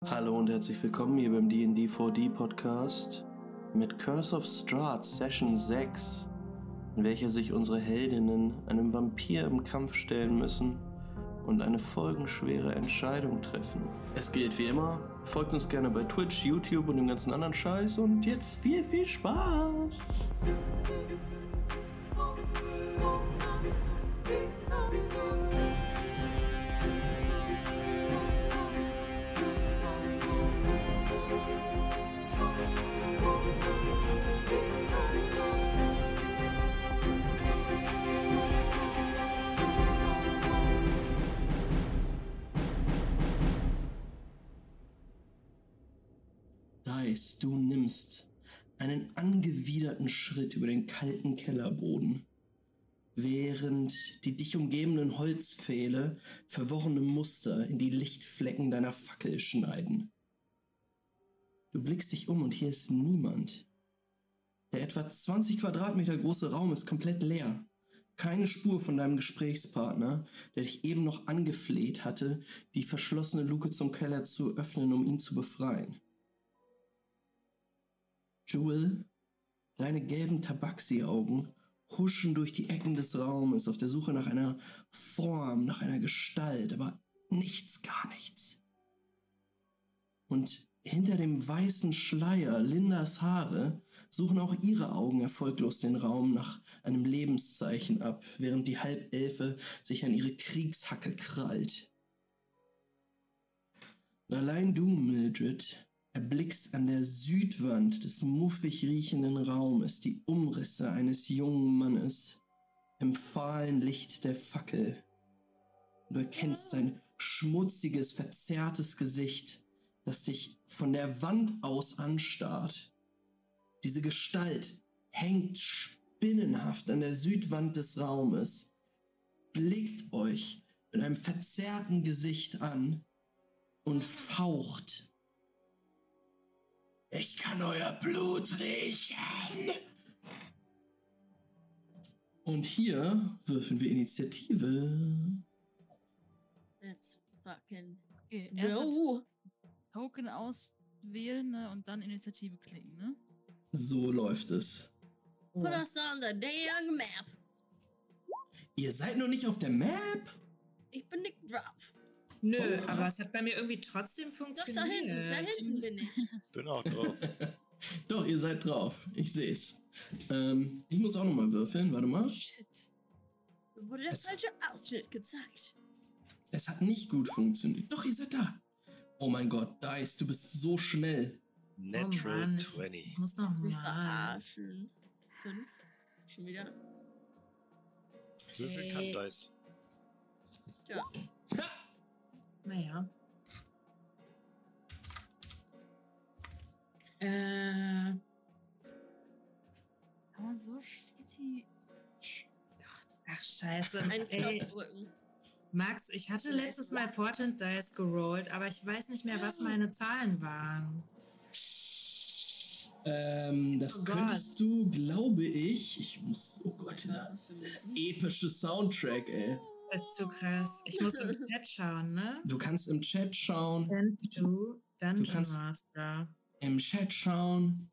Hallo und herzlich willkommen hier beim D&D 4D Podcast mit Curse of Strahd Session 6, in welcher sich unsere Heldinnen einem Vampir im Kampf stellen müssen und eine folgenschwere Entscheidung treffen. Es gilt wie immer, folgt uns gerne bei Twitch, YouTube und dem ganzen anderen Scheiß und jetzt viel, viel Spaß! Dice, du nimmst einen angewiderten Schritt über den kalten Kellerboden, während die dich umgebenden Holzpfähle verworrene Muster in die Lichtflecken deiner Fackel schneiden. Du blickst dich um und hier ist niemand. Der etwa 20 Quadratmeter große Raum ist komplett leer. Keine Spur von deinem Gesprächspartner, der dich eben noch angefleht hatte, die verschlossene Luke zum Keller zu öffnen, um ihn zu befreien. Jewel, deine gelben Tabaxi-Augen huschen durch die Ecken des Raumes auf der Suche nach einer Form, nach einer Gestalt, aber nichts, gar nichts. Und hinter dem weißen Schleier Lindas Haare suchen auch ihre Augen erfolglos den Raum nach einem Lebenszeichen ab, während die Halbelfe sich an ihre Kriegshacke krallt. Und allein du, Mildred, erblickst an der Südwand des muffig riechenden Raumes die Umrisse eines jungen Mannes im fahlen Licht der Fackel. Du erkennst sein schmutziges, verzerrtes Gesicht, das dich von der Wand aus anstarrt. Diese Gestalt hängt spinnenhaft an der Südwand des Raumes, blickt euch mit einem verzerrten Gesicht an und faucht: Ich kann euer Blut riechen. Und hier würfeln wir Initiative. Let's fucking Okay, erst no. Token auswählen, ne, und dann Initiative klicken, ne? So läuft es. Put us on the dang map. Ihr seid noch nicht auf der Map? Ich bin nicht drauf. Nö, Oh. aber es hat bei mir irgendwie trotzdem Doch, funktioniert. da hinten bin ich. Bin auch drauf. Doch, ihr seid drauf. Ich seh's. Ich muss auch noch mal würfeln. Warte mal. Shit. Mir wurde der falsche Ausschnitt gezeigt. Es hat nicht gut funktioniert. Doch, ihr seid da. Oh mein Gott, Dice, du bist so schnell. Natural Mann, 20. Ich muss noch Mich mal. verarschen. 5. Schon wieder. Würfel kann Dice. Tja. Naja. Aber so shitty. Gott. Ach, scheiße. Ein Ey, Knopf drücken. Max, ich hatte letztes Mal Portent Dice gerollt, aber ich weiß nicht mehr, was meine Zahlen waren. Das Oh Gott. könntest du, glaube ich. Ich muss. Oh Gott, dieser Was für Musik? epische Soundtrack, ey. Das ist zu krass. Ich muss im Chat schauen, ne? Du kannst im Chat schauen. Send to Dungeon kannst- Master. Im Chat schauen.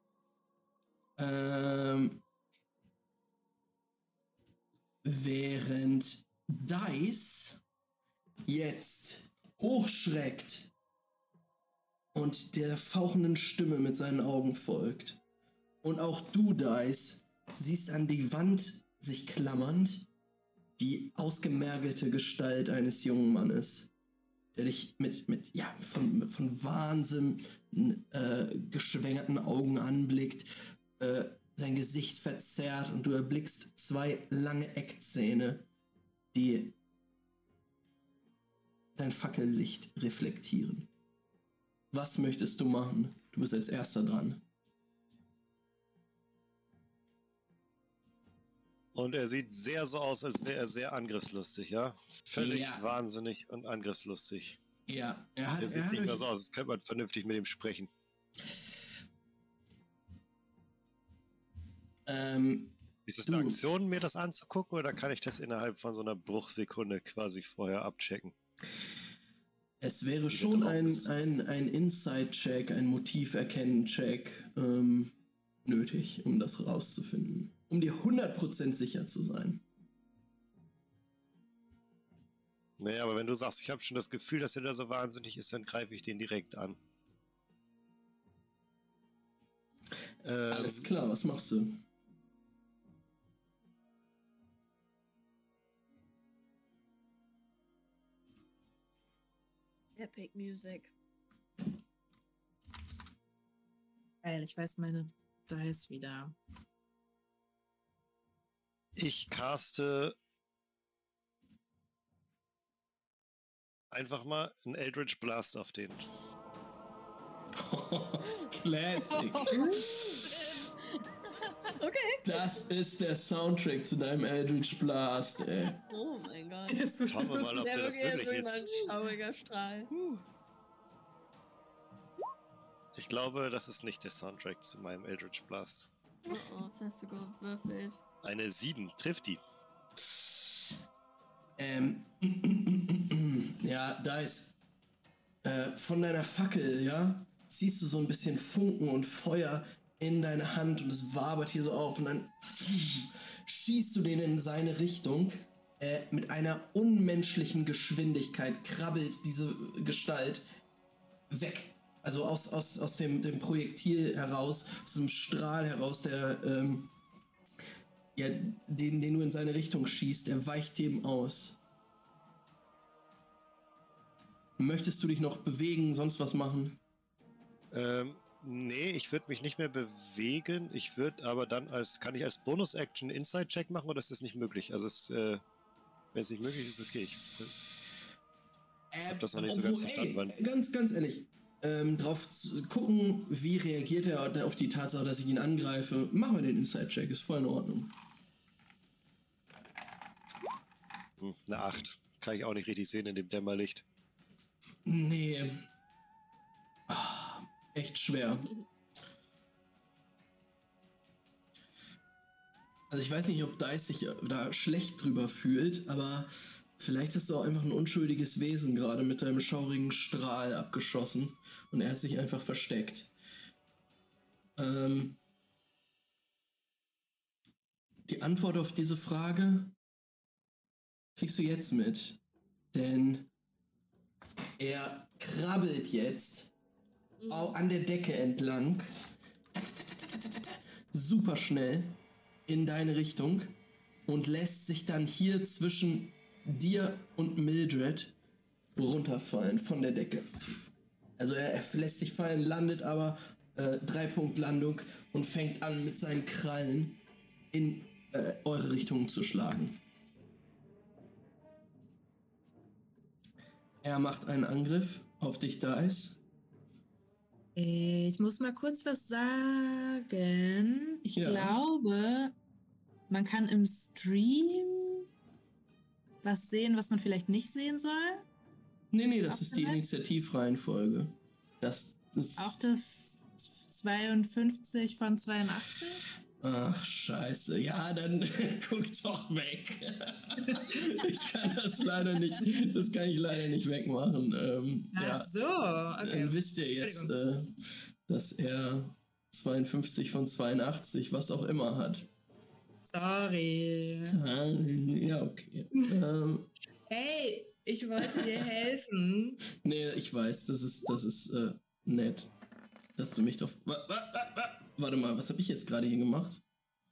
Während Dice jetzt hochschreckt und der fauchenden Stimme mit seinen Augen folgt. Und auch du, Dice, siehst an die Wand sich klammernd die ausgemergelte Gestalt eines jungen Mannes, der dich von Wahnsinn geschwängerten Augen anblickt, sein Gesicht verzerrt und du erblickst zwei lange Eckzähne, die dein Fackellicht reflektieren. Was möchtest du machen? Du bist als Erster dran. Und er sieht sehr so aus, als wäre er sehr angriffslustig, ja? Völlig Ja. wahnsinnig und angriffslustig. Ja, Er sieht nicht mehr so aus, als könnte man vernünftig mit ihm sprechen. Ist es eine Aktion, mir das anzugucken, oder kann ich das innerhalb von so einer Bruchsekunde quasi vorher abchecken? Es wäre Wie schon das drauf ein ist. Inside-Check, ein Motiv-Erkennen-Check nötig, um das rauszufinden. Um dir 100% sicher zu sein. Naja, aber wenn du sagst, ich habe schon das Gefühl, dass er da so wahnsinnig ist, dann greife ich den direkt an. Alles klar, was machst du? Epic Music. Geil, ich weiß meine Dice wieder. Ich caste einfach mal einen Eldritch Blast auf den. Classic. Okay. Das ist der Soundtrack zu deinem Eldritch Blast, ey. Oh mein Gott. Schauen wir mal, ob der das wirklich mal ist. ein schauriger Strahl. Ich glaube, das ist nicht der Soundtrack zu meinem Eldritch Blast. Oh, jetzt hast du gewürfelt. Eine 7, trifft die. Ja, da ist von deiner Fackel, ja, ziehst du so ein bisschen Funken und Feuer in deine Hand und es wabert hier so auf und dann schießt du den in seine Richtung. Mit einer unmenschlichen Geschwindigkeit krabbelt diese Gestalt weg. Also aus dem Projektil heraus, aus dem Strahl heraus, der den du in seine Richtung schießt, der weicht dem aus. Möchtest du dich noch bewegen, sonst was machen? Nee, ich würde mich nicht mehr bewegen. Ich würde aber dann kann ich als Bonus-Action Inside-Check machen oder ist das nicht möglich? Also wenn es nicht möglich ist, okay. Ich habe das noch nicht so ganz verstanden. Ganz ehrlich, drauf zu gucken, wie reagiert er auf die Tatsache, dass ich ihn angreife. Machen wir den Inside-Check, ist voll in Ordnung. Eine 8. Kann ich auch nicht richtig sehen in dem Dämmerlicht. Nee. Echt schwer. Also ich weiß nicht, ob Dice sich da schlecht drüber fühlt, aber vielleicht hast du auch einfach ein unschuldiges Wesen gerade mit deinem schaurigen Strahl abgeschossen und er hat sich einfach versteckt. Die Antwort auf diese Frage kriegst du jetzt mit, denn er krabbelt jetzt an der Decke entlang, super schnell in deine Richtung und lässt sich dann hier zwischen dir und Mildred runterfallen von der Decke. Also er lässt sich fallen, landet aber 3-Punkt-Landung und fängt an mit seinen Krallen in eure Richtung zu schlagen. Er macht einen Angriff auf dich, Dice. Ich muss mal kurz was sagen. Ich glaube, man kann im Stream was sehen, was man vielleicht nicht sehen soll. Nee, das ist die Initiativreihenfolge. Das ist auch das 52 von 82? Ach, scheiße. Ja, dann guck doch weg. Das kann ich leider nicht wegmachen. Ach so, okay. Dann wisst ihr jetzt, dass er 52 von 82, was auch immer hat. Sorry. Ja, okay. Hey, ich wollte dir helfen. Nee, ich weiß, das ist nett, dass du mich drauf... Warte mal, was habe ich jetzt gerade hier gemacht?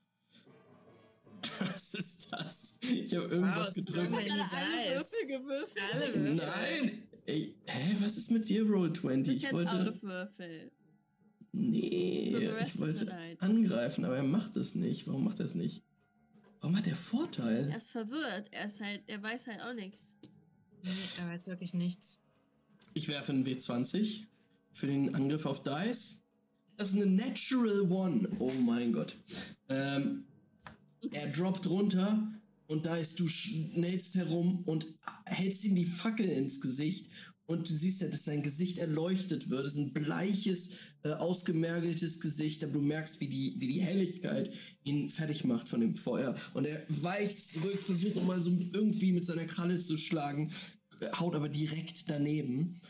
Was ist das? Ich habe irgendwas gedrückt. Du hast alle Würfel gewürfelt. Alle Würfel. Nein! Ey, was ist mit dir, Roll20? Du bist jetzt out of Würfel. Nee, ich wollte angreifen, aber er macht es nicht. Warum macht er es nicht? Warum hat er Vorteil? Er ist verwirrt. Er weiß halt auch nichts. Nee, er weiß wirklich nichts. Ich werfe einen W20 für den Angriff auf Dice. Das ist eine Natural One. Oh mein Gott. Er droppt runter und Dice, du schnellst herum und hältst ihm die Fackel ins Gesicht und du siehst ja, dass sein Gesicht erleuchtet wird. Es ist ein bleiches, ausgemergeltes Gesicht, aber du merkst, wie die Helligkeit ihn fertig macht von dem Feuer. Und er weicht zurück, versucht nochmal so irgendwie mit seiner Kralle zu schlagen, haut aber direkt daneben.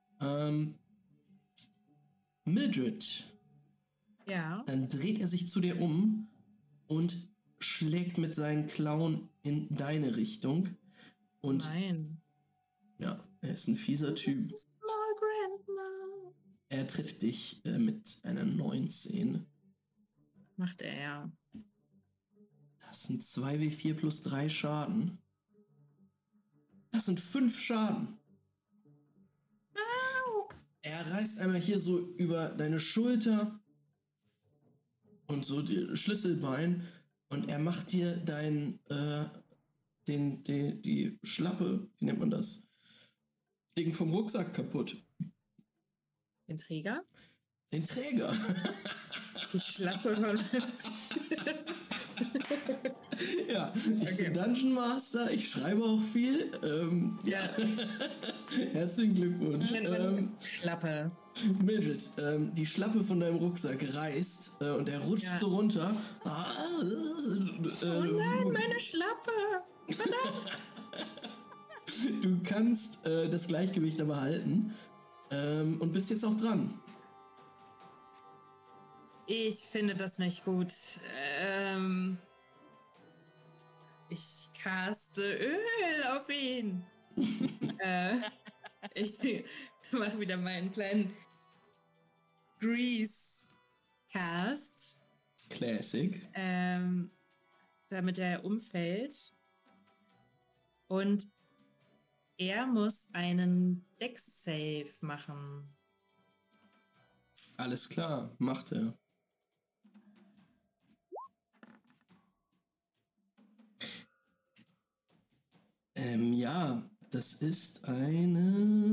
Mildred. Ja. Dann dreht er sich zu dir um und schlägt mit seinen Klauen in deine Richtung. Und Nein. ja, er ist ein fieser Typ. Small Grandma. Er trifft dich mit einer 19. Macht er ja. Das sind 2W4 plus 3 Schaden. Das sind 5 Schaden. Au. Er reißt einmal hier so über deine Schulter und so die Schlüsselbein und er macht dir die Schlappe, wie nennt man das? Ding vom Rucksack kaputt. Den Träger? Den Träger. Die Schlappe von... Ja, ich bin Dungeon Master, ich schreibe auch viel. Ja. Herzlichen Glückwunsch. Schlappe. Mildred, die Schlappe von deinem Rucksack reißt und er rutscht so runter. Oh nein, meine Schlappe! Du kannst das Gleichgewicht aber halten und bist jetzt auch dran. Ich finde das nicht gut. Ich caste Öl auf ihn. Ich mache wieder meinen kleinen Grease-Cast. Classic. Damit er umfällt. Und er muss einen Dex-Save machen. Alles klar, macht er. Ja, das ist eine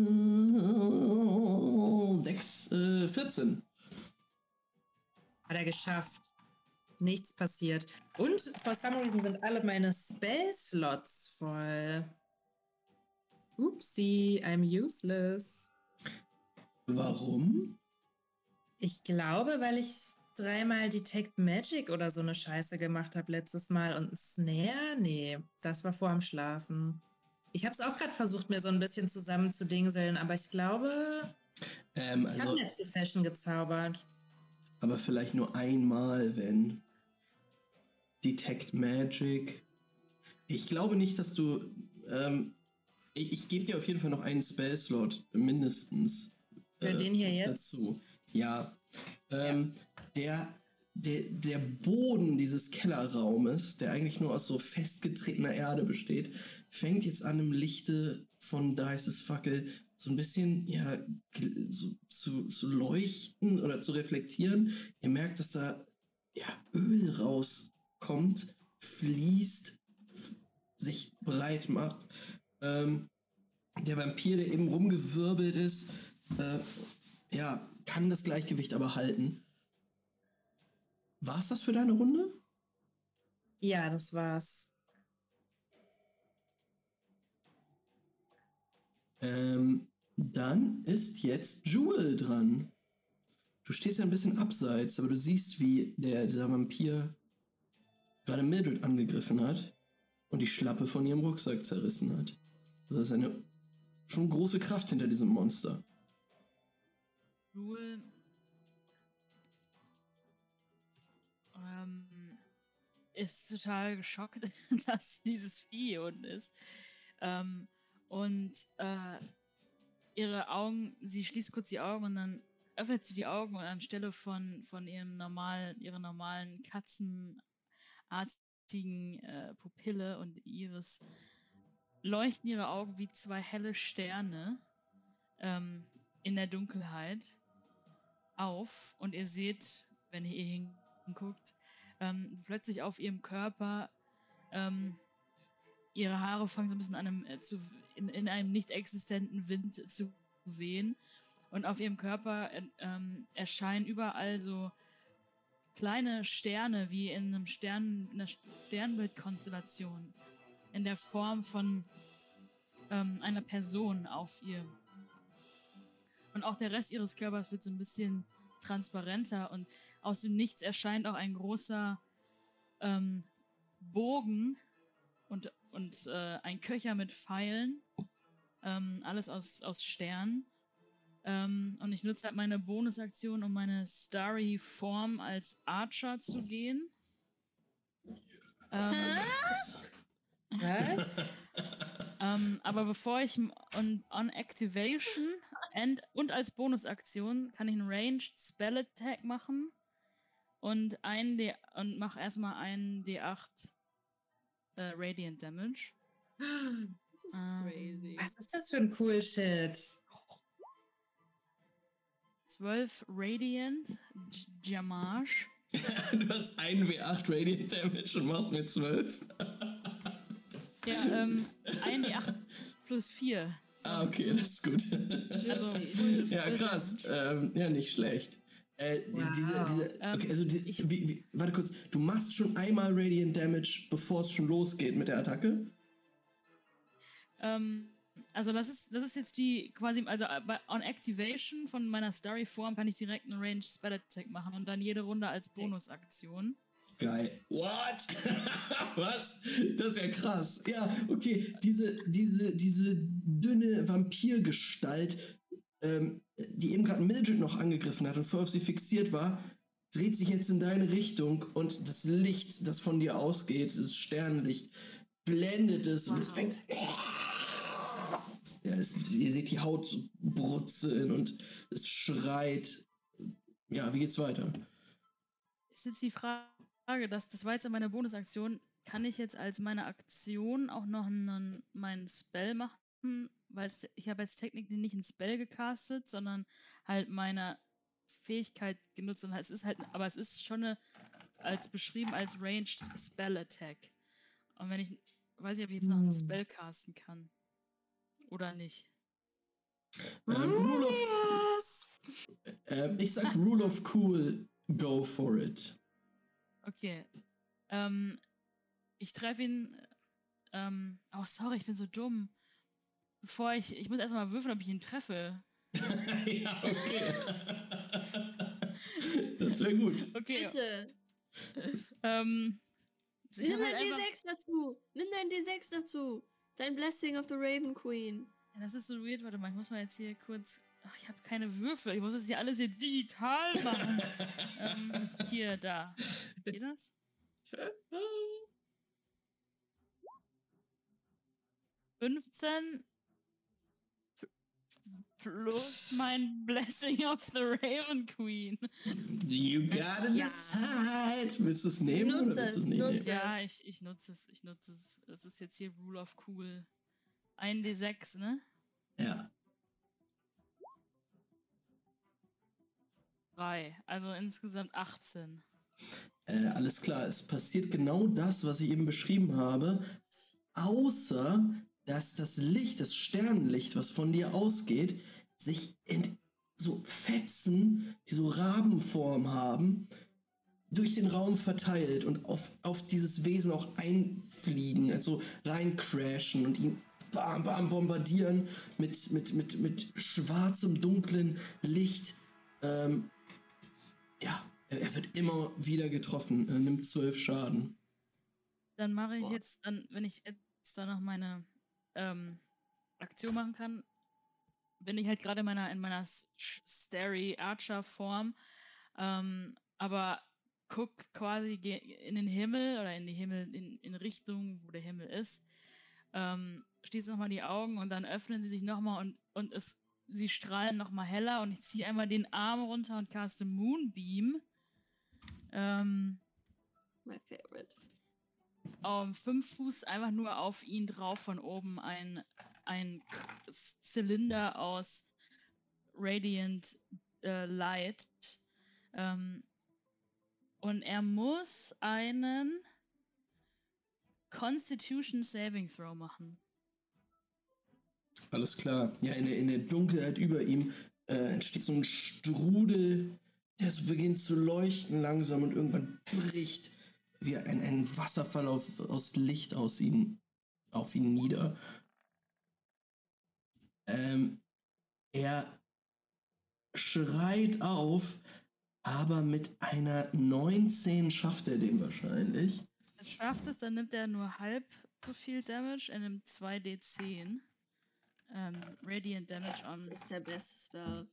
Dex 14. Hat er geschafft. Nichts passiert. Und for some reason sind alle meine Spell-Slots voll. Upsi, I'm useless. Warum? Ich glaube, weil ich 3-mal Detect Magic oder so eine Scheiße gemacht habe letztes Mal. Und ein Snare? Nee, das war vor dem Schlafen. Ich habe es auch gerade versucht, mir so ein bisschen zusammenzudingseln, aber ich glaube, ich habe letzte Session gezaubert. Aber vielleicht nur einmal, wenn. Detect Magic. Ich glaube nicht, dass du... ich gebe dir auf jeden Fall noch einen Spell-Slot, mindestens. Für den hier jetzt? Dazu. Ja. Der Boden dieses Kellerraumes, der eigentlich nur aus so festgetretener Erde besteht, fängt jetzt an, im Lichte von Dices Fackel so ein bisschen zu leuchten oder zu reflektieren. Ihr merkt, dass da Öl rauskommt, fließt, sich breit macht. Der Vampir, der eben rumgewirbelt ist, kann das Gleichgewicht aber halten. War's das für deine Runde? Ja, das war's. Dann ist jetzt Jewel dran. Du stehst ja ein bisschen abseits, aber du siehst, wie dieser Vampir gerade Mildred angegriffen hat und die Schlappe von ihrem Rucksack zerrissen hat. Das ist eine schon große Kraft hinter diesem Monster. Jewel ist total geschockt, dass dieses Vieh hier unten ist. Ihre Augen, sie schließt kurz die Augen und dann öffnet sie die Augen und anstelle von ihrer normalen katzenartigen Pupille und Iris leuchten ihre Augen wie 2 helle Sterne in der Dunkelheit auf und ihr seht, wenn ihr hinguckt, plötzlich auf ihrem Körper ihre Haare fangen so ein bisschen an in einem nicht existenten Wind zu wehen und auf ihrem Körper erscheinen überall so kleine Sterne wie in einer Sternbildkonstellation in der Form von einer Person auf ihr. Und auch der Rest ihres Körpers wird so ein bisschen transparenter und aus dem Nichts erscheint auch ein großer Bogen und ein Köcher mit Pfeilen Alles aus Sternen. Und ich nutze halt meine Bonusaktion, um meine Starry Form als Archer zu gehen. Was? Aber bevor ich on Activation und als Bonusaktion kann ich einen Ranged Spell Attack machen und mach erstmal einen D8 Radiant Damage. Das ist crazy. Was ist das für ein Cool-Shit? 12 Radiant Damage. Du hast einen W8 Radiant Damage und machst mir 12. Ja, ein D8 plus 4. Ah, okay, das ist gut. Also, ja, krass. Ja, nicht schlecht. Okay, also warte kurz. Du machst schon einmal Radiant Damage, bevor es schon losgeht mit der Attacke? Also das ist jetzt die quasi, also on Activation von meiner Starry Form kann ich direkt einen Ranged Spell Attack machen und dann jede Runde als Bonusaktion. Geil. What? Was? Das ist ja krass. Ja, okay. Diese dünne Vampirgestalt, die eben gerade Mildred noch angegriffen hat und vorher auf sie fixiert war, dreht sich jetzt in deine Richtung und das Licht, das von dir ausgeht, das Sternenlicht, blendet es und es fängt... Ja, ihr seht die Haut so brutzeln und es schreit. Ja, wie geht's weiter? Ist jetzt die Frage, das war jetzt meine Bonusaktion. Kann ich jetzt als meine Aktion auch noch meinen Spell machen? Weil ich habe jetzt technically nicht einen Spell gecastet, sondern halt meine Fähigkeit genutzt. Und es ist halt, aber es ist schon beschrieben als Ranged Spell Attack. Und wenn ich, weiß ich, ob ich jetzt noch einen Spell casten kann. Oder nicht. Ich sag Rule of Cool, go for it. Okay. Ich treffe ihn. Oh, sorry, ich bin so dumm. Ich muss erstmal würfeln, ob ich ihn treffe. Ja, okay. Das wäre gut. Okay. Bitte. Nimm dein D6 dazu. Nimm dein D6 dazu. Dein Blessing of the Raven Queen. Ja, das ist so weird. Warte mal, ich muss mal jetzt hier kurz... Ach, ich habe keine Würfel. Ich muss das hier alles hier digital machen. Hier, da. Geht das? 15 plus mein Blessing of the Raven Queen. You gotta decide. Willst du es nehmen oder willst du es nicht nehmen? Ja, ich nutze es. Das ist jetzt hier Rule of Cool. 1d6, ne? Ja. 3. Also insgesamt 18. Alles klar, es passiert genau das, was ich eben beschrieben habe, außer dass das Licht, das Sternenlicht, was von dir ausgeht, sich in so Fetzen, die so Rabenform haben, durch den Raum verteilt und auf dieses Wesen auch einfliegen, also reincrashen und ihn bam, bam, bombardieren mit schwarzem, dunklen Licht. Ja, er wird immer wieder getroffen, er nimmt 12 Schaden. Dann mache ich jetzt, wenn ich jetzt da noch meine Aktion machen kann, bin ich halt gerade in meiner Starry Archer Form, aber guck quasi in den Himmel oder in Richtung, wo der Himmel ist, schließe nochmal die Augen und dann öffnen sie sich nochmal und sie strahlen nochmal heller und ich ziehe einmal den Arm runter und caste Moonbeam. My favorite. 5 Fuß einfach nur auf ihn drauf von oben ein Zylinder aus Radiant Light. Und er muss einen Constitution Saving Throw machen. Alles klar. Ja, in der Dunkelheit über ihm entsteht so ein Strudel, der so beginnt zu leuchten langsam und irgendwann bricht wie ein Wasserfall aus Licht auf ihn nieder. Er schreit auf, aber mit einer 19 schafft er den wahrscheinlich. Er schafft es, dann nimmt er nur halb so viel Damage, er nimmt 2d10. Radiant Damage on. Das ist der beste Spell.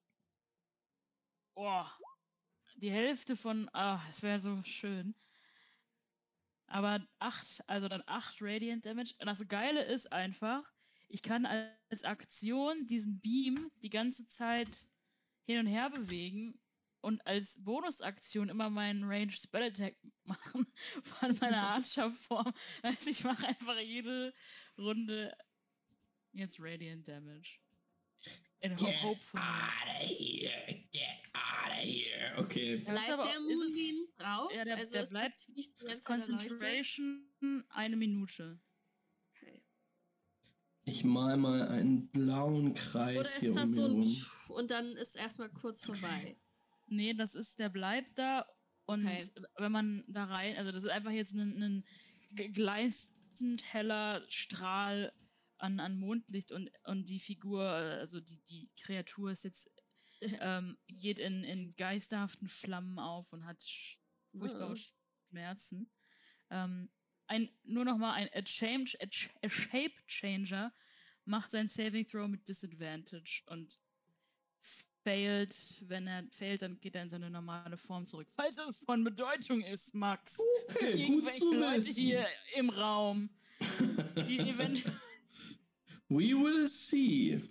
Oh, die Hälfte von. Es wäre so schön. Aber 8 Radiant Damage. Und das Geile ist einfach, ich kann als Aktion diesen Beam die ganze Zeit hin und her bewegen und als Bonusaktion immer meinen Range Spell Attack machen von meiner Archer-Form. Also ich mache einfach jede Runde jetzt Radiant Damage. In hopefully. Get out of here. Okay. Bleibt der Moonbeam drauf? Ja, der bleibt. Das Concentration 1 Minute. Okay. Ich mal mal einen blauen Kreis oder hier ist das um so mir ein rum. und dann ist erstmal kurz vorbei? Nee, der bleibt da und wenn man da rein, also das ist einfach jetzt ein gleißend heller Strahl an Mondlicht und die Figur, also die Kreatur ist jetzt, geht in geisterhaften Flammen auf und hat furchtbare Schmerzen. Nur nochmal ein Shape Changer macht sein Saving Throw mit Disadvantage und failed. Wenn er failt, dann geht er in seine normale Form zurück. Falls es von Bedeutung ist, Max. Okay, irgendwelche gut zu Leute wissen. hier im Raum, die eventuell. We will see.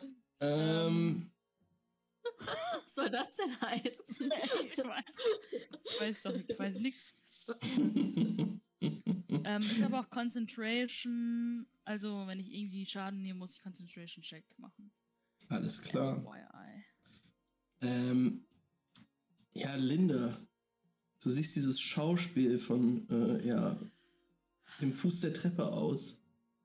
Was soll das denn heißen? Ich weiß nichts. Ist aber auch Concentration, also wenn ich irgendwie Schaden nehme, muss ich Concentration Check machen. Alles klar. FYI. Ja, Linda, du siehst dieses Schauspiel von, dem Fuß der Treppe aus.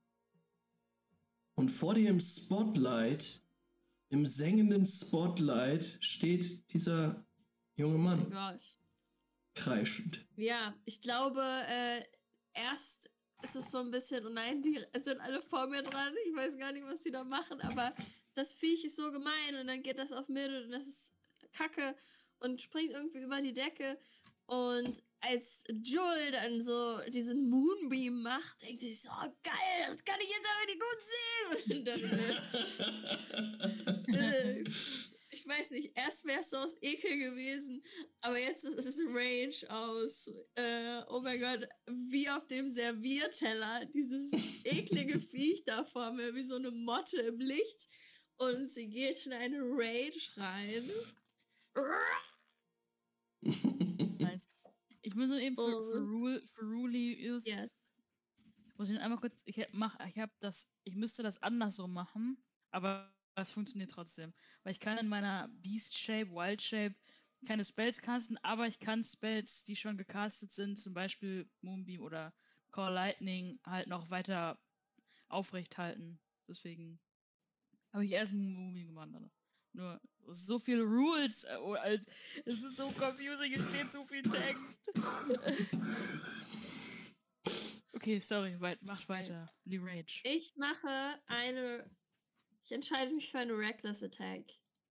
Und vor dir im Spotlight, im sengenden Spotlight, steht dieser junge Mann. Oh Gott. Kreischend. Ja, ich glaube, erst ist es so ein bisschen, oh nein, die sind alle vor mir dran, ich weiß gar nicht, was die da machen, aber das Viech ist so gemein und dann geht das auf Mildred und das ist Kacke und springt irgendwie über die Decke und als Joel dann so diesen Moonbeam macht, denkt sich so, oh, geil, das kann ich jetzt aber nicht gut sehen. Und dann, ich weiß nicht, erst wäre es so aus Ekel gewesen, aber jetzt ist es Rage aus, oh mein Gott, wie auf dem Servierteller, dieses eklige Viech da vor mir, wie so eine Motte im Licht. Und sie geht in eine Rage rein. Nice. Ich muss nur eben für Rulius. Yes. Muss ich einmal kurz. Ich müsste das andersrum machen, aber es funktioniert trotzdem. Weil ich kann in meiner Beast Shape, Wild Shape keine Spells casten, aber ich kann Spells, die schon gecastet sind, zum Beispiel Moonbeam oder Call Lightning, halt noch weiter aufrecht halten. Deswegen habe ich erst Moonbeam gemacht. Nur so viele Rules. Es ist so confusing, es steht so viel Text. Okay, sorry, macht weiter. Die Rage. Ich entscheide mich für eine Reckless Attack.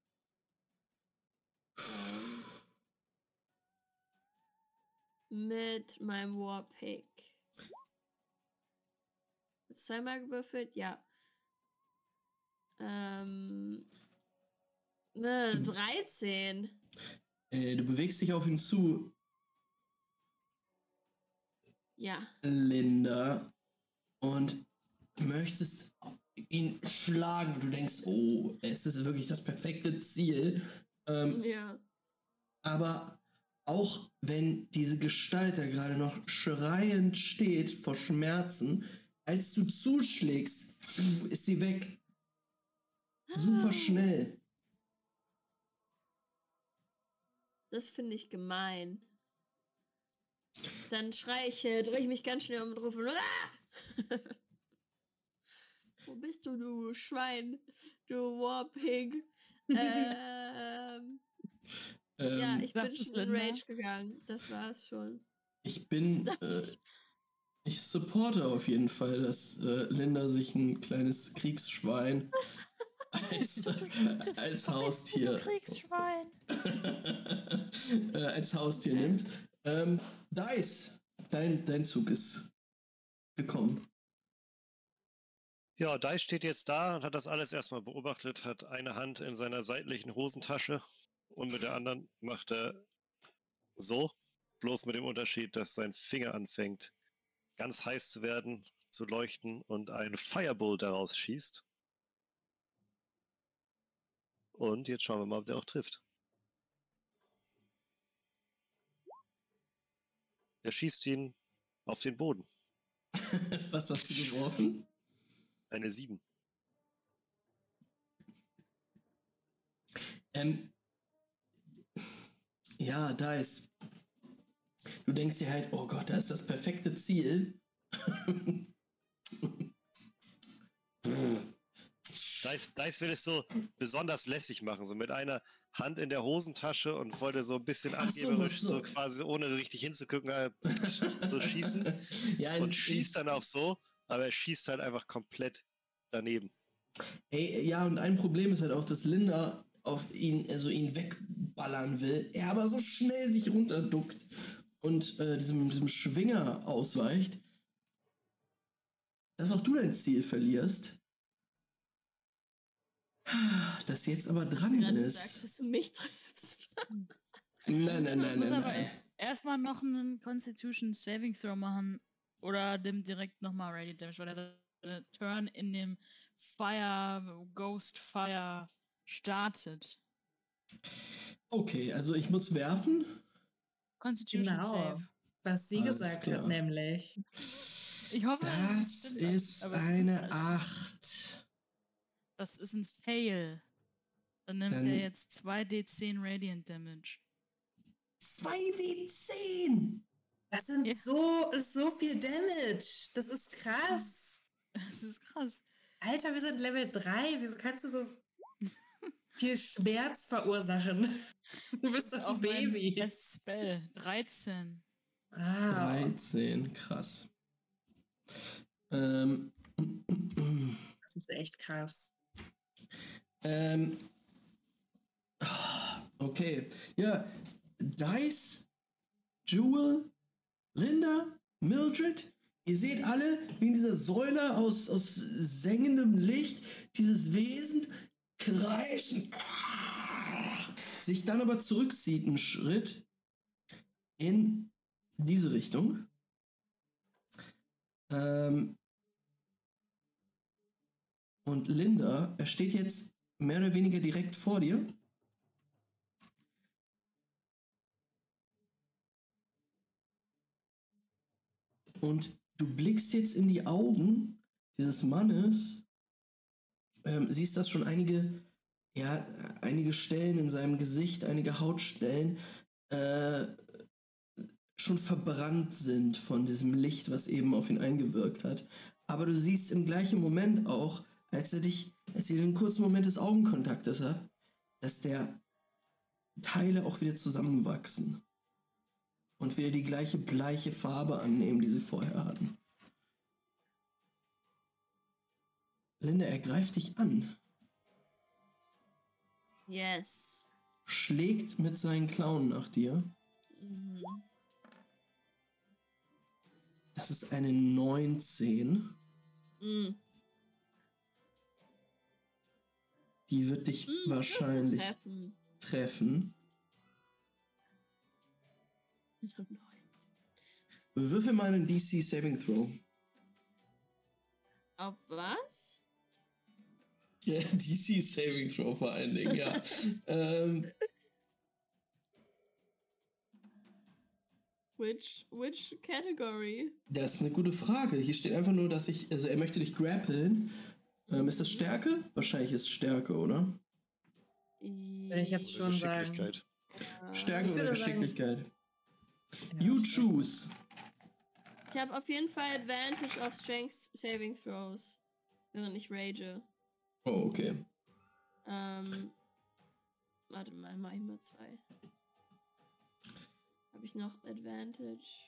Mit meinem Warpick. 2-mal gewürfelt, ja. 13. Du bewegst dich auf ihn zu. Ja. Linda. Und möchtest ihn schlagen. Du denkst, oh, es ist wirklich das perfekte Ziel. Ja. Aber auch wenn diese Gestalt da gerade noch schreiend steht vor Schmerzen, als du zuschlägst, ist sie weg. Super schnell. Das finde ich gemein. Dann drehe ich mich ganz schnell um und rufe, wo bist du, du Schwein, du Warpig? Ja, ich bin schon in Rage gegangen. Das war's schon. Ich supporte auf jeden Fall, dass Linda sich ein kleines Kriegsschwein als Haustier als Haustier nimmt. Dice, dein Zug ist gekommen. Ja, Dice steht jetzt da und hat das alles erstmal beobachtet, hat eine Hand in seiner seitlichen Hosentasche und mit der anderen macht er so, bloß mit dem Unterschied, dass sein Finger anfängt ganz heiß zu werden, zu leuchten und ein Firebolt daraus schießt. Und jetzt schauen wir mal, ob der auch trifft. Er schießt ihn auf den Boden. Was hast du geworfen? Eine 7. Ja, Dice. Du denkst dir halt, oh Gott, das ist das perfekte Ziel. Dice will es so besonders lässig machen, so mit einer Hand in der Hosentasche und wollte so ein bisschen angeberisch, so quasi ohne richtig hinzugucken, so schießen. Ja, und schießt dann auch so, aber er schießt halt einfach komplett daneben. Ey, ja, und ein Problem ist halt auch, dass Linda auf ihn, also ihn wegballern will, er aber so schnell sich runterduckt und diesem Schwinger ausweicht, dass auch du dein Ziel verlierst. Das jetzt aber dran Wenn ist. du sagst, dass du mich triffst. Nein. Erstmal noch einen Constitution Saving Throw machen oder dem direkt nochmal Radiant Damage, weil der Turn in dem Ghost Fire startet. Okay, also ich muss werfen. Constitution Save. Was sie gesagt hat, nämlich. Ich hoffe, das ist eine 8. Das ist ein Fail. Dann nimmt er jetzt 2d10 Radiant Damage. 2w10! Das sind so viel Damage. Das ist krass. Das ist krass. Alter, wir sind Level 3. Wieso kannst du so viel Schmerz verursachen? Du bist doch ein Baby. Das Spell. 13. 13, krass. Das ist echt krass. Okay. Ja, Dice, Jewel, Linda, Mildred, ihr seht alle, wie in dieser Säule aus sengendem Licht dieses Wesen kreischen, sich dann aber zurückzieht einen Schritt in diese Richtung. Und Linda, er steht jetzt mehr oder weniger direkt vor dir. Und du blickst jetzt in die Augen dieses Mannes, siehst, dass schon einige Stellen in seinem Gesicht, einige Hautstellen schon verbrannt sind von diesem Licht, was eben auf ihn eingewirkt hat. Aber du siehst im gleichen Moment auch, als ihr einen kurzen Moment des Augenkontaktes habt, dass der Teile auch wieder zusammenwachsen und wieder die gleiche bleiche Farbe annehmen, die sie vorher hatten. Linda, er greift dich an. Yes. Schlägt mit seinen Klauen nach dir. Mhm. Das ist eine 19. Mhm. Die wird dich wahrscheinlich treffen. Würfel mal einen DC Saving Throw. Auf was? Ja, DC Saving Throw vor allen Dingen, ja. Which category? Das ist eine gute Frage. Hier steht einfach nur, dass er möchte dich grappeln. Ist das Stärke? Wahrscheinlich ist es Stärke, oder? Würde ich jetzt schon sagen. Stärke oder Geschicklichkeit? Ja, you choose. Ich habe auf jeden Fall Advantage auf Strength Saving Throws, während ich rage. Oh, okay. Warte mal, mach ich mal 2. Habe ich noch Advantage?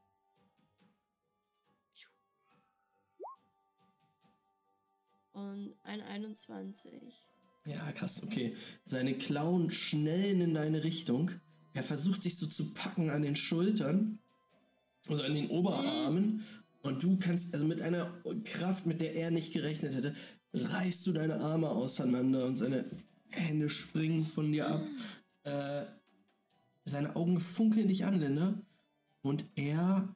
Und ein 21. Ja, krass, okay. Seine Klauen schnellen in deine Richtung. Er versucht dich so zu packen an den Schultern, also an den Oberarmen Und du kannst, also mit einer Kraft, mit der er nicht gerechnet hätte, reißt du deine Arme auseinander und seine Hände springen von dir ab. Seine Augen funkeln dich an, Linda. Und er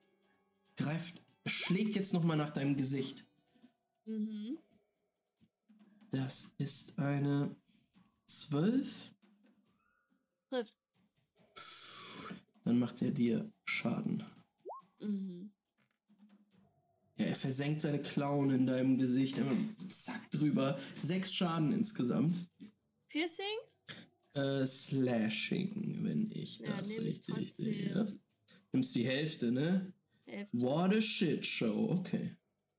schlägt jetzt nochmal nach deinem Gesicht. Mhm. Das ist eine 12. Trifft. Dann macht er dir Schaden. Mhm. Ja, er versenkt seine Klauen in deinem Gesicht. Zack, drüber. 6 Schaden insgesamt. Piercing? Slashing, wenn ich das richtig sehe. trotzdem. Nimmst die Hälfte, ne? Hälfte. What a shit show, okay.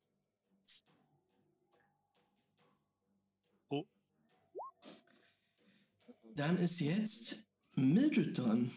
Oh. Dann ist jetzt Mildred dran.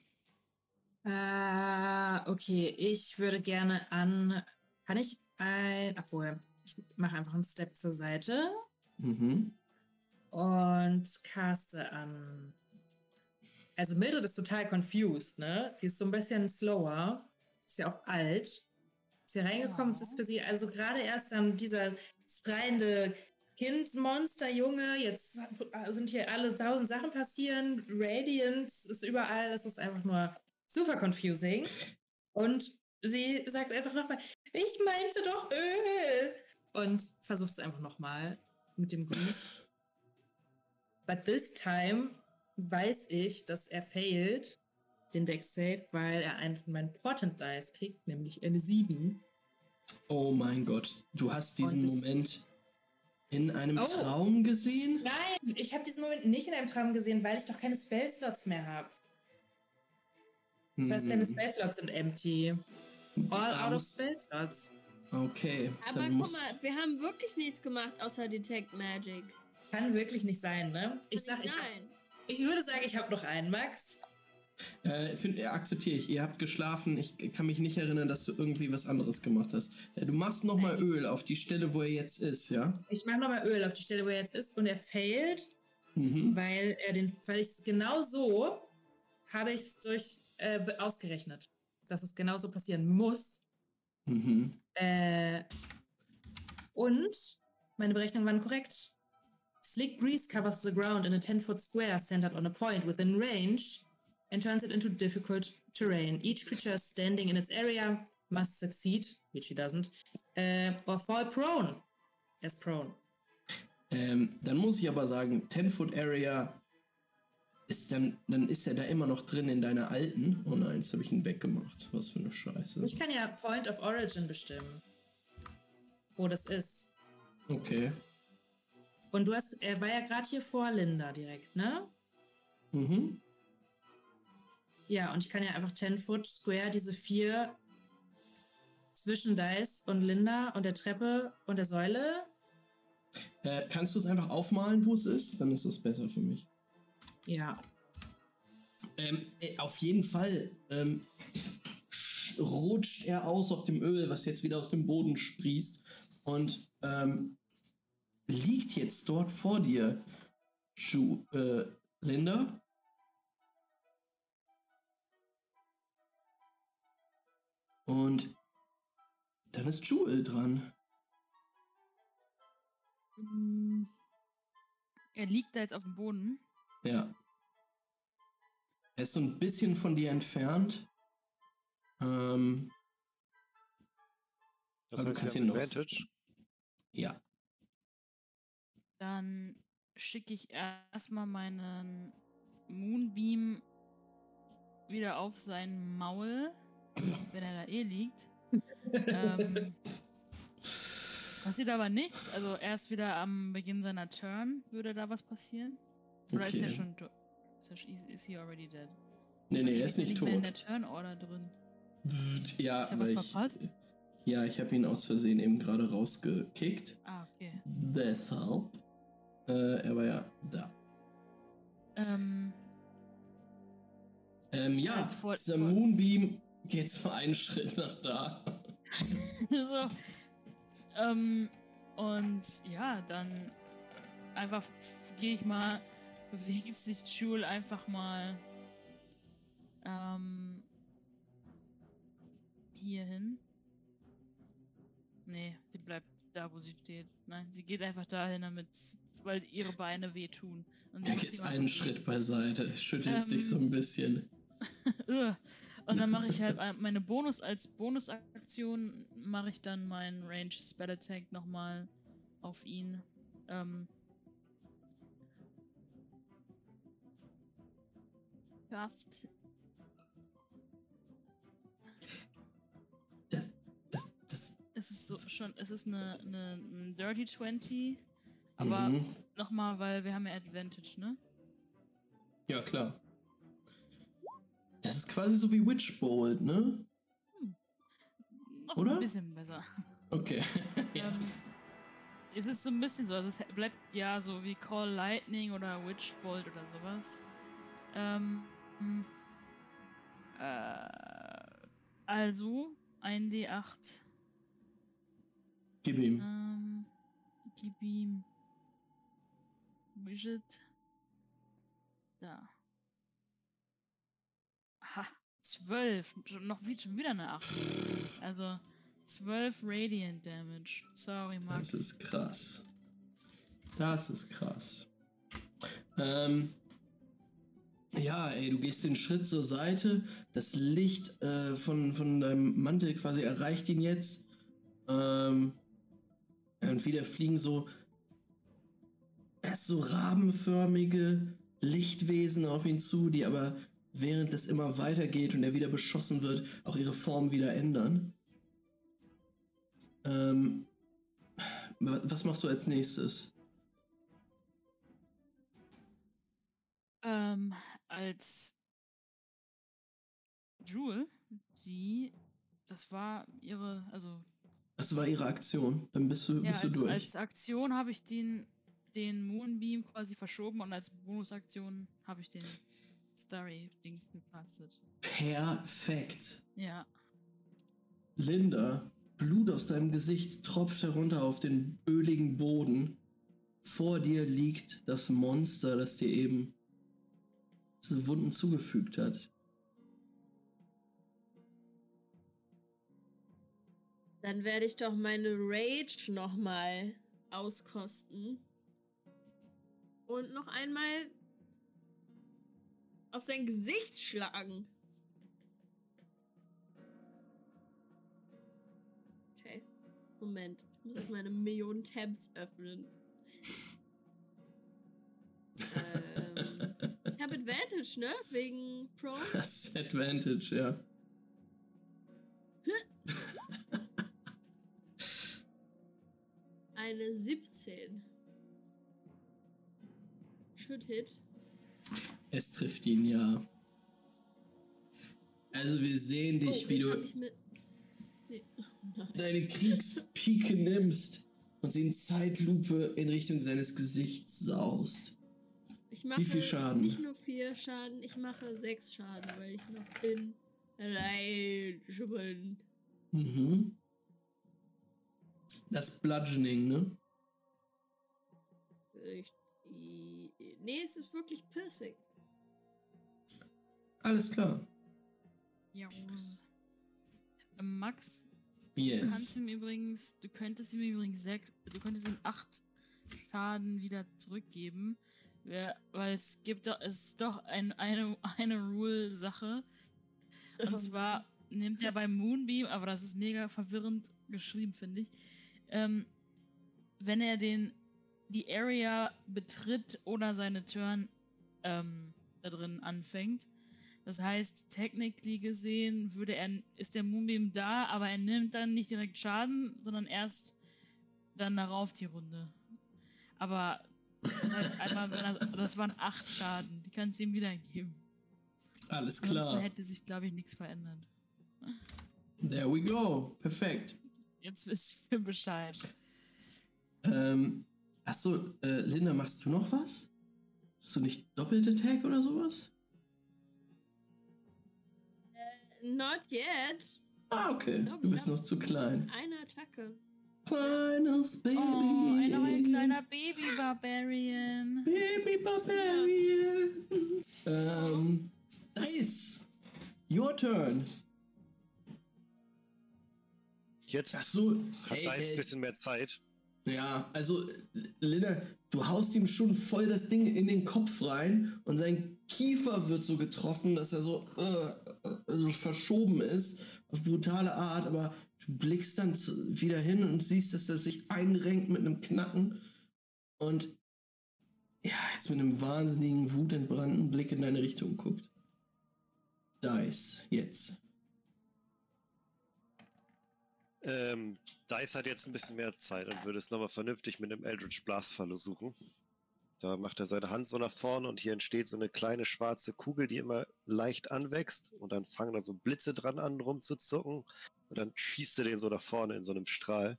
Okay, ich würde gerne kann ich obwohl, ich mache einfach einen Step zur Seite Mhm. und caste an. Also Mildred ist total confused, ne? Sie ist so ein bisschen slower, ist ja auch alt. Ist hier reingekommen, es ist für sie also gerade erst dann dieser schreiende Kind-Monster-Junge, jetzt sind hier alle 1000 Sachen passieren, Radiance ist überall, das ist einfach nur super confusing. Und sie sagt einfach nochmal, ich meinte doch Öl. Und versucht es einfach nochmal mit dem Grease. But this time weiß ich, dass er failed, den Dex Save, weil er einen von meinen Portent Dice kriegt, nämlich eine 7. Oh mein Gott, du hast diesen Moment in einem Traum gesehen? Nein, ich habe diesen Moment nicht in einem Traum gesehen, weil ich doch keine Spellslots mehr habe. First Level Spellslots sind empty. All out of Spellslots. Okay. Aber guck mal, wir haben wirklich nichts gemacht außer Detect Magic. Kann wirklich nicht sein, ne? Ich würde sagen, ich habe noch einen, Max. Akzeptiere ich. Ihr habt geschlafen. Ich kann mich nicht erinnern, dass du irgendwie was anderes gemacht hast. Du machst nochmal Öl auf die Stelle, wo er jetzt ist, ja? Ich mache nochmal Öl auf die Stelle, wo er jetzt ist. Und er failt, weil ich es genau so habe ich es ausgerechnet, dass es genau so passieren muss. Mhm. Und meine Berechnungen waren korrekt. Slick grease covers the ground in a 10-foot square centered on a point within range and turns it into difficult terrain. Each creature standing in its area must succeed, which he doesn't, or fall prone. As prone. Dann muss ich aber sagen, 10-foot Area dann ist er da immer noch drin in deiner alten. Oh nein, jetzt habe ich ihn weggemacht. Was für eine Scheiße. Ich kann ja Point of Origin bestimmen, wo das ist. Okay. Und er war ja gerade hier vor Linda direkt, ne? Mhm. Ja, und ich kann ja einfach 10-foot square diese 4 zwischen Dice und Linda und der Treppe und der Säule. Kannst du es einfach aufmalen, wo es ist? Dann ist das besser für mich. Ja. Auf jeden Fall rutscht er aus auf dem Öl, was jetzt wieder aus dem Boden sprießt und liegt jetzt dort vor dir, Linda. Und dann ist Jewel dran. Er liegt da jetzt auf dem Boden. Ja. Er ist so ein bisschen von dir entfernt. Das heißt, wir haben Advantage? Ja. Dann schicke ich erstmal meinen Moonbeam wieder auf sein Maul, wenn er da liegt. Passiert aber nichts. Also erst wieder am Beginn seiner Turn würde da was passieren. Oder ist er schon tot? Is he already dead? Nee, er ist nicht tot. Mehr in der Turn-Order drin. Ja, ich habe was verpasst. Ja, ich habe ihn aus Versehen eben gerade rausgekickt. Ah, okay. Deshalb. Er war ja da. Ja, dieser Moonbeam geht so einen Schritt nach da. So. Und ja, dann einfach gehe ich mal, bewegt sich Jewel einfach mal hier hin. Nee, sie bleibt da, wo sie steht. Nein, sie geht einfach dahin, weil ihre Beine wehtun. Und Er geht einen Schritt beiseite, schüttelt sich so ein bisschen. Und dann mache ich halt meine Bonusaktion mache ich dann meinen Range Spell Attack nochmal auf ihn. Cast. Es ist eine Dirty 20, aber nochmal, weil wir haben ja Advantage, ne? Ja, klar. Das ist quasi so wie Witchbolt, ne? Noch oder? Ein bisschen besser. Okay. Ja. Es ist so ein bisschen so, also es bleibt ja so wie Call Lightning oder Witchbolt oder sowas. Also 1d8. Gib ihm. Gib ihm. Widget. Da. Ha, 12. Schon wieder eine 8. Also 12 Radiant Damage. Sorry, Max. Das ist krass. Das ist krass. Ja, ey, du gehst den Schritt zur Seite. Das Licht von deinem Mantel quasi erreicht ihn jetzt. Und wieder fliegen so erst so rabenförmige Lichtwesen auf ihn zu, die aber während das immer weitergeht und er wieder beschossen wird, auch ihre Form wieder ändern. Was machst du als nächstes? Als Jewel, das war ihre Aktion. Dann bist du durch. Als Aktion habe ich den Moonbeam quasi verschoben und als Bonusaktion habe ich den Starry-Dings gepastet. Perfekt. Ja. Linda, Blut aus deinem Gesicht tropft herunter auf den öligen Boden. Vor dir liegt das Monster, das dir eben diese Wunden zugefügt hat. Dann werde ich doch meine Rage nochmal auskosten. Und noch einmal auf sein Gesicht schlagen. Okay. Moment. Ich muss erstmal 1 Million Tabs öffnen. Ich habe Advantage, ne? Wegen Pro. Das ist Advantage, ja. Eine 17. Should hit. Es trifft ihn, ja. Also wir sehen dich, wie du deine Kriegspike nimmst und sie in Zeitlupe in Richtung seines Gesichts saust. Ich mache wie viel Schaden? Nicht nur 4 Schaden, ich mache 6 Schaden, weil ich noch in Rage bin. Mhm. Das Bludgeoning, ne? Nee, es ist wirklich Piercing. Alles klar. Ja. Max, yes. Du könntest ihm übrigens 8 Schaden wieder zurückgeben, weil es ist doch eine Rule-Sache. Und zwar nimmt er beim Moonbeam, aber das ist mega verwirrend geschrieben, finde ich, wenn er die Area betritt oder seine Turn da drin anfängt. Das heißt, technically gesehen ist der Moonbeam da, aber er nimmt dann nicht direkt Schaden, sondern erst dann darauf die Runde. Aber das heißt einmal, das waren 8 Schaden, die kannst du ihm wiedergeben. Alles klar. Ansonsten hätte sich, glaube ich, nichts verändert. There we go. Perfekt. Jetzt wisst ihr Bescheid. Achso, Linda, machst du noch was? Hast du nicht Doppelt-Attack oder sowas? Not yet. Ah, okay. Du bist noch zu klein. Eine Attacke. Kleines Baby. Oh, ein kleiner Baby-Barbarian. Baby-Barbarian. Dice. Your turn. Jetzt Ach so, hat Dice ein bisschen mehr Zeit. Ja, also, Linda, du haust ihm schon voll das Ding in den Kopf rein und sein Kiefer wird so getroffen, dass er so verschoben ist, auf brutale Art, aber du blickst dann wieder hin und siehst, dass er sich einrenkt mit einem Knacken und ja, jetzt mit einem wahnsinnigen, wutentbrannten Blick in deine Richtung guckt. Dice, jetzt. Dice hat jetzt ein bisschen mehr Zeit und würde es nochmal vernünftig mit einem Eldritch Blast versuchen. Da macht er seine Hand so nach vorne und hier entsteht so eine kleine schwarze Kugel, die immer leicht anwächst und dann fangen da so Blitze dran an rumzuzucken und dann schießt er den so nach vorne in so einem Strahl.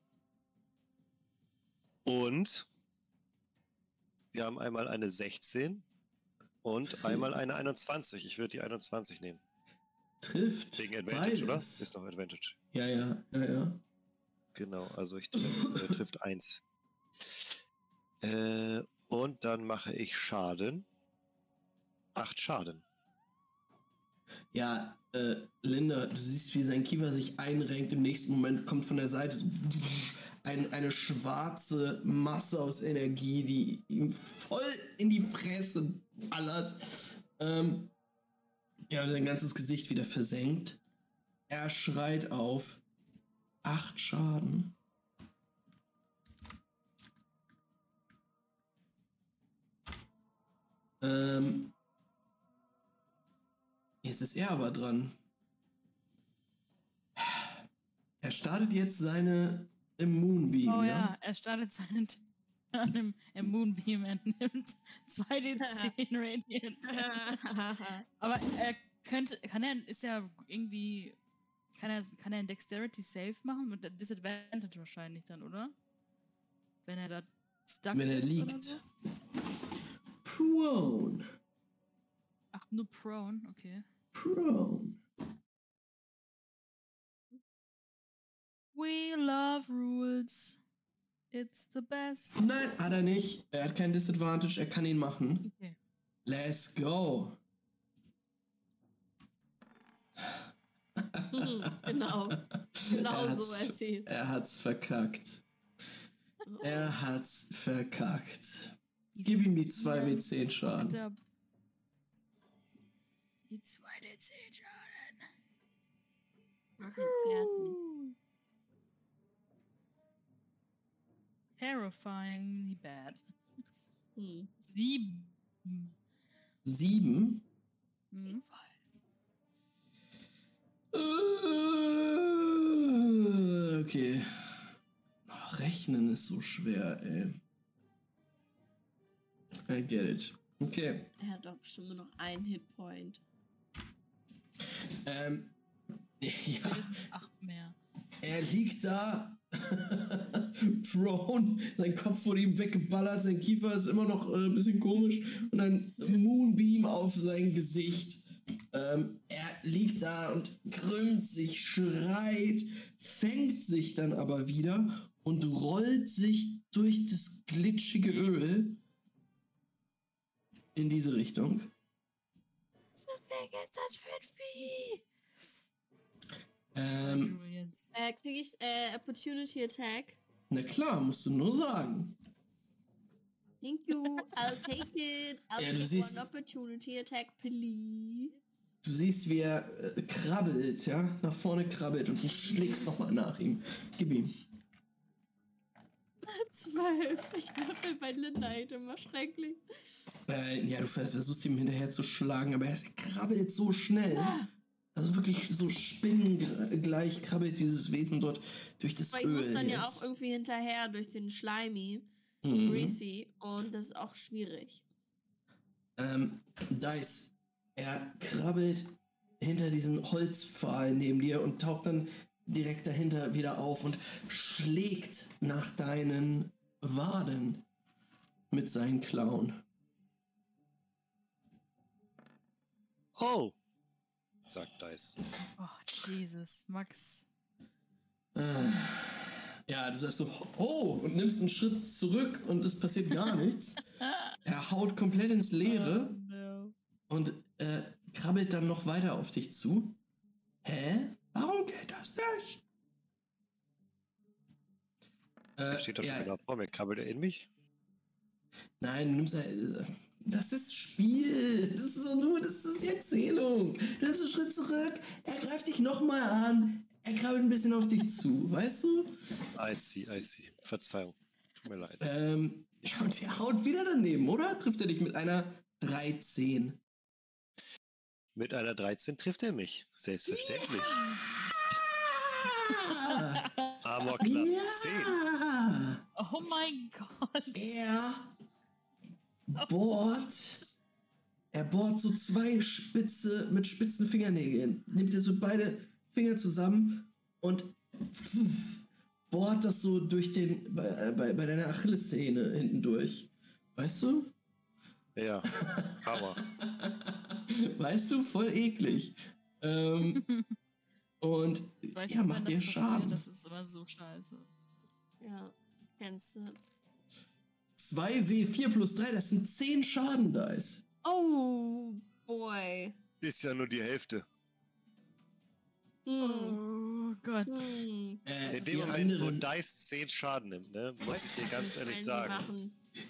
Und wir haben einmal eine 16 und einmal eine 21. Ich würde die 21 nehmen. Trifft. Wegen Advantage, beides. oder? Ist noch Advantage. Ja. Genau, also ich trifft 1. Und dann mache ich Schaden. 8 Schaden. Ja, Linda, du siehst, wie sein Kiefer sich einrenkt. Im nächsten Moment kommt von der Seite so eine schwarze Masse aus Energie, die ihm voll in die Fresse ballert. Ja, sein ganzes Gesicht wieder versenkt. Er schreit auf. 8 Schaden. Jetzt ist er aber dran. Er startet jetzt seine Moonbeam. Oh ja, er startet seinen Moonbeam. Er nimmt 2d10 Radiant Damage. Aber er kann er ein Dexterity Save machen? Mit Disadvantage wahrscheinlich dann, oder? Wenn er da stuck Wenn er ist liegt. oder so? Prone. Ach, nur prone, okay. Prone. We love rules. It's the best. Nein, hat er nicht. Er hat kein Disadvantage, er kann ihn machen. Okay. Let's go. Genau so erzählt. Er hat's verkackt. Er hat's verkackt. Gib ihm die 2w10 Schaden. Die 2d10 Schaden. Terrifyingly bad. 7. 7? Okay. Ach, Rechnen ist so schwer, ey. I get it. Okay. Er hat doch bestimmt nur noch einen Hitpoint. Ja. Mindestens 8 mehr. Er liegt da, prone, sein Kopf wurde ihm weggeballert, sein Kiefer ist immer noch ein bisschen komisch und ein Moonbeam auf sein Gesicht. Er liegt da und krümmt sich, schreit, fängt sich dann aber wieder und rollt sich durch das glitschige Öl in diese Richtung. So big ist das für ein Vieh? Kriege ich Opportunity Attack? Na klar, musst du nur sagen. Thank you, I'll take it. I'll take one Opportunity Attack, please. Du siehst, wie er krabbelt, ja? Nach vorne krabbelt und du schlägst nochmal nach ihm. Gib ihm. 12. Ich würfel bei Linda halt immer schrecklich. Ja, du versuchst ihm hinterher zu schlagen, aber er krabbelt so schnell. Also wirklich so spinnengleich krabbelt dieses Wesen dort durch das Öl. Aber ich muss dann jetzt. ja auch irgendwie hinterher durch den Slimy, Greasy, und das ist auch schwierig. Dice, er krabbelt hinter diesen Holzpfahl neben dir und taucht dann direkt dahinter wieder auf und schlägt nach deinen Waden mit seinen Klauen. Oh, sagt Dice. Oh, Jesus, Max. Ja, du sagst so, oh, und nimmst einen Schritt zurück und es passiert gar nichts. Er haut komplett ins Leere und krabbelt dann noch weiter auf dich zu. Hä? Warum geht das nicht? Der steht doch schon genau vor mir. Krabbelt er in mich? Nein, du nimmst das ist Spiel. Das ist die Erzählung. Du nimmst einen Schritt zurück, er greift dich nochmal an, er krabbelt ein bisschen auf dich zu, weißt du? I see. Verzeihung. Tut mir leid. Und der haut wieder daneben, oder? Trifft er dich mit einer 13? Mit einer 13 trifft er mich. Selbstverständlich. Ja! Armor Class 10. Oh mein Gott. Er bohrt so zwei mit spitzen Fingernägeln. Nimmt er so beide Finger zusammen und bohrt das so durch bei deiner Achillessehne hinten durch. Weißt du? Ja, Hammer. Weißt du, voll eklig. Und macht dir Schaden. Das ist immer so scheiße. Ja, kennst du. 2W4 plus 3, das sind 10 Schaden-Dice. Oh, boy. Ist ja nur die Hälfte. Oh Gott. In dem Moment, wo Dice 10 Schaden nimmt, ne, muss ich dir ganz ehrlich sagen.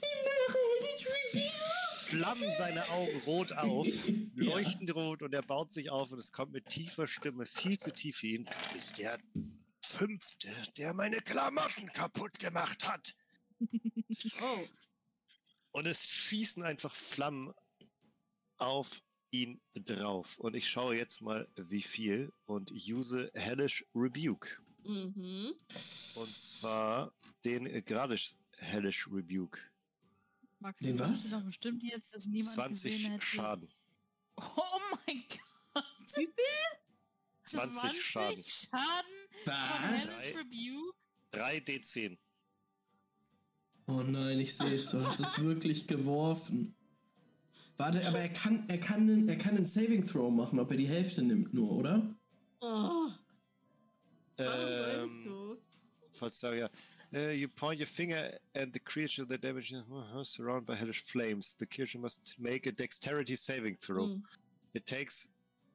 Flammen seine Augen rot auf, leuchtend rot, und er baut sich auf und es kommt mit tiefer Stimme, viel zu tief für ihn. Du bist der 5., der meine Klamotten kaputt gemacht hat. Oh. Und es schießen einfach Flammen auf ihn drauf. Und ich schaue jetzt mal, wie viel, und use Hellish Rebuke. Mhm. Und zwar den Gradisch Hellish Rebuke. Max, den was? Doch bestimmt jetzt, dass niemand 20 hätte. Schaden. Oh mein Gott. Wie viel? 20 Schaden. Schaden? Was? Hellish Rebuke? 3d10. Oh nein, ich sehe es, du hast es wirklich geworfen. Warte, aber er kann einen Saving Throw machen, ob er die Hälfte nimmt nur, oder? Oh. Warum solltest du? Verzeihung, ja. You point your finger at the creature that damages surrounded by hellish flames. The creature must make a dexterity saving throw. It takes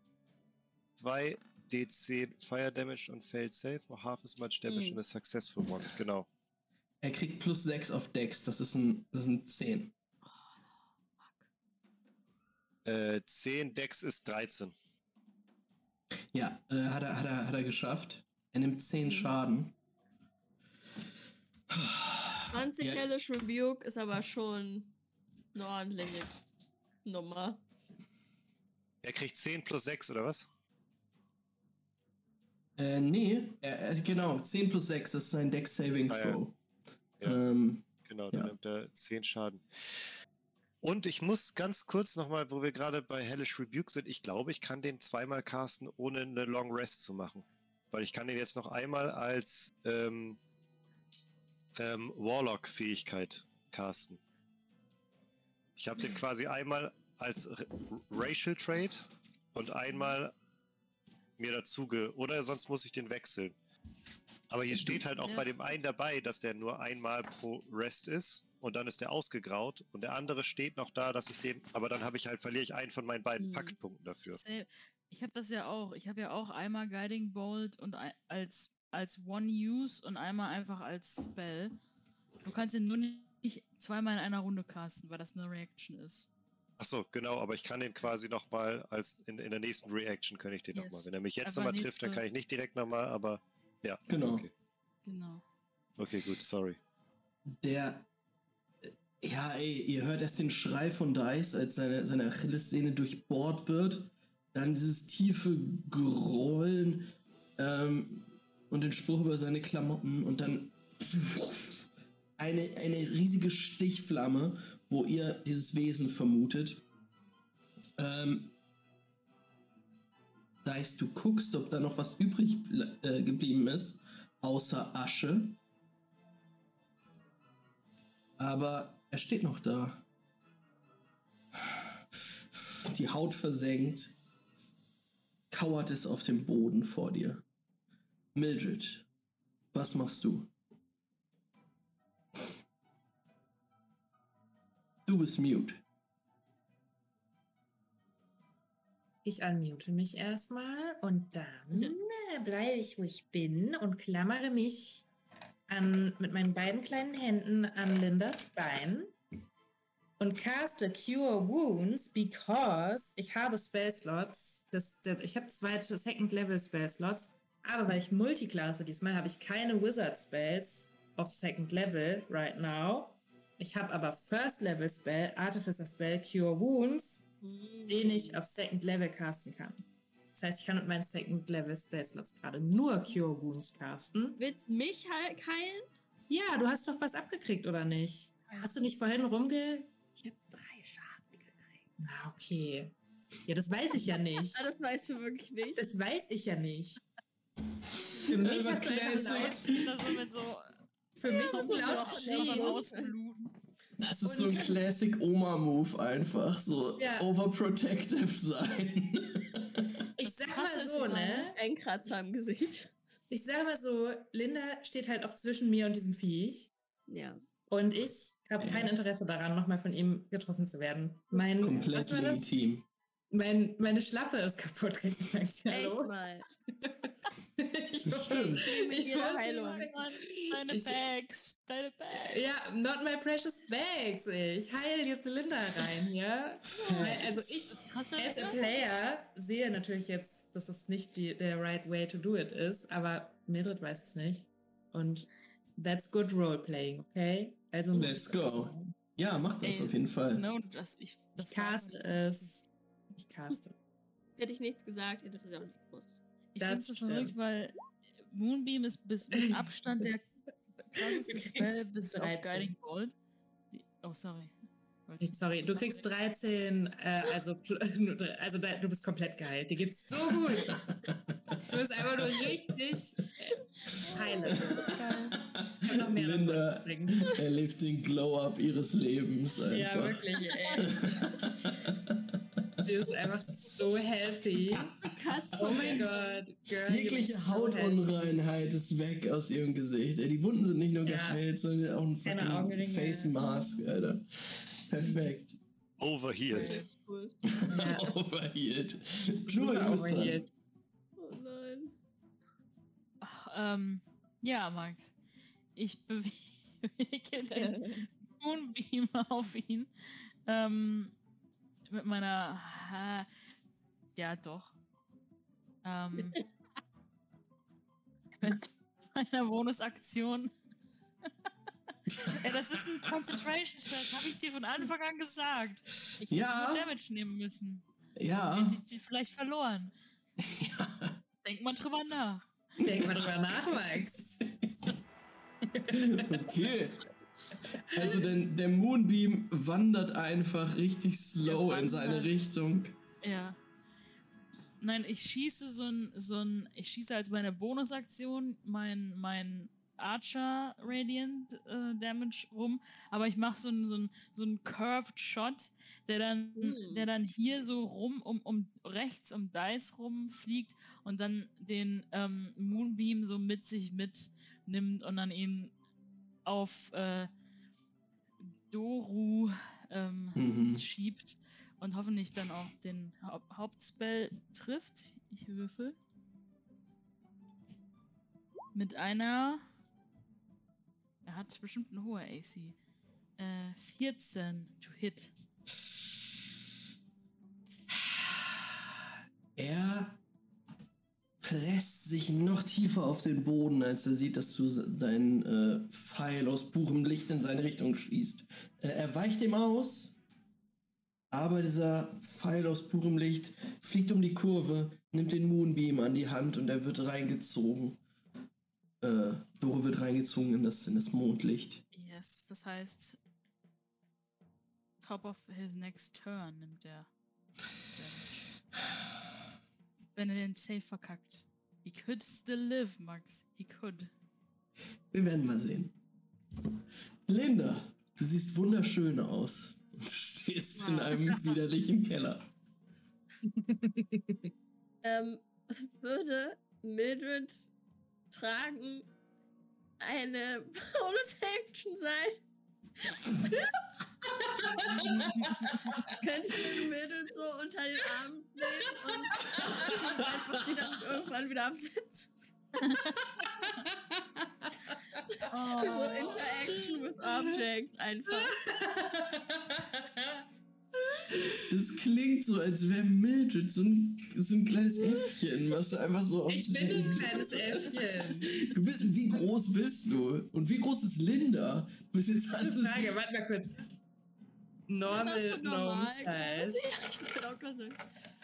2d10 fire damage on failed save or half as much damage on a successful one. Genau. Er kriegt plus 6 auf Dex, das sind 10. 10 Dex ist 13. Ja, hat er geschafft. Er nimmt 10 Schaden. 20 Hellish Rebuke ist aber schon eine ordentliche Nummer. Er kriegt 10 plus 6, oder was? Nee, genau, 10 plus 6, das ist sein Dex Saving Throw. Ja. Genau, dann nimmt er 10 Schaden. Und ich muss ganz kurz nochmal, wo wir gerade bei Hellish Rebuke sind, ich glaube, ich kann den zweimal casten, ohne eine Long Rest zu machen. Weil ich kann den jetzt noch einmal als Warlock-Fähigkeit casten. Ich habe den quasi einmal als Racial Trait und einmal mir oder sonst muss ich den wechseln. Aber hier steht halt auch bei dem einen dabei, dass der nur einmal pro Rest ist und dann ist der ausgegraut und der andere steht noch da, dass ich den, aber dann verliere ich einen von meinen beiden Paktpunkten dafür. Ich habe das ja auch. Ich habe ja auch einmal Guiding Bolt und als One-Use und einmal einfach als Spell. Du kannst ihn nur nicht zweimal in einer Runde casten, weil das eine Reaction ist. Achso, genau, aber ich kann den quasi nochmal in der nächsten Reaction kann ich den nochmal. Wenn er mich jetzt nochmal trifft, dann kann ich nicht direkt nochmal, aber ja. Genau. Okay. Genau. Okay, gut, sorry. Ihr hört erst den Schrei von Dice, als seine Achillessehne durchbohrt wird. Dann dieses tiefe Grollen und den Spruch über seine Klamotten und dann eine riesige Stichflamme, wo ihr dieses Wesen vermutet. Dice, du guckst, ob da noch was übrig geblieben ist, außer Asche. Aber er steht noch da. Die Haut versenkt, kauert es auf dem Boden vor dir. Mildred, was machst du? Du bist mute. Ich unmute mich erstmal und dann bleibe ich, wo ich bin und klammere mich mit meinen beiden kleinen Händen an Lindas Bein und caste Cure Wounds, because ich habe Spellslots. Ich habe 2 Second-Level-Spellslots, aber weil ich Multiclasse diesmal habe ich keine Wizard-Spells auf Second Level right now. Ich habe aber First-Level-Spell, Artificer-Spell, Cure Wounds, den ich auf Second Level casten kann. Das heißt, ich kann mit meinen Second-Level-Spellslots gerade nur Cure Wounds casten. Willst du mich heilen? Ja, du hast doch was abgekriegt, oder nicht? Ja. Hast du nicht vorhin Ich habe 3 Schaden gekriegt. Na, okay. Ja, das weiß ich ja nicht. Das weißt du wirklich nicht. Das weiß ich ja nicht. Für mich hast du laut ausbluten. Das ist so ein Classic Oma-Move einfach, so overprotective sein. Ich sag mal so, ne? Ein Kratzer im Gesicht. Ich sag mal so, Linda steht halt auch zwischen mir und diesem Viech. Ja. Und ich habe kein Interesse daran, nochmal von ihm getroffen zu werden. Komplett legitim. Meine Schlaffe ist kaputt gegangen. Echt mal. Das stimmt. Deine Bags. Ja, not my precious bags. Ich heile jetzt Linda rein, ja? Also ich, as a player, sehe natürlich jetzt, dass es nicht der right way to do it ist, aber Mildred weiß es nicht. Und that's good roleplaying, okay? Also let's go. Ja, mach das auf jeden Fall. No, ich caste es. Ich caste. Hätte ich nichts gesagt, hätte es ja nicht gewusst. Ich finde es so verrückt, weil Moonbeam ist mit Abstand der krasseste Spell bis auf Guiding Bolt. Sorry, du kriegst 13, also du bist komplett geheilt. Dir geht's so gut. Du bist einfach nur richtig heile. Linda erlebt den Glow-Up ihres Lebens einfach. Ja, wirklich, ey. Die ist einfach so healthy. Oh mein Gott, Girl. Jegliche Hautunreinheit ist weg aus ihrem Gesicht. Die Wunden sind nicht nur geheilt, sondern auch ein fucking Face Mask, Alter. Perfekt. Overhealed. Cool. Ja. Overhealed. Overhealed. Oh nein. Ja, Max. Ich bewege den Moonbeam auf ihn. Mit meiner... ja, doch. Mit meiner Bonusaktion. Ja, das ist ein Concentration-Spell, habe ich dir von Anfang an gesagt. Ich hätte nur Damage nehmen müssen. Ja. Hätte ich die vielleicht verloren. Ja. Denk mal drüber nach. Denk mal drüber nach, Max. Okay. Also der Moonbeam wandert einfach richtig slow in seine Richtung. Ja. Nein, ich schieße ich schieße als meine Bonusaktion mein Archer Radiant Damage rum, aber ich mache so einen Curved Shot, der dann hier so rum um rechts um Dice rumfliegt und dann den Moonbeam so mit sich mitnimmt und dann ihn auf Doru schiebt und hoffentlich dann auch den Hauptspell trifft. Ich würfel. Mit einer... Er hat bestimmt eine hohe AC. 14 to hit. Er presst sich noch tiefer auf den Boden, als er sieht, dass du deinen Pfeil aus purem Licht in seine Richtung schießt. Er weicht ihm aus, aber dieser Pfeil aus purem Licht fliegt um die Kurve, nimmt den Moonbeam an die Hand und er wird reingezogen. Doro wird reingezogen in das Mondlicht. Yes, das heißt, top of his next turn nimmt er. Wenn er den Save verkackt. He could still live, Max. He could. Wir werden mal sehen. Linda, du siehst wunderschön aus. Du stehst in einem widerlichen Keller. Würde Mildred tragen eine Bonus-Action sein? Könnte ich mir Mildred so unter den Arm nehmen und einfach sie dann irgendwann wieder absetzen? So Interaction with Object einfach. Das klingt so, als wäre Mildred so ein kleines Äffchen, was du einfach so auf Ich bin ein kleines Äffchen. Du bist, wie groß bist du? Und wie groß ist Linda? Du bist jetzt Gute Frage, warte mal kurz. Normal Gnome Size. Ich bin auch gerade sagen.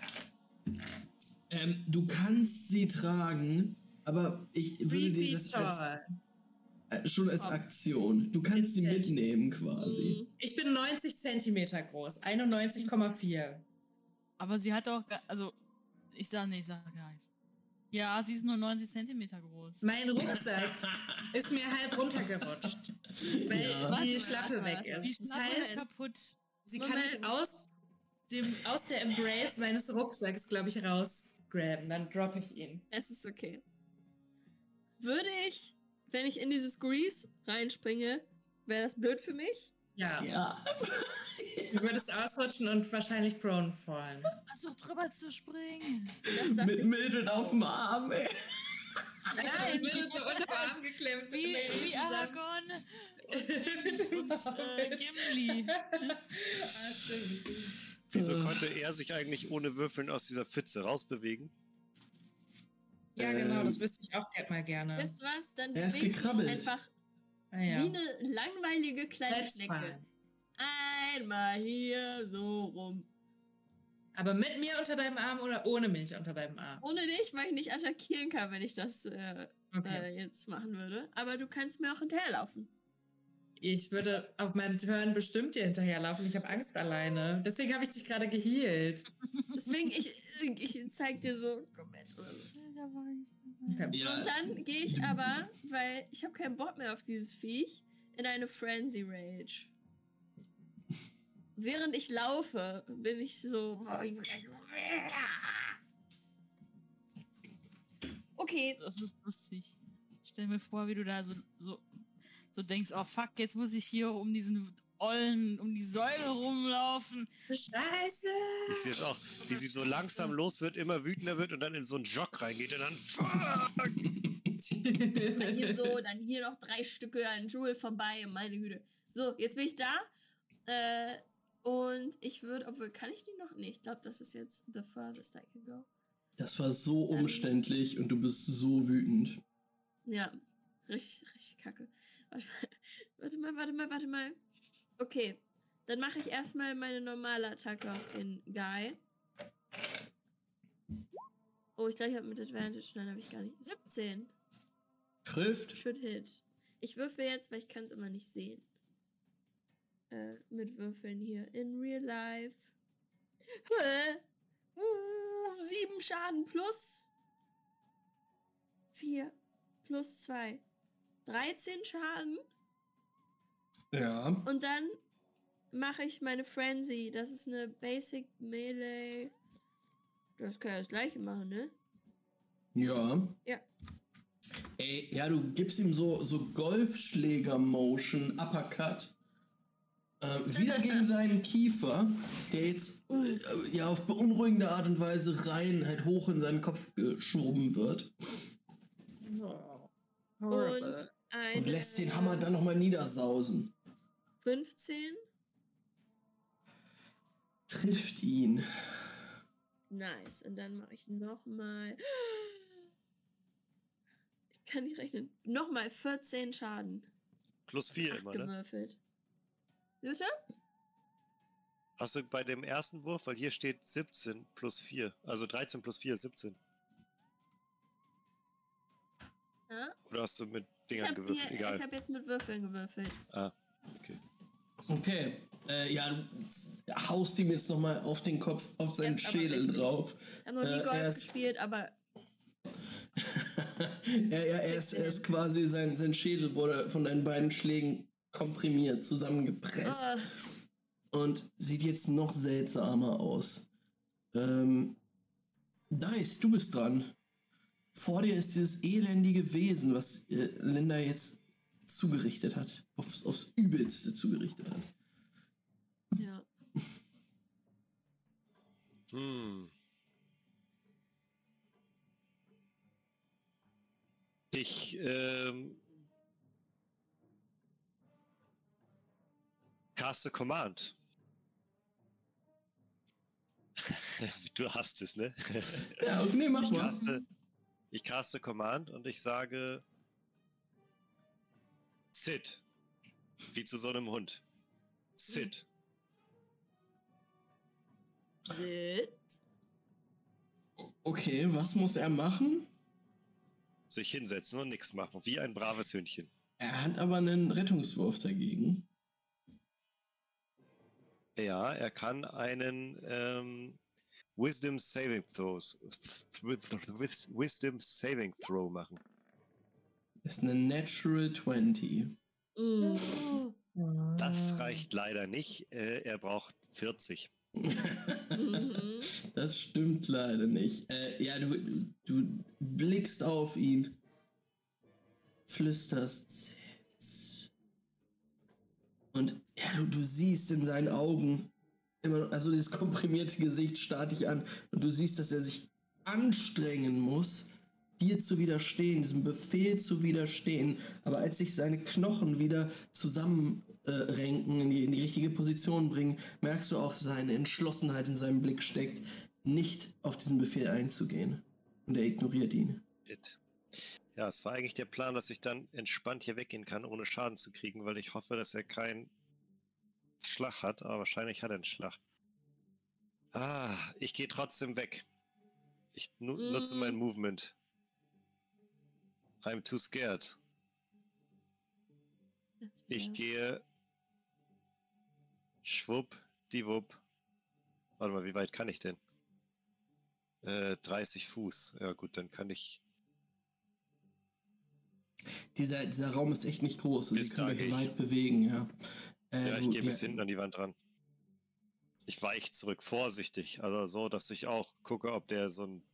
Du kannst sie tragen, aber ich würde dir das schon als Aktion. Du kannst sie mitnehmen quasi. Ich bin 90 Zentimeter groß, 91,4. Aber sie hat auch, also, ich sag gar nicht. Ja, sie ist nur 90 Zentimeter groß. Mein Rucksack ist mir halb runtergerutscht, weil die Schlappe weg ist. Die Schlappe ist kaputt. Sie kann nicht aus der Embrace meines Rucksacks, glaube ich, rausgraben. Dann droppe ich ihn. Es ist okay. Würde ich, wenn ich in dieses Grease reinspringe, wäre das blöd für mich? Ja. Du würdest ausrutschen und wahrscheinlich prone fallen. Versuch drüber zu springen. Mit Mildred auf dem Arm, ey. Nein, Mildred so unter dem Arm geklemmt. Wie Aragorn und Gimli. Wieso konnte er sich eigentlich ohne Würfeln aus dieser Pfütze rausbewegen? Ja, genau, das wüsste ich auch mal gerne. Wisst was? Dann er ist bewege ich gekrabbelt. einfach wie eine langweilige kleine Schnecke. Einmal hier so rum. Aber mit mir unter deinem Arm oder ohne mich unter deinem Arm? Ohne dich, weil ich nicht attackieren kann, wenn ich das jetzt machen würde. Aber du kannst mir auch hinterherlaufen. Ich würde auf meinem Turn bestimmt dir hinterherlaufen. Ich habe Angst alleine. Deswegen habe ich dich gerade gehealt. Deswegen, ich zeig dir so, komm mit. Okay. Ja. Und dann gehe ich aber, weil ich habe keinen Bock mehr auf dieses Viech, in eine Frenzy Rage. Während ich laufe, bin ich so... Okay. Das ist lustig. Stell mir vor, wie du da so denkst, oh fuck, jetzt muss ich hier um die Säule rumlaufen. Scheiße! Ich sehe es auch, wie sie so langsam los wird, immer wütender wird und dann in so einen Jog reingeht und dann fuck! Dann hier so, dann hier noch 3 Stücke an Jewel vorbei, meine Güte. So, jetzt bin ich da. Und ich würde, obwohl, kann ich die noch? Nee, ich glaube, das ist jetzt the furthest I can go. Das war so umständlich und du bist so wütend. Ja, richtig kacke. Warte mal. Okay, dann mache ich erstmal meine normale Attacke auf den Guy. Oh, ich glaube, ich habe mit Advantage. Nein, habe ich gar nicht. 17. Trifft. Should hit. Ich würfel jetzt, weil ich kann es immer nicht sehen. Mit Würfeln hier. In real life. 7 Schaden plus 4 plus 2. 13 Schaden. Ja. Und dann mache ich meine Frenzy. Das ist eine Basic Melee. Das kann ja das gleiche machen, ne? Ja. Ja. Ey, ja, du gibst ihm so Golfschläger-Motion, Uppercut. Wieder gegen seinen Kiefer, der jetzt auf beunruhigende Art und Weise rein halt hoch in seinen Kopf geschoben wird. Und lässt den Hammer dann nochmal niedersausen. 15. Trifft ihn. Nice. Und dann mache ich nochmal. Ich kann nicht rechnen. Nochmal 14 Schaden. Plus 4 immer, ne? Gewürfelt. Bitte? Hast du bei dem ersten Wurf, weil hier steht 17 plus 4, also 13 plus 4 ist 17. Ja? Oder hast du mit Dingern gewürfelt? Egal. Ich habe jetzt mit Würfeln gewürfelt. Ah, okay. Okay. Du haust ihm jetzt nochmal auf den Kopf, auf seinen Schädel drauf. Ich habe noch nie Golf gespielt, aber... er ist quasi, sein Schädel wurde von deinen beiden Schlägen komprimiert, zusammengepresst. Und sieht jetzt noch seltsamer aus. Dice, du bist dran. Vor dir ist dieses elendige Wesen, was Linda jetzt zugerichtet hat. Aufs Übelste zugerichtet hat. Ja. Ich caste Command. Du hast es, ne? Ja, okay, mach mal. Ich caste Command und ich sage Sit. Wie zu so einem Hund. Sit. Sit. Okay, was muss er machen? Sich hinsetzen und nichts machen. Wie ein braves Hündchen. Er hat aber einen Rettungswurf dagegen. Ja, er kann einen Wisdom Saving Throw machen. Das ist eine Natural 20. Das reicht leider nicht. Er braucht 40. Das stimmt leider nicht. Ja, du blickst auf ihn, flüsterst Sitz. Und ja, du siehst in seinen Augen immer, also das komprimierte Gesicht starrt dich an und du siehst, dass er sich anstrengen muss, dir zu widerstehen, diesem Befehl zu widerstehen. Aber als sich seine Knochen wieder zusammenrenken, in die richtige Position bringen, merkst du auch, seine Entschlossenheit in seinem Blick steckt, nicht auf diesen Befehl einzugehen. Und er ignoriert ihn. Shit. Ja, es war eigentlich der Plan, dass ich dann entspannt hier weggehen kann, ohne Schaden zu kriegen, weil ich hoffe, dass er keinen Schlag hat, aber wahrscheinlich hat er einen Schlag. Ich gehe trotzdem weg. Ich nutze mein Movement. I'm too scared. Ich gehe schwuppdiwupp. Warte mal, wie weit kann ich denn? 30 Fuß. Ja gut, dann kann ich... Dieser Raum ist echt nicht groß. Also Sie können euch weit bewegen, ja. Ich gehe bis hinten an die Wand ran. Ich weiche zurück, vorsichtig. Also so, dass ich auch gucke, ob der so ein...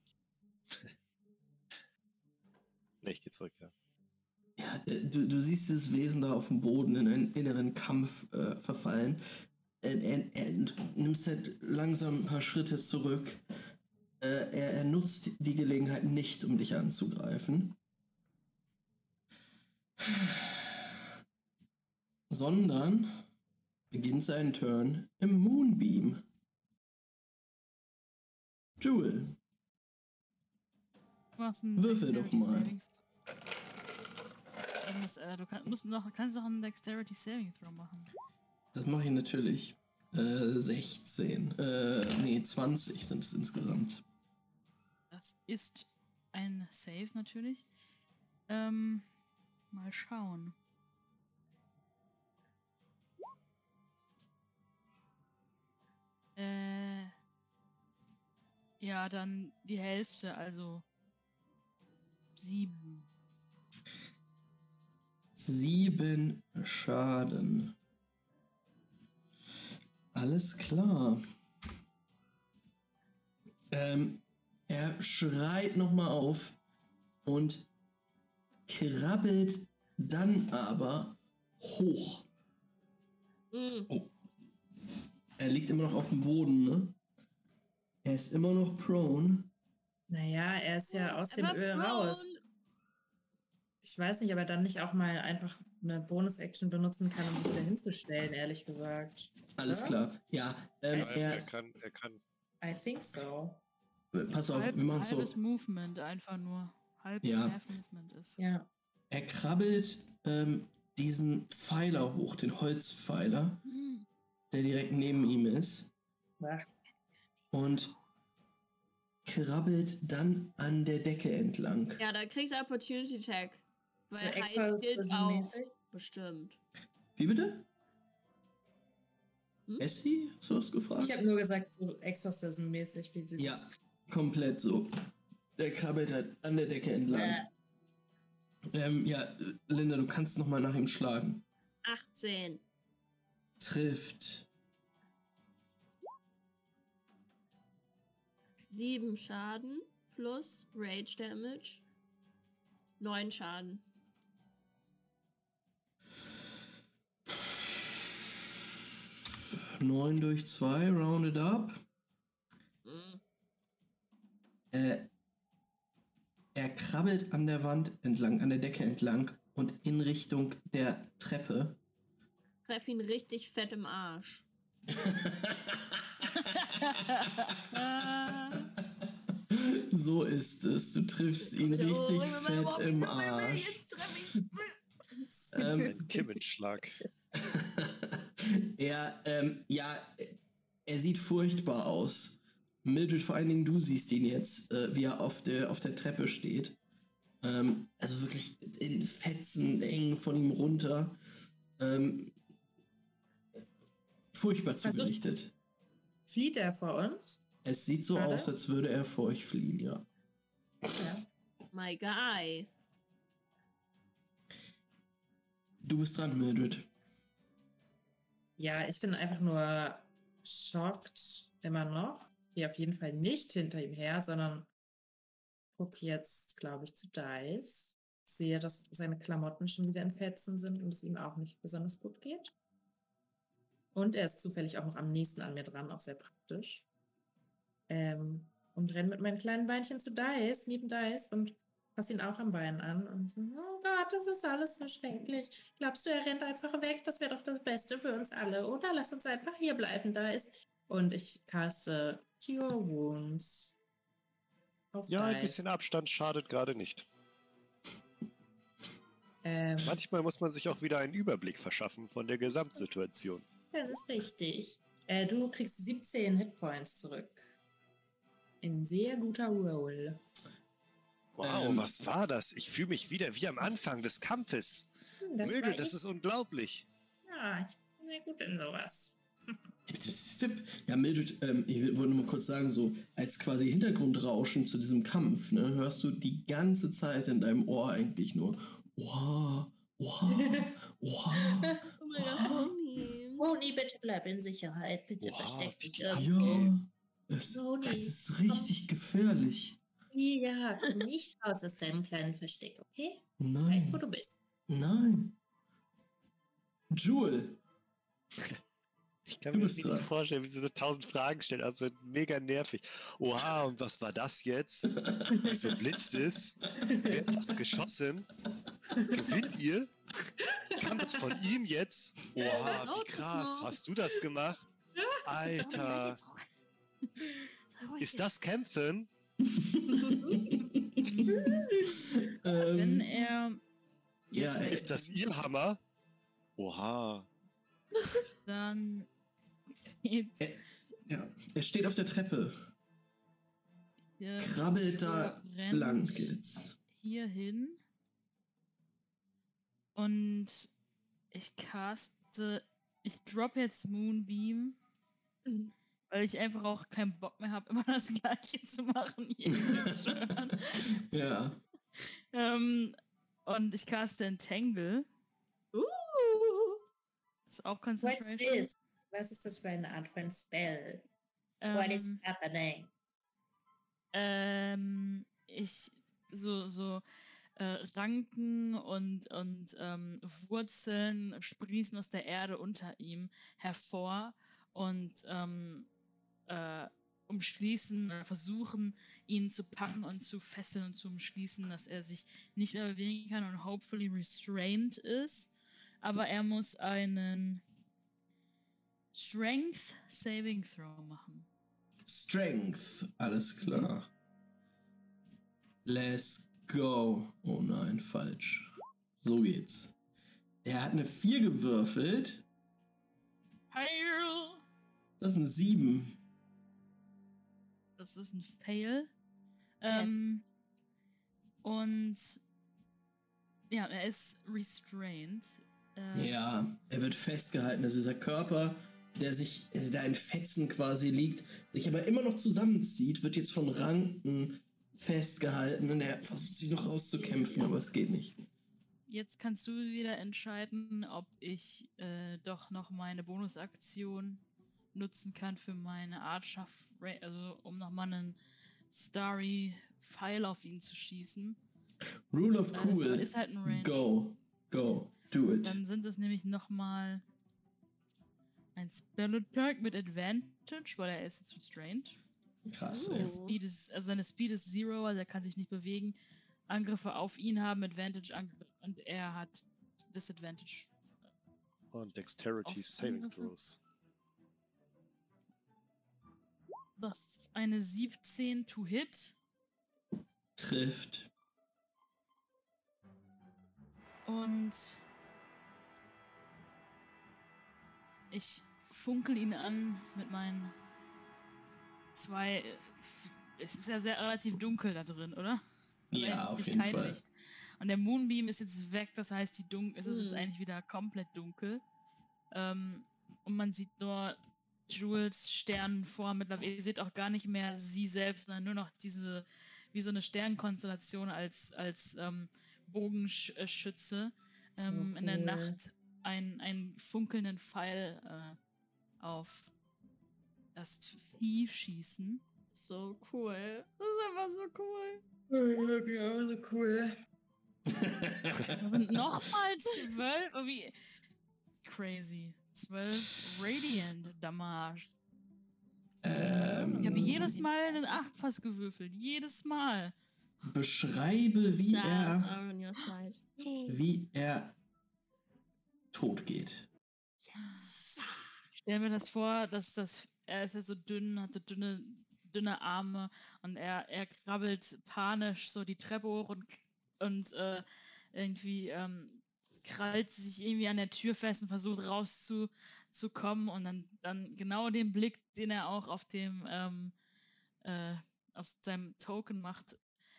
Ne, ich gehe zurück, ja. Ja, du siehst das Wesen da auf dem Boden in einen inneren Kampf verfallen. Er nimmt halt langsam ein paar Schritte zurück. Er nutzt die Gelegenheit nicht, um dich anzugreifen. Sondern beginnt seinen Turn im Moonbeam. Jewel. Würfel doch mal. Du kannst doch einen Dexterity Saving Throw machen. Das mache ich natürlich. 16. 20 sind es insgesamt. Das ist ein Save natürlich. Mal schauen. Ja, dann die Hälfte, also 7. 7 Schaden. Alles klar. Er schreit nochmal auf und krabbelt dann aber hoch. Oh. Er liegt immer noch auf dem Boden, ne? Er ist immer noch prone. Naja, er ist ja aus dem Öl raus. Ich weiß nicht, ob er dann nicht auch mal einfach eine Bonus-Action benutzen kann, um sich wieder hinzustellen, ehrlich gesagt. Alles klar. Ja, er kann. I think so. Pass auf, wir machen so. Halbes Movement einfach nur. Halb Movement ist. Ja. Er krabbelt diesen Pfeiler hoch, den Holzpfeiler, der direkt neben ihm ist. Ach. Und krabbelt dann an der Decke entlang. Ja, da kriegt er Opportunity Tag. Weil so Heiß gilt auch. Bestimmt. Wie bitte? Essie? Hast du was gefragt? Ich habe nur gesagt, so Exorcism-mäßig. Wie ja, komplett so. Der krabbelt halt an der Decke entlang. Ja, Linda, du kannst nochmal nach ihm schlagen. 18. Trifft. 7 Schaden plus Rage Damage. 9 Schaden. Neun durch 2, rounded up. Er krabbelt an der Wand entlang, an der Decke entlang und in Richtung der Treppe. treff ihn richtig fett im Arsch. So ist es. Du triffst ihn richtig fett im Arsch. Ein Kimmelsschlag. Er sieht furchtbar aus. Mildred, vor allen Dingen du siehst ihn jetzt, wie er auf der Treppe steht. Also wirklich in Fetzen hängen von ihm runter. Furchtbar zugerichtet. Flieht er vor uns? Es sieht so aus, als würde er vor euch fliehen, ja. My guy. Du bist dran, Mildred. Ja, ich bin einfach nur schockt, immer noch. Gehe auf jeden Fall nicht hinter ihm her, sondern gucke jetzt, glaube ich, zu Dice. Sehe, dass seine Klamotten schon wieder in Fetzen sind und es ihm auch nicht besonders gut geht. Und er ist zufällig auch noch am nächsten an mir dran, auch sehr praktisch. Und renne mit meinen kleinen Beinchen zu Dice, neben Dice und fasse ihn auch am Bein an und so, oh Gott, das ist alles so schrecklich. Glaubst du, er rennt einfach weg? Das wäre doch das Beste für uns alle, oder? Lass uns einfach hier bleiben, Dice. Und ich caste Cure Wounds auf Ja, Dice. ein bisschen Abstand schadet gerade nicht. Manchmal muss man sich auch wieder einen Überblick verschaffen von der Gesamtsituation. Das ist richtig. Du kriegst 17 Hitpoints zurück. Ein sehr guter Roll. Wow, was war das? Ich fühle mich wieder wie am Anfang des Kampfes. Möge, das ist unglaublich. Ja, ich bin sehr gut in sowas. Ja, Mildred, ich wollte nur mal kurz sagen, so als quasi Hintergrundrauschen zu diesem Kampf, ne, hörst du die ganze Zeit in deinem Ohr eigentlich nur Oha, oha, oha. Oh mein Gott, Moni. Moni, bitte bleib in Sicherheit. Bitte versteck dich Ja, irgendwo. es Moni, ist richtig gefährlich. Ja, komm nicht raus aus deinem kleinen Versteck, okay? Nein. Bleib, wo du bist. Nein. Jewel. Ich kann mir das nicht vorstellen, wie sie so 1000 Fragen stellen. Also mega nervig. Oha, und was war das jetzt? Wieso blitzt es? Wer hat das geschossen? Gewinnt ihr? Kam das von ihm jetzt? Oha, wie krass. Hast du das gemacht? Alter. Ist das Kämpfen? Wenn er... Ja, ist das ihr Hammer? Oha. Dann... Er steht auf der Treppe. Krabbelt da lang jetzt. Hier hin. Und ich droppe jetzt Moonbeam, weil ich einfach auch keinen Bock mehr habe, immer das Gleiche zu machen. Ja. Und ich caste Entangle. Ist auch Concentration. What's this? Was ist das für eine Art von Spell? What is happening? Ranken und Wurzeln sprießen aus der Erde unter ihm hervor und umschließen oder versuchen, ihn zu packen und zu fesseln und zu umschließen, dass er sich nicht mehr bewegen kann und hopefully restrained ist. Aber er muss einen Strength Saving Throw machen. Strength, alles klar. Let's go. Oh nein, falsch. So geht's. Er hat eine 4 gewürfelt. Fail! Das ist eine 7. Das ist ein Fail. Yes. Und ja, er ist restrained. Ja, er wird festgehalten. Also dieser Körper, der sich da in Fetzen quasi liegt, sich aber immer noch zusammenzieht, wird jetzt von Ranken festgehalten und er versucht sich noch rauszukämpfen, aber es geht nicht. Jetzt kannst du wieder entscheiden, ob ich doch noch meine Bonusaktion nutzen kann für meine Archer, also um nochmal einen Starry Pfeil auf ihn zu schießen. Rule of Cool. Ist halt ein Range. Go, do it. Dann sind es nämlich nochmal ein Spell Attack mit Advantage, weil er ist jetzt restrained. Krass, seine Speed ist 0, also er kann sich nicht bewegen. Angriffe auf ihn haben Advantage und er hat Disadvantage Und Dexterity Saving Throws. Das ist eine 17 to hit. Trifft. Und ich funkel ihn an mit meinen 2. Es ist ja sehr relativ dunkel da drin, oder? Ja, auf jeden Fall. Licht. Und der Moonbeam ist jetzt weg, das heißt, es ist jetzt eigentlich wieder komplett dunkel. Und man sieht nur Jules Sternenform mittlerweile. Ihr seht auch gar nicht mehr sie selbst, sondern nur noch diese, wie so eine Sternenkonstellation als Bogenschütze in der Nacht einen funkelnden Pfeil auf das Vieh schießen. So cool. Das ist einfach so cool. Ja, so cool. Das sind nochmal 12. Oh, wie crazy. 12 Radiant Damage. Ich habe jedes Mal einen 8 fast gewürfelt. Jedes Mal. Beschreibe, wie er tot geht. Yes. Stell mir das vor, er ist ja so dünn, hatte dünne Arme und er krabbelt panisch so die Treppe hoch und irgendwie krallt sich irgendwie an der Tür fest und versucht rauszukommen und dann genau den Blick, den er auch auf seinem Token macht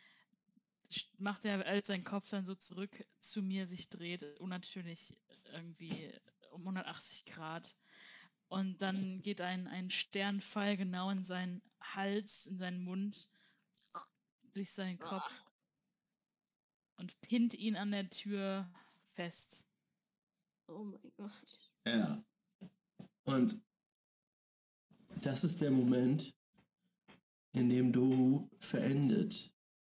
er, als sein Kopf dann so zurück zu mir sich dreht, unnatürlich irgendwie um 180 Grad. Und dann geht ein Sternpfeil genau in seinen Hals, in seinen Mund, durch seinen Kopf und pinnt ihn an der Tür fest. Oh mein Gott. Ja. Und das ist der Moment, in dem Doru verendet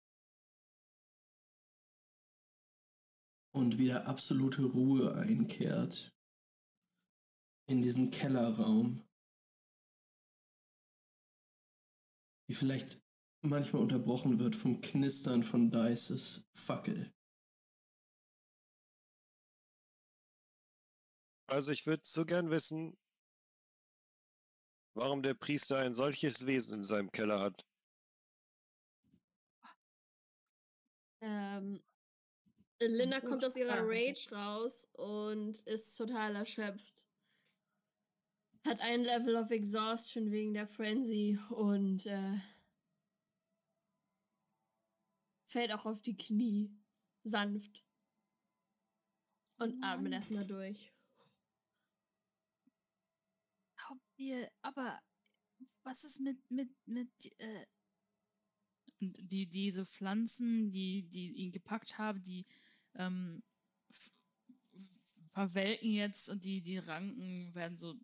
und wieder absolute Ruhe einkehrt in diesen Kellerraum, die vielleicht manchmal unterbrochen wird vom Knistern von Dices Fackel. Also ich würde so gern wissen, warum der Priester ein solches Wesen in seinem Keller hat. Linda kommt aus ihrer Rage raus und ist total erschöpft. Hat ein Level of Exhaustion wegen der Frenzy und fällt auch auf die Knie. Sanft. Und atmet erstmal durch. Aber was ist mit diese Pflanzen, die ihn gepackt haben, die verwelken jetzt und die Ranken werden so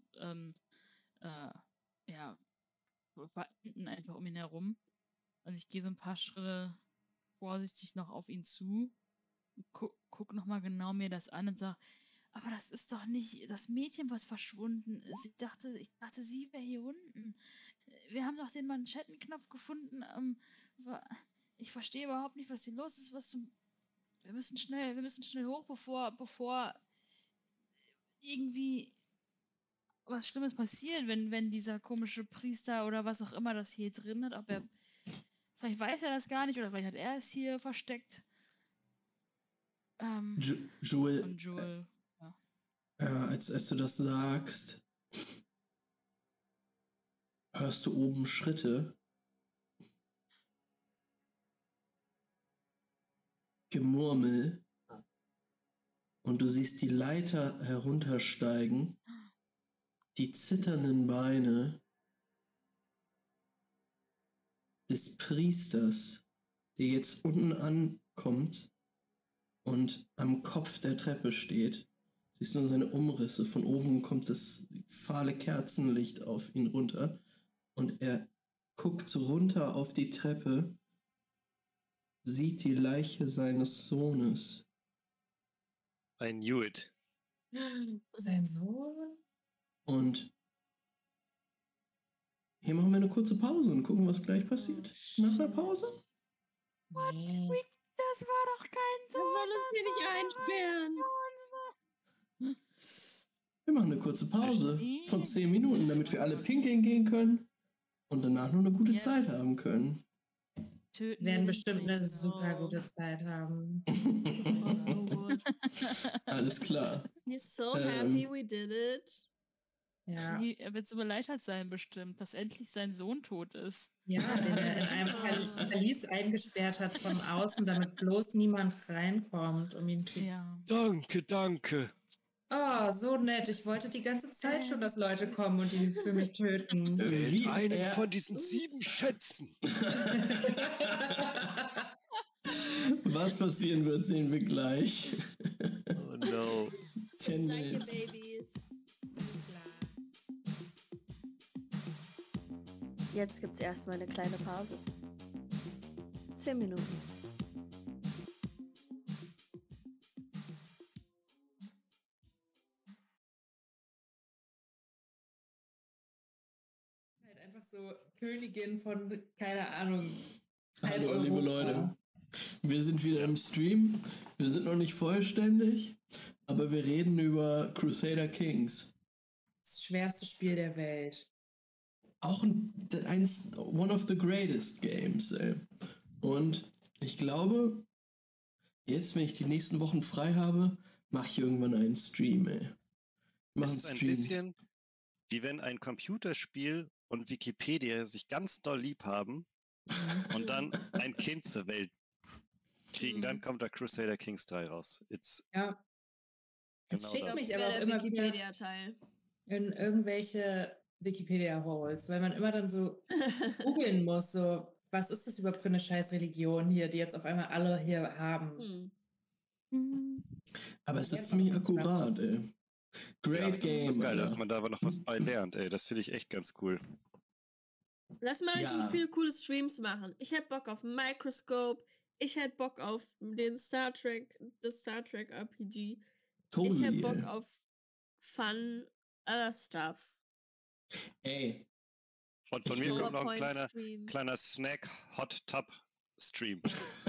verenden einfach um ihn herum. Und ich gehe so ein paar Schritte vorsichtig noch auf ihn zu, guck noch mal genau mir das an und sage, aber das ist doch nicht das Mädchen, was verschwunden ist. Ich dachte, sie wäre hier unten. Wir haben doch den Manschettenknopf gefunden. Ich verstehe überhaupt nicht, was hier los ist. Wir müssen schnell hoch, bevor irgendwie was Schlimmes passiert, wenn dieser komische Priester oder was auch immer das hier drin hat, vielleicht weiß er das gar nicht oder vielleicht hat er es hier versteckt. Joel. Als du das sagst, hörst du oben Schritte. Gemurmel. Und du siehst die Leiter heruntersteigen. Die zitternden Beine des Priesters, der jetzt unten ankommt und am Kopf der Treppe steht. Siehst nur seine Umrisse. Von oben kommt das fahle Kerzenlicht auf ihn runter. Und er guckt runter auf die Treppe, sieht die Leiche seines Sohnes. I knew it. Sein Sohn? Und hier machen wir eine kurze Pause und gucken, was gleich passiert. Nach der Pause? What? Das war doch kein Sohn. Das soll uns hier nicht einsperren. Wir machen eine kurze Pause von 10 Minuten, damit wir alle pinkeln gehen können und danach noch eine gute Zeit haben können. Wir werden bestimmt eine super gute Zeit haben. Alles klar. He's so happy we did it. Ja. Er wird so beleidigt sein bestimmt, dass endlich sein Sohn tot ist. Ja, den er in einem Verlies eingesperrt hat von außen, damit bloß niemand reinkommt, um ihn zu... Ja. Danke. Oh, so nett. Ich wollte die ganze Zeit schon, dass Leute kommen und ihn für mich töten. Wählt einen von diesen 7 Schätzen. Was passieren wird, sehen wir gleich. Oh no. 10 Minutes. Babies. Jetzt gibt's erstmal eine kleine Pause. 10 Minuten. Einfach so Königin von, keine Ahnung. Hallo, liebe Leute. Wir sind wieder im Stream. Wir sind noch nicht vollständig, aber wir reden über Crusader Kings. Das schwerste Spiel der Welt. Auch one of the greatest games, ey. Und ich glaube, jetzt, wenn ich die nächsten Wochen frei habe, mache ich irgendwann einen Stream, ey. Das ist ein bisschen wie wenn ein Computerspiel und Wikipedia sich ganz doll lieb haben und dann ein Kind zur Welt kriegen, dann kommt da Crusader Kings 3 raus. Ja. Genau es schickt das. mich aber auch immer wieder in irgendwelche Wikipedia-Holes, weil man immer dann so googeln muss, so, was ist das überhaupt für eine scheiß Religion hier, die jetzt auf einmal alle hier haben. Aber es ist ziemlich akkurat, ey. Great Game. Das ist geil, dass man da aber noch was bei lernt, ey. Das finde ich echt ganz cool. Lass mal richtig viele coole Streams machen. Ich hätte Bock auf Microscope. Ich hätte Bock auf das Star Trek RPG. Totally, ich hätte Bock auf Fun, other stuff. Ey. Und von mir kommt noch ein kleiner Snack Hot Tub Stream.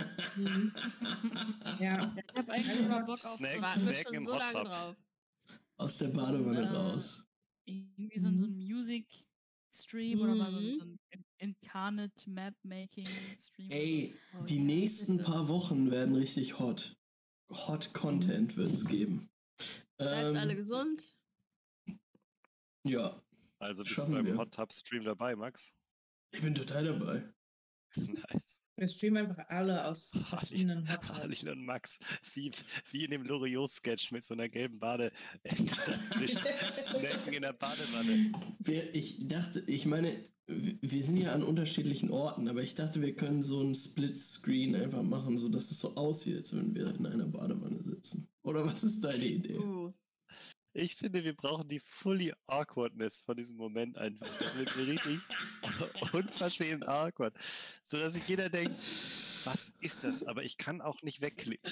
Ja. Ich habe eigentlich immer Bock auf Snack im so Hot lange Tub. drauf. Aus der Badewanne raus. Irgendwie so ein Music-Stream oder mal so ein Incarnate Map-Making-Stream. Ey, die nächsten paar Wochen werden richtig hot. Hot Content wird's geben. Bleibt alle gesund. Ja. Also bist du beim Hot Tub Stream dabei, Max? Ich bin total dabei. Nice. Wir streamen einfach alle aus verschiedenen Hot Tubs. Harley und Max, wie in dem Loriot-Sketch mit so einer gelben Bade dazwischen snacken in der Badewanne. Ich meine, wir sind ja an unterschiedlichen Orten, aber ich dachte, wir können so einen Split-Screen einfach machen, sodass es so aussieht, als würden wir in einer Badewanne sitzen. Oder was ist deine Idee? Ich finde, wir brauchen die fully Awkwardness von diesem Moment einfach. Das wird so richtig unverschämt awkward. Sodass sich jeder denkt, was ist das? Aber ich kann auch nicht wegklicken.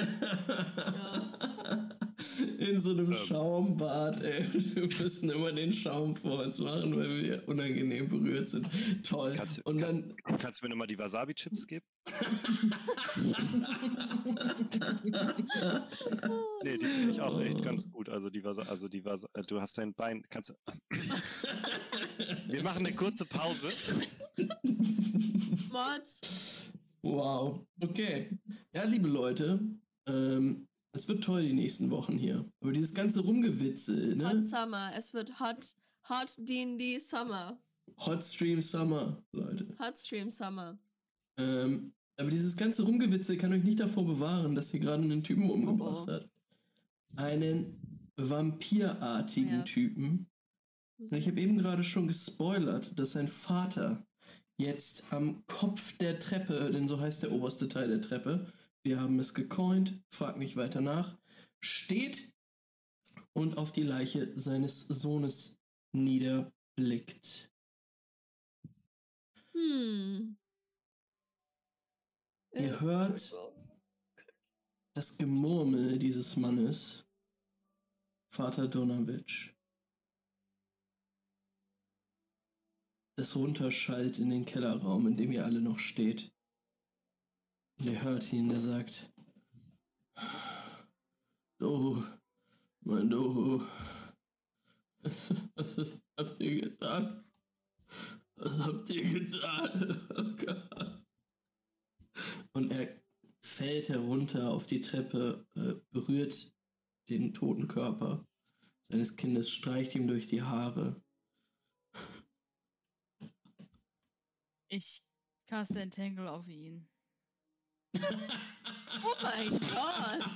In so einem Schaumbad, ey. Wir müssen immer den Schaum vor uns machen, weil wir unangenehm berührt sind. Toll. Kannst du mir nochmal die Wasabi-Chips geben? Nee, die finde ich auch echt ganz gut. Du hast dein Bein, wir machen eine kurze Pause. Mods. Wow, okay. Ja, liebe Leute, es wird toll die nächsten Wochen hier. Aber dieses ganze Rumgewitzel, ne? Hot Summer. Es wird Hot D&D Summer. Hot Stream Summer, Leute. Hot Stream Summer. Aber dieses ganze Rumgewitzel kann euch nicht davor bewahren, dass ihr gerade einen Typen umgebracht habt. Einen vampirartigen Typen. Und ich habe eben gerade schon gespoilert, dass sein Vater jetzt am Kopf der Treppe, denn so heißt der oberste Teil der Treppe, wir haben es gecoint, frag nicht weiter nach, steht und auf die Leiche seines Sohnes niederblickt. Ihr hört das Gemurmel dieses Mannes, Vater Donavich, das runterschallt in den Kellerraum, in dem ihr alle noch steht. Und ihr hört ihn, der sagt: Dohu, mein Dohu, Was habt ihr getan? Was habt ihr getan? Oh Gott. Und er fällt herunter auf die Treppe, berührt den toten Körper seines Kindes, streicht ihm durch die Haare. Ich caste Entangle auf ihn. Oh mein Gott!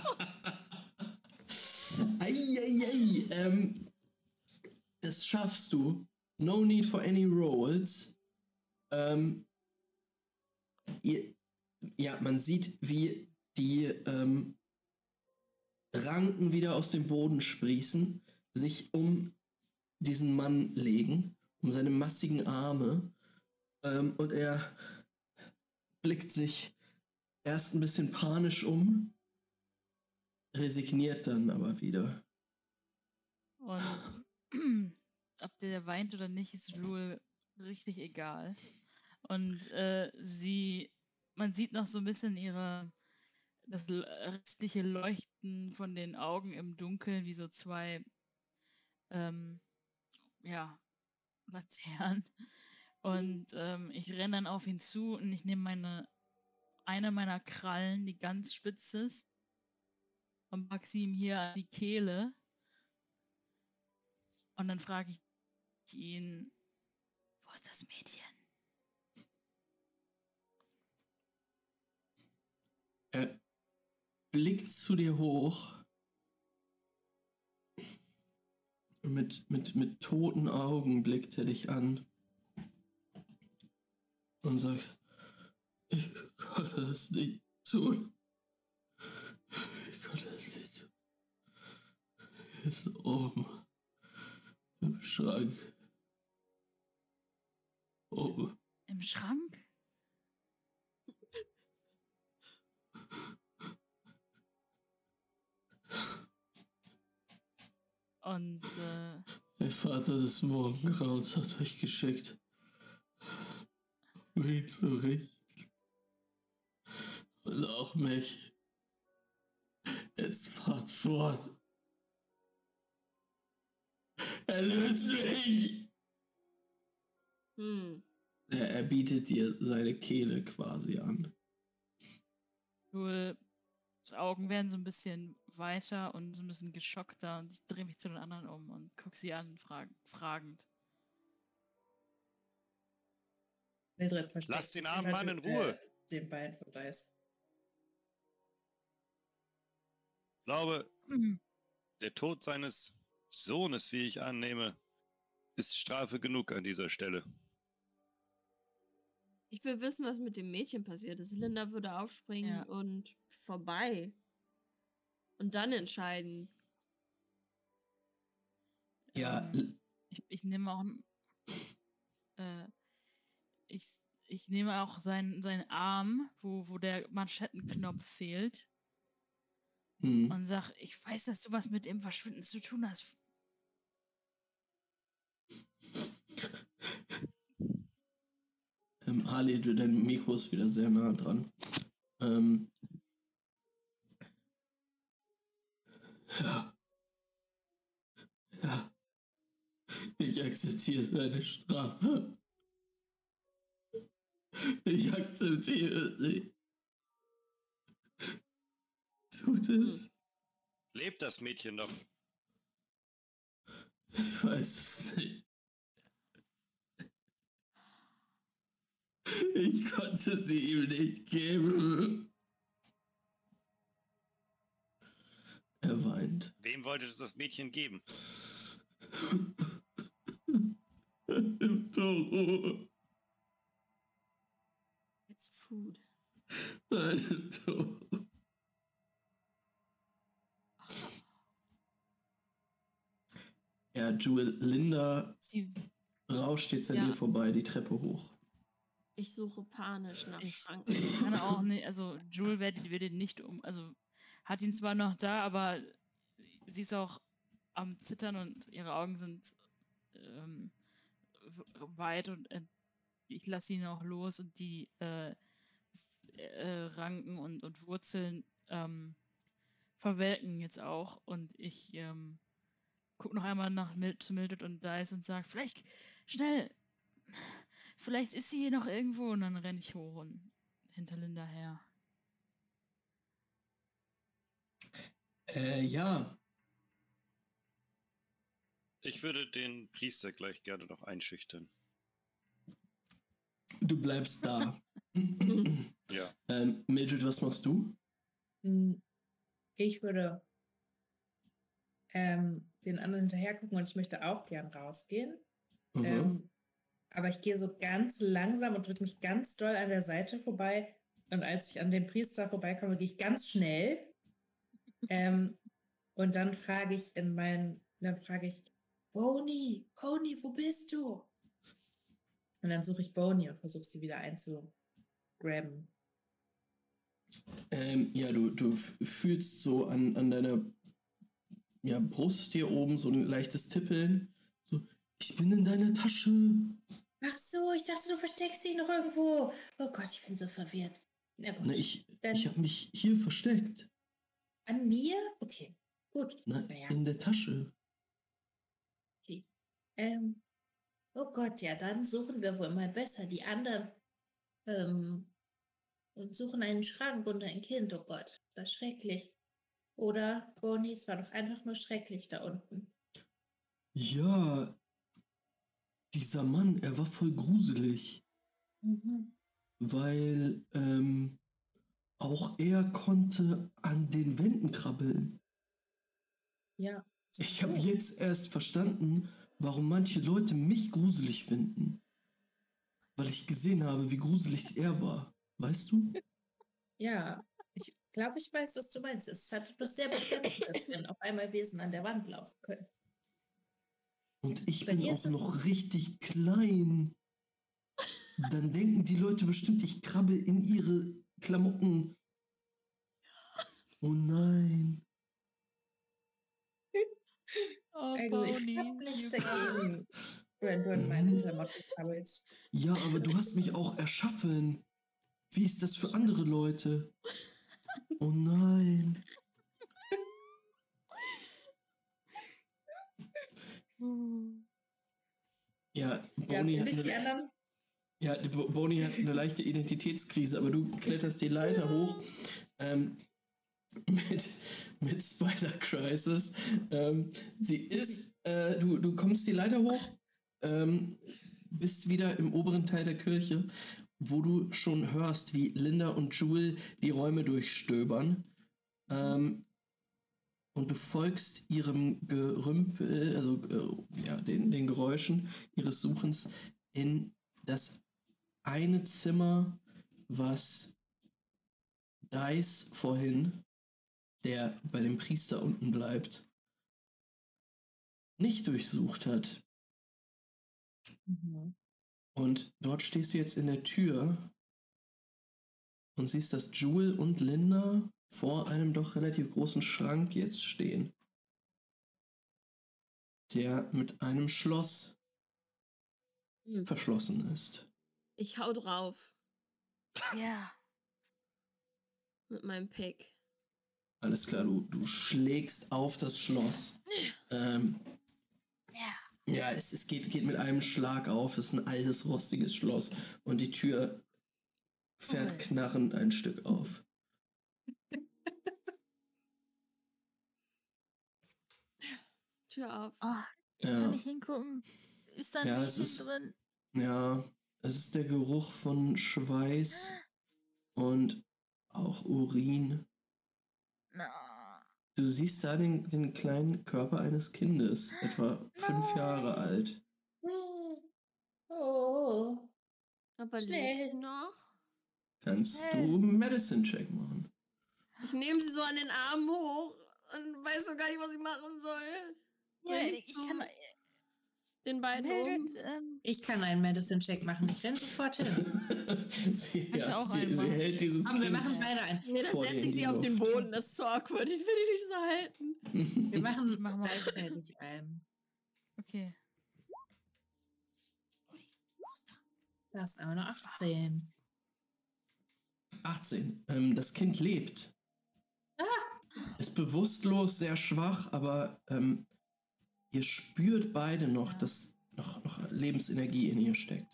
Eieiei. Das schaffst du. No need for any rolls. Man sieht, wie die Ranken wieder aus dem Boden sprießen, sich um diesen Mann legen, um seine massigen Arme. Und er blickt sich erst ein bisschen panisch um, resigniert dann aber wieder. Und ob der weint oder nicht, ist Jewel richtig egal. Und man sieht noch so ein bisschen das restliche Leuchten von den Augen im Dunkeln, wie so zwei, Laternen. Und ich renne dann auf ihn zu und ich nehme eine meiner Krallen, die ganz spitz ist, und pack sie ihm hier an die Kehle. Und dann frage ich ihn, wo ist das Mädchen? Er blickt zu dir hoch. Mit toten Augen blickt er dich an und sagt, ich konnte das nicht tun. Ich konnte das nicht tun. Er ist oben im Schrank. Oben. Im Schrank? Und der Vater des Morgengrauens hat euch geschickt, um ihn zu richten. Und auch mich. Jetzt fahrt fort. Erlöst mich! Er bietet dir seine Kehle quasi an. Jules Augen werden so ein bisschen weiter und so ein bisschen geschockter und ich drehe mich zu den anderen um und gucke sie an, fragend. Mildred versteckt Lass den armen Mann in Ruhe! Den Bein von Dice. Ich glaube, der Tod seines Sohnes, wie ich annehme, ist Strafe genug an dieser Stelle. Ich will wissen, was mit dem Mädchen passiert ist. Linda würde aufspringen und vorbei. Und dann entscheiden. Ja. Ich nehme auch ich nehme auch seinen Arm, wo der Manschettenknopf fehlt. Und sag, ich weiß, dass du was mit dem Verschwinden zu tun hast. Ali, dein Mikro ist wieder sehr nah dran. Ja. Ich akzeptiere deine Strafe. Ich akzeptiere sie. Tut es. Lebt das Mädchen noch? Ich weiß es nicht. Ich konnte sie ihm nicht geben. Er weint. Wem wollte es das Mädchen geben? Im Toro. It's food. Im Toro. Ja, Jewel, Linda rauscht jetzt an dir vorbei, die Treppe hoch. Ich suche panisch nach Schrank. Ich kann auch nicht, also Jewel wird nicht also hat ihn zwar noch da, aber sie ist auch am Zittern und ihre Augen sind weit und ich lasse ihn auch los und die Ranken und Wurzeln verwelken jetzt auch und ich guckt noch einmal zu Mildred und Dice und sagt, vielleicht, schnell, vielleicht ist sie hier noch irgendwo. Und dann renne ich hoch und hinter Linda her. Ja. Ich würde den Priester gleich gerne noch einschüchtern. Du bleibst da. Ja. Mildred, was machst du? Ich würde den anderen hinterher gucken und ich möchte auch gern rausgehen. Aber ich gehe so ganz langsam und drücke mich ganz doll an der Seite vorbei. Und als ich an dem Priester vorbeikomme, gehe ich ganz schnell. Und dann frage ich Boney, wo bist du? Und dann suche ich Boney und versuche sie wieder einzugraben. Ja, du fühlst so an deiner Brust hier oben so ein leichtes Tippeln. So, ich bin in deiner Tasche. Ach so, ich dachte, du versteckst dich noch irgendwo. Oh Gott, ich bin so verwirrt. Na gut. Na, ich habe mich hier versteckt. An mir? Okay, gut. Naja. In der Tasche. Okay. Oh Gott, ja, dann suchen wir wohl mal besser. Die anderen und suchen einen Schrank und ein Kind. Oh Gott, das war schrecklich. Oder, Boney, es war doch einfach nur schrecklich da unten. Ja, dieser Mann, er war voll gruselig. Weil auch er konnte an den Wänden krabbeln. Ja. Ich habe jetzt erst verstanden, warum manche Leute mich gruselig finden. Weil ich gesehen habe, wie gruselig er war. Weißt du? Ja, ich glaube, ich weiß, was du meinst. Es hat etwas sehr Befremdendes, dass wenn auf einmal Wesen an der Wand laufen können. Und ich bin auch noch richtig klein. Dann denken die Leute bestimmt, ich krabbel in ihre Klamotten. Oh nein. Oh, Also ich habe nichts dagegen, wenn du in meine Klamotten krabbelst. Ja, aber du hast mich auch erschaffen. Wie ist das für andere Leute? Oh nein. Ja, Boney hat eine leichte Identitätskrise, aber du kletterst die Leiter hoch mit Spider-Crisis. Sie ist, du kommst die Leiter hoch, bist wieder im oberen Teil der Kirche, wo du schon hörst, wie Linda und Jewel die Räume durchstöbern. Und du folgst ihrem Gerümpel, also den Geräuschen ihres Suchens in das eine Zimmer, was Dice vorhin, der bei dem Priester unten bleibt, nicht durchsucht hat. Und dort stehst du jetzt in der Tür und siehst, dass Jewel und Linda vor einem doch relativ großen Schrank jetzt stehen, der mit einem Schloss verschlossen ist. Ich hau drauf. Ja. Mit meinem Pick. Alles klar, du schlägst auf das Schloss. Ja, es geht mit einem Schlag auf. Es ist ein altes, rostiges Schloss. Und die Tür fährt knarrend ein Stück auf. Tür auf. Oh, ich kann nicht hingucken. Ist da ein Mädchen drin? Ja, es ist der Geruch von Schweiß und auch Urin. Du siehst da den kleinen Körper eines Kindes, etwa 5 Jahre alt. Oh. Aber Schnell. lebt noch? Kannst du Medicine-Check machen? Ich nehme sie so an den Arm hoch und weiß so gar nicht, was ich machen soll. Ja, ich kann den beiden oben. Ich kann einen Medicine-Check machen. Ich renne sofort hin. sie hält dieses Aber wir machen beide einen. Nee, dann setze ich sie auf den Boden. Das ist so awkward. Ich will die nicht so halten. Wir machen gleichzeitig einen. Okay. Das ist aber nur 18. 18. Das Kind lebt. Ist bewusstlos, sehr schwach, aber Ihr spürt beide noch, dass noch Lebensenergie in ihr steckt.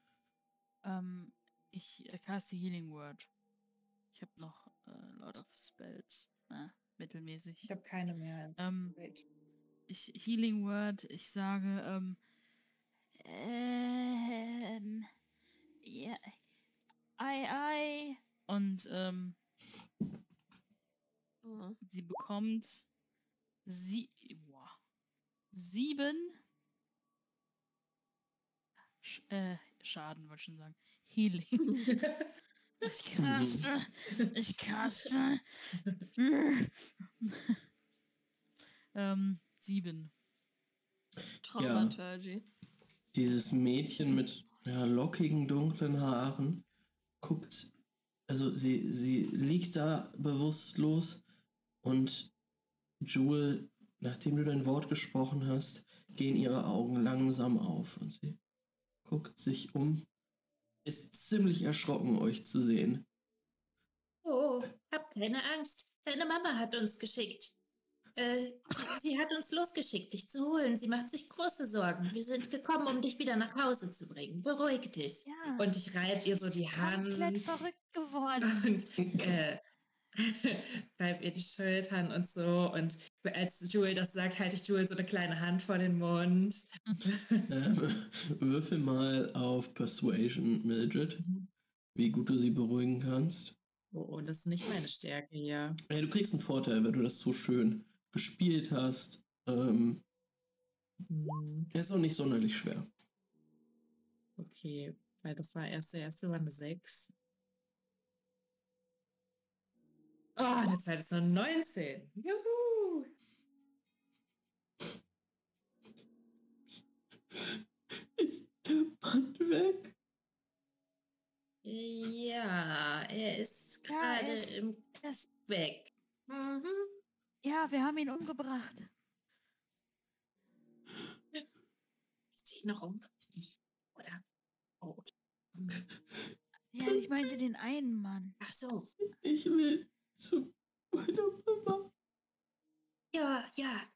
Ich caste Healing Word. Ich habe noch Lot of Spells. Mittelmäßig. Ich habe keine mehr. Healing Word, ich sage, ja, ei. Und sie bekommt 7 Schaden, wollte ich schon sagen. Healing. Ich caste. 7. Traumaturgy. Dieses Mädchen mit lockigen, dunklen Haaren guckt, also sie liegt da bewusstlos und Jewel, nachdem du dein Wort gesprochen hast, gehen ihre Augen langsam auf und sie guckt sich um, ist ziemlich erschrocken, euch zu sehen. Oh, hab keine Angst. Deine Mama hat uns geschickt. Sie hat uns losgeschickt, dich zu holen. Sie macht sich große Sorgen. Wir sind gekommen, um dich wieder nach Hause zu bringen. Beruhig dich. Ja, Und ich reibe ihr so die Hand. Komplett verrückt geworden. Und reibe ihr die Schultern und so. Und als Jewel das sagt, halte ich Jewel so eine kleine Hand vor den Mund. Würfel mal auf Persuasion, Mildred, wie gut du sie beruhigen kannst. Oh, das ist nicht meine Stärke hier. Ja, du kriegst einen Vorteil, wenn du das so schön gespielt hast. Ist auch nicht sonderlich schwer. Okay, weil das war der erste war eine 6. Oh, der zweite ist eine 19. Juhu! Ist der Mann weg? Ja, er ist gerade weg. Mhm. Ja, wir haben ihn umgebracht. Ist die noch um? Oder? Oh, okay. Ja, ich meinte den einen Mann. Ach so. Ich will zu meiner Mama. Ja. Ja.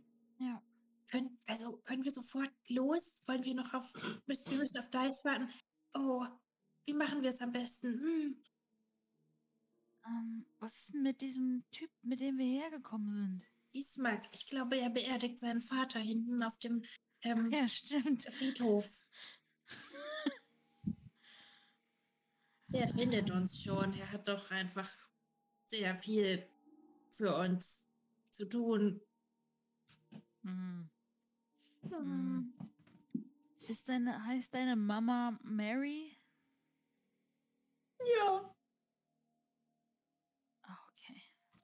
Können wir sofort los? Wollen wir noch wir müssen auf Dice warten. Oh, wie machen wir es am besten? Was ist denn mit diesem Typ, mit dem wir hergekommen sind? Ismak, ich glaube, er beerdigt seinen Vater hinten auf dem Ja, stimmt. Friedhof. Er findet uns schon. Er hat doch einfach sehr viel für uns zu tun. Heißt deine Mama Mary? Ja. Okay.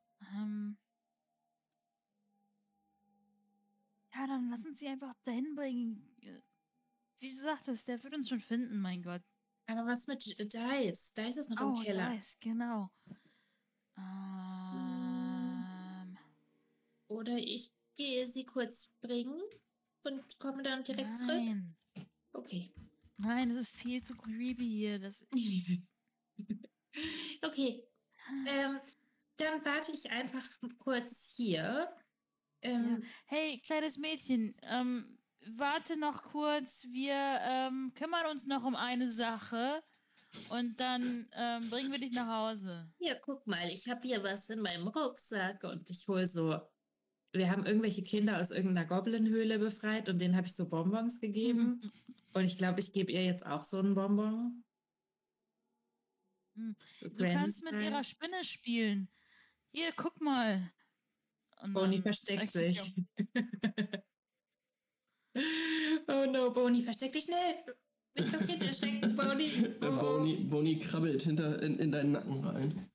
Ja, dann lass uns sie einfach dahin bringen. Wie du sagtest, der wird uns schon finden, mein Gott. Aber was mit Dice? Dice ist noch im Keller. Dice, genau. Oder ich gehe sie kurz bringen und komme dann direkt zurück. Nein. Okay. Nein, das ist viel zu creepy hier. Okay. Dann warte ich einfach kurz hier. Ja. Hey, kleines Mädchen, warte noch kurz. Wir kümmern uns noch um eine Sache und dann bringen wir dich nach Hause. Hier, guck mal, ich habe hier was in meinem Rucksack und ich hole so. Wir haben irgendwelche Kinder aus irgendeiner Goblin-Höhle befreit und denen habe ich so Bonbons gegeben. Und ich glaube, ich gebe ihr jetzt auch so einen Bonbon. So du kannst mit ihrer Spinne spielen. Hier, guck mal. Boni versteckt sich. Oh no, Boni, versteck dich schnell. Mich doch Kind erschrecken, Boni. Boni krabbelt in deinen Nacken rein.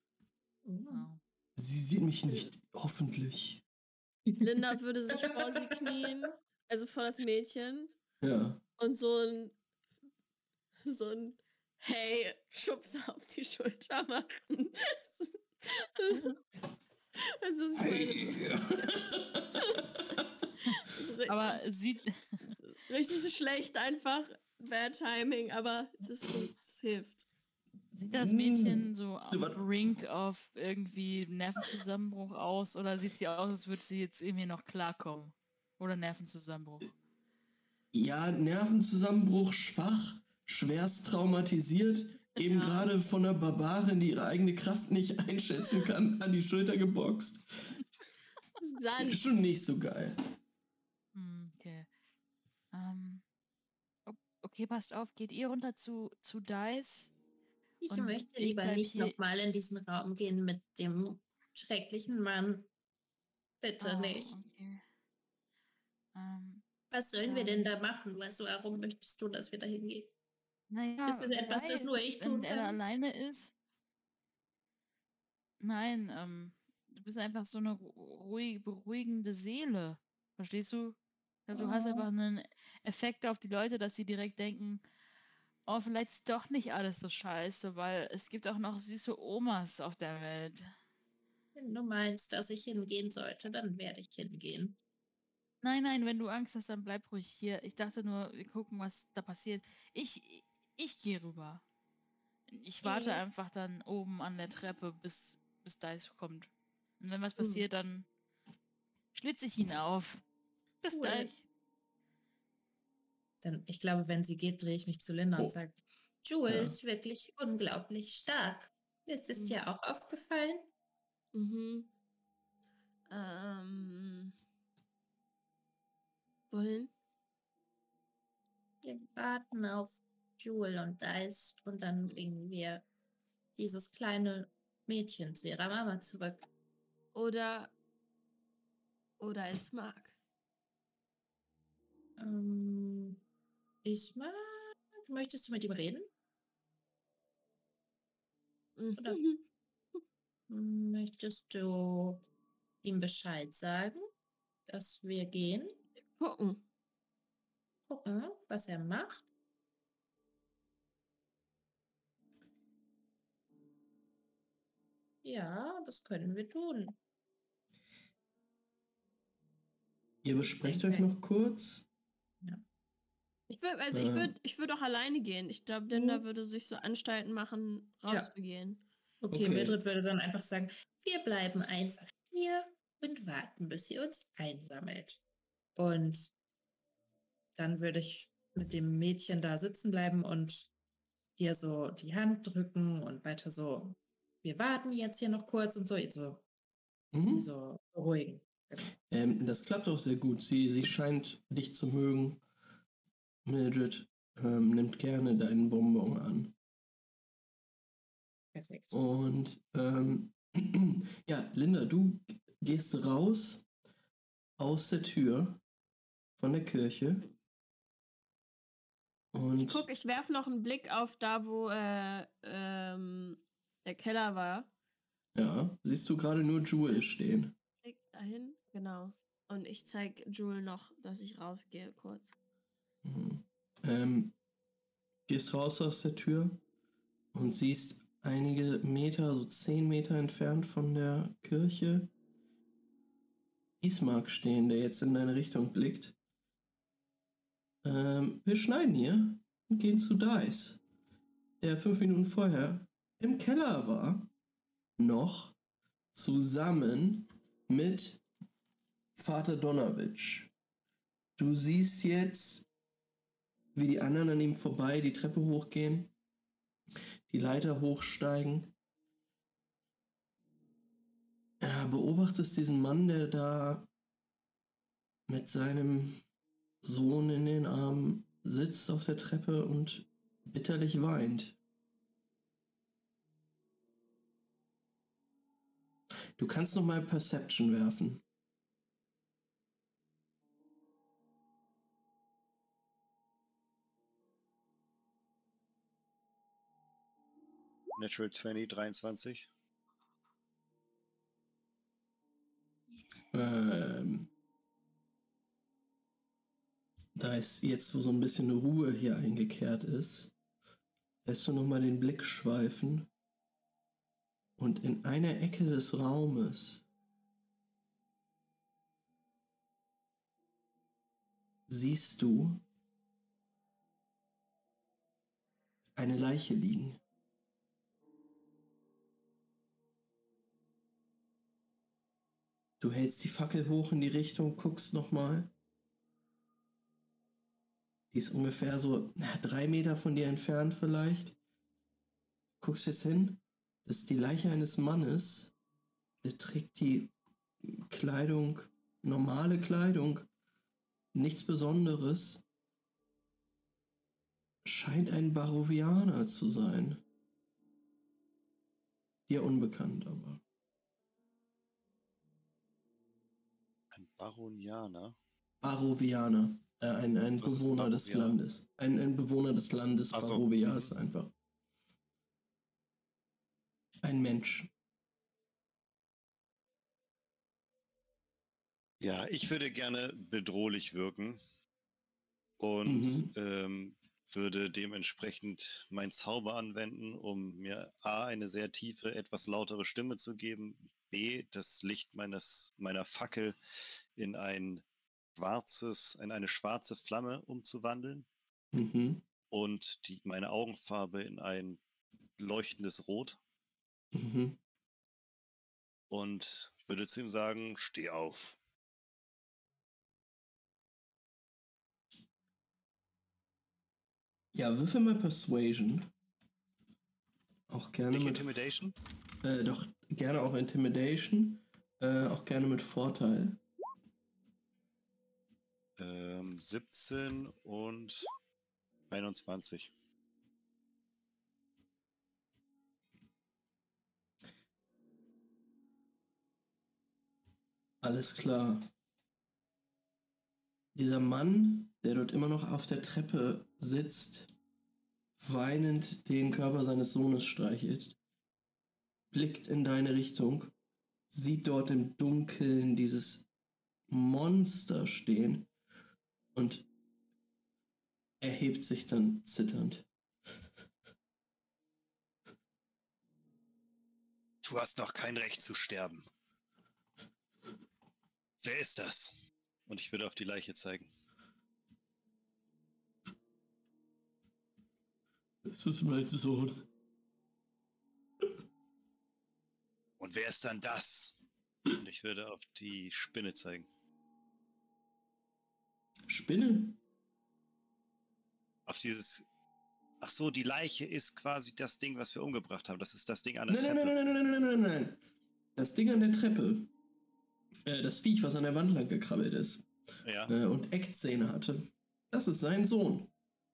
Sie sieht mich nicht, hoffentlich. Linda würde sich vor sie knien, also vor das Mädchen. Ja. Und so ein Hey, Schubser auf die Schulter machen. Also ich meine, aber sieht richtig schlecht einfach, bad timing, aber das hilft. Sieht das Mädchen so am Brink of irgendwie Nervenzusammenbruch aus oder sieht sie aus, als würde sie jetzt irgendwie noch klarkommen? Oder Nervenzusammenbruch? Ja, Nervenzusammenbruch, schwach, schwerst traumatisiert, eben gerade von einer Barbarin, die ihre eigene Kraft nicht einschätzen kann, an die Schulter geboxt. Ist schon nicht so geil. Okay. Okay, passt auf, geht ihr runter zu Dice? Ich möchte lieber nicht nochmal in diesen Raum gehen mit dem schrecklichen Mann. Bitte nicht. Okay. Was sollen wir denn da machen? Also, warum möchtest du, dass wir da hingehen? Naja, ist es etwas, das nur ich tun wenn er kann? alleine ist? Nein, du bist einfach so eine beruhigende Seele. Verstehst du? Du hast einfach einen Effekt auf die Leute, dass sie direkt denken, oh, vielleicht ist doch nicht alles so scheiße, weil es gibt auch noch süße Omas auf der Welt. Wenn du meinst, dass ich hingehen sollte, dann werde ich hingehen. Nein, wenn du Angst hast, dann bleib ruhig hier. Ich dachte nur, wir gucken, was da passiert. Ich gehe rüber. Ich warte einfach dann oben an der Treppe, bis Dice kommt. Und wenn was passiert, dann schlitze ich ihn auf. Bis gleich. Dann, ich glaube, wenn sie geht, drehe ich mich zu Linda und sage, Jewel ist wirklich unglaublich stark. Ist es dir auch aufgefallen? Wohin? Wir warten auf Jewel und Dice und dann bringen wir dieses kleine Mädchen zu ihrer Mama zurück. Oder es mag. Isma, möchtest du mit ihm reden? Oder möchtest du ihm Bescheid sagen, dass wir gehen? Gucken, Was er macht? Ja, das können wir tun. Ihr besprecht euch noch kurz? Ja. Ich würde auch alleine gehen. Ich glaube, Linda würde sich so Anstalten machen, rauszugehen. Okay, Mildred würde dann einfach sagen, wir bleiben einfach hier und warten, bis sie uns einsammelt. Und dann würde ich mit dem Mädchen da sitzen bleiben und ihr so die Hand drücken und weiter so, wir warten jetzt hier noch kurz und so, sie so beruhigen. Das klappt auch sehr gut. Sie scheint dich zu mögen. Mildred nimmt gerne deinen Bonbon an. Perfekt. Und ja, Linda, du gehst raus aus der Tür von der Kirche. Und ich werfe noch einen Blick auf da, wo der Keller war. Ja, siehst du gerade nur Jewel stehen. Blick dahin, genau. Und ich zeige Jewel noch, dass ich rausgehe kurz. Gehst raus aus der Tür und siehst einige Meter, so 10 Meter entfernt von der Kirche, Ismark stehen, der jetzt in deine Richtung blickt. Wir schneiden hier und gehen zu Dice, der 5 Minuten vorher im Keller war, noch zusammen mit Vater Donowitsch. Du siehst jetzt, wie die anderen an ihm vorbei die Treppe hochgehen, die Leiter hochsteigen. Ja, beobachtest diesen Mann, der da mit seinem Sohn in den Armen sitzt auf der Treppe und bitterlich weint. Du kannst noch mal Perception werfen. Natural 20, 23. Da ist jetzt, wo so ein bisschen Ruhe hier eingekehrt ist, lässt du nochmal den Blick schweifen und in einer Ecke des Raumes siehst du eine Leiche liegen. Du hältst die Fackel hoch in die Richtung, guckst nochmal Die ist ungefähr so 3 Meter von dir entfernt vielleicht. Guckst jetzt hin, das ist die Leiche eines Mannes. Der trägt die Kleidung, normale Kleidung, nichts Besonderes. Scheint ein Barovianer zu sein. Dir unbekannt, aber. Ein Baronianer? Barovianer. Ein Bewohner des Landes. Ein Bewohner des Landes Barovias einfach. Ein Mensch. Ja, ich würde gerne bedrohlich wirken und würde dementsprechend meinen Zauber anwenden, um mir A, eine sehr tiefe, etwas lautere Stimme zu geben, B, das Licht meiner Fackel in eine schwarze Flamme umzuwandeln und meine Augenfarbe in ein leuchtendes Rot. Und würde zu ihm sagen, steh auf. Ja, würfel mal Persuasion. Auch gerne Nicht mit... Intimidation? Doch, gerne auch Intimidation. Auch gerne mit Vorteil. 17 und 21. Alles klar. Dieser Mann, der dort immer noch auf der Treppe sitzt, weinend den Körper seines Sohnes streichelt, blickt in deine Richtung, sieht dort im Dunkeln dieses Monster stehen und erhebt sich dann zitternd. Du hast noch kein Recht zu sterben. Wer ist das? Und ich würde auf die Leiche zeigen. Es ist mein Sohn. Und wer ist dann das? Und ich würde auf die Spinne zeigen. Spinne? Auf dieses... Ach so, die Leiche ist quasi das Ding, was wir umgebracht haben. Das ist das Ding an der Treppe. Nein. Das Ding an der Treppe. Das Viech, was an der Wand lang gekrabbelt ist. Ja. Und Eckzähne hatte. Das ist sein Sohn.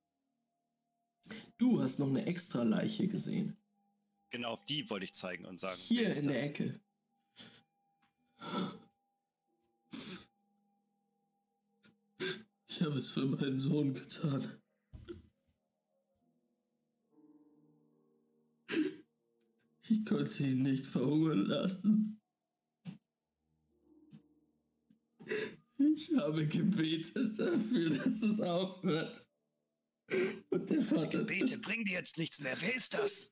Du hast noch eine extra Leiche gesehen. Genau, auf die wollte ich zeigen und sagen. Hier in der Ecke. Ich habe es für meinen Sohn getan. Ich konnte ihn nicht verhungern lassen. Ich habe gebetet dafür, dass es aufhört. Und der Vater... Gebete bringen dir jetzt nichts mehr. Wer ist das?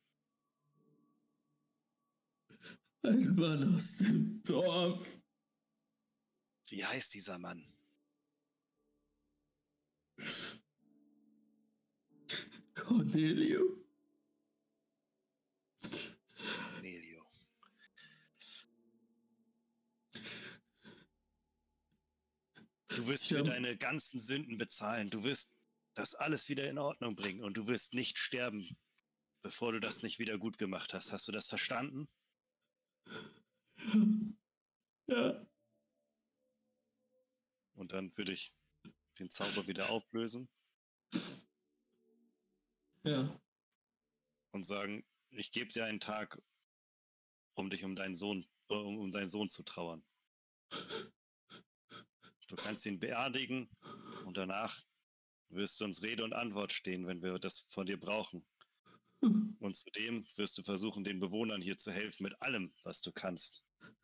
Ein Mann aus dem Dorf. Wie heißt dieser Mann? Cornelio. Du wirst für deine ganzen Sünden bezahlen. Du wirst das alles wieder in Ordnung bringen und du wirst nicht sterben, bevor du das nicht wieder gut gemacht hast. Hast du das verstanden? Ja. Und dann würde ich den Zauber wieder auflösen. Ja. Und sagen, ich gebe dir einen Tag, um dich um deinen Sohn zu trauern. Du kannst ihn beerdigen und danach wirst du uns Rede und Antwort stehen, wenn wir das von dir brauchen. Und zudem wirst du versuchen, den Bewohnern hier zu helfen mit allem, was du kannst.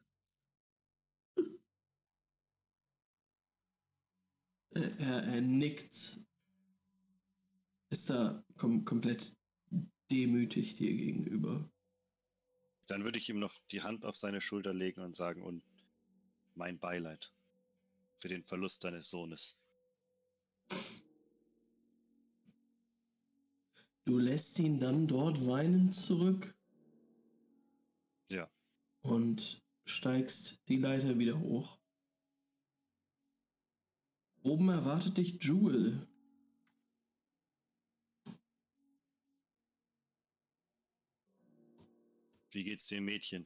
Er nickt. Ist da komplett demütig dir gegenüber. Dann würde ich ihm noch die Hand auf seine Schulter legen und sagen, und mein Beileid für den Verlust deines Sohnes. Du lässt ihn dann dort weinend zurück? Ja. Und steigst die Leiter wieder hoch. Oben erwartet dich Jewel. Wie geht's dem Mädchen?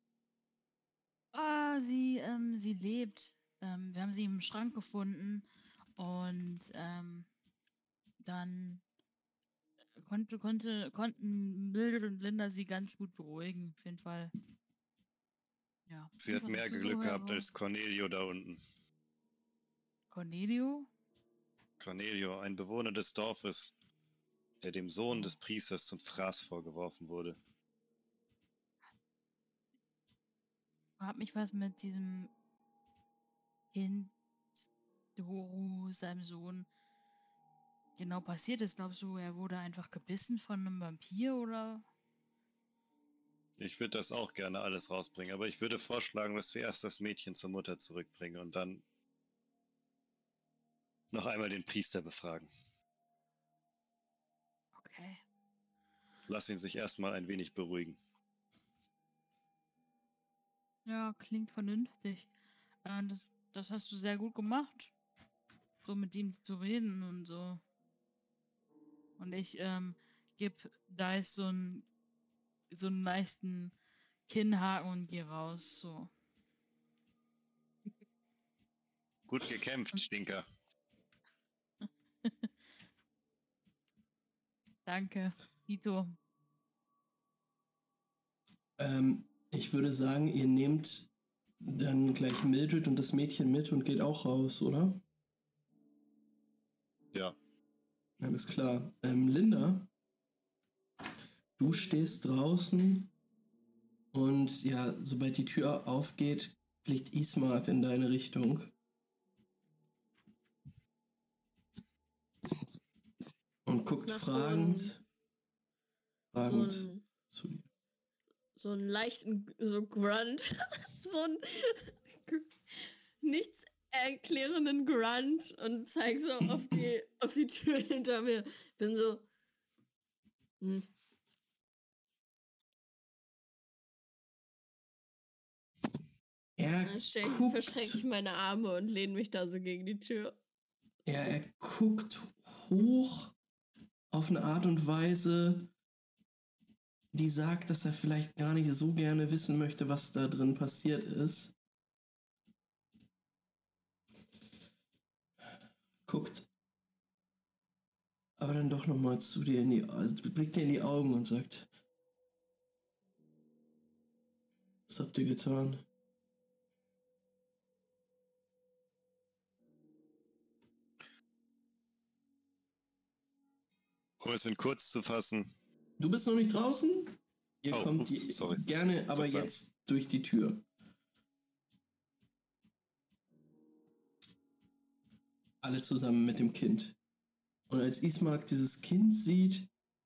Sie lebt. Wir haben sie im Schrank gefunden und dann konnten Mildred und Linda sie ganz gut beruhigen, auf jeden Fall. Ja. Sie hat mehr Glück gehabt als Cornelio da unten. Cornelio? Cornelio, ein Bewohner des Dorfes, der dem Sohn des Priesters zum Fraß vorgeworfen wurde. Hab mich was mit diesem Kind, Doru, seinem Sohn, genau passiert ist. Glaubst du, er wurde einfach gebissen von einem Vampir oder? Ich würde das auch gerne alles rausbringen, aber ich würde vorschlagen, dass wir erst das Mädchen zur Mutter zurückbringen und dann noch einmal den Priester befragen. Okay. Lass ihn sich erstmal ein wenig beruhigen. Ja, klingt vernünftig. Das hast du sehr gut gemacht. So mit ihm zu reden und so. Und ich gebe Dice so einen leichten Kinnhaken und geh raus. So. Gut gekämpft, Stinker. Danke, Vito. Ich würde sagen, ihr nehmt dann gleich Mildred und das Mädchen mit und geht auch raus, oder? Ja. Alles klar. Linda, du stehst draußen und ja, sobald die Tür aufgeht, blickt Ismark in deine Richtung. Und guckt fragend zu dir. So einen leichten, so Grunt, so einen nichts erklärenden Grunt und zeig so auf die Tür hinter mir. Bin so. Dann verschränke ich meine Arme und lehne mich da so gegen die Tür. Er guckt hoch auf eine Art und Weise, die sagt, dass er vielleicht gar nicht so gerne wissen möchte, was da drin passiert ist. Guckt aber dann doch nochmal zu dir blickt dir in die Augen und sagt, was habt ihr getan? Um es in kurz zu fassen. Du bist noch nicht draußen? Ihr kommt gerne, aber jetzt durch die Tür. Alle zusammen mit dem Kind. Und als Ismark dieses Kind sieht,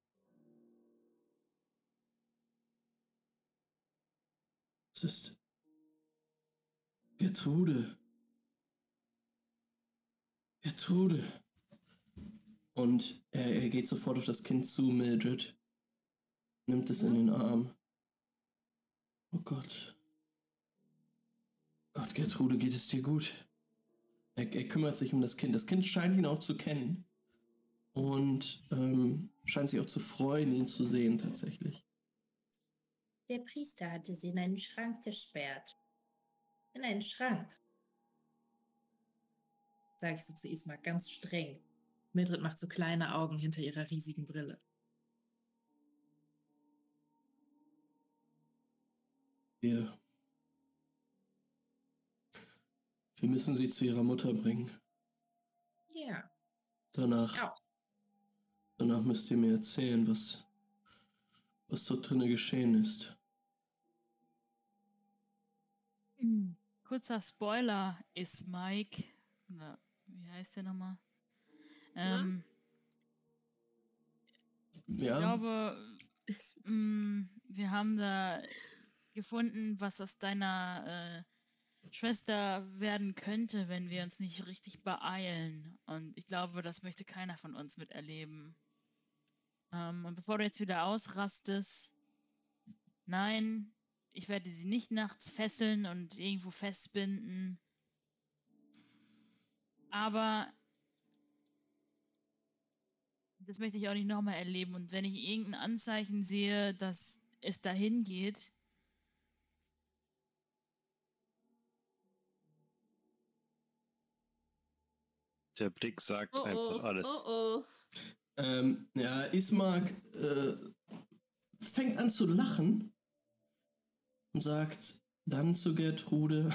es ist Gertrude. Gertrude. Und er geht sofort auf das Kind zu, Mildred. Nimmt es in den Arm. Oh Gott. Gott, Gertrude, geht es dir gut? Er kümmert sich um das Kind. Das Kind scheint ihn auch zu kennen. Und scheint sich auch zu freuen, ihn zu sehen, tatsächlich. Der Priester hatte sie in einen Schrank gesperrt. In einen Schrank. Sage ich so zu Ismark ganz streng. Mildred macht so kleine Augen hinter ihrer riesigen Brille. Wir müssen sie zu ihrer Mutter bringen. Ja. Danach müsst ihr mir erzählen, was dort drinnen geschehen ist. Kurzer Spoiler ist Mike, oder wie heißt der nochmal? Ich glaube, wir haben da gefunden, was aus deiner Schwester werden könnte, wenn wir uns nicht richtig beeilen. Und ich glaube, das möchte keiner von uns miterleben. Und bevor du jetzt wieder ausrastest, nein, ich werde sie nicht nachts fesseln und irgendwo festbinden. Aber das möchte ich auch nicht nochmal erleben. Und wenn ich irgendein Anzeichen sehe, dass es dahin geht. Der Blick sagt einfach alles. Ja, Ismark fängt an zu lachen und sagt dann zu Gertrude,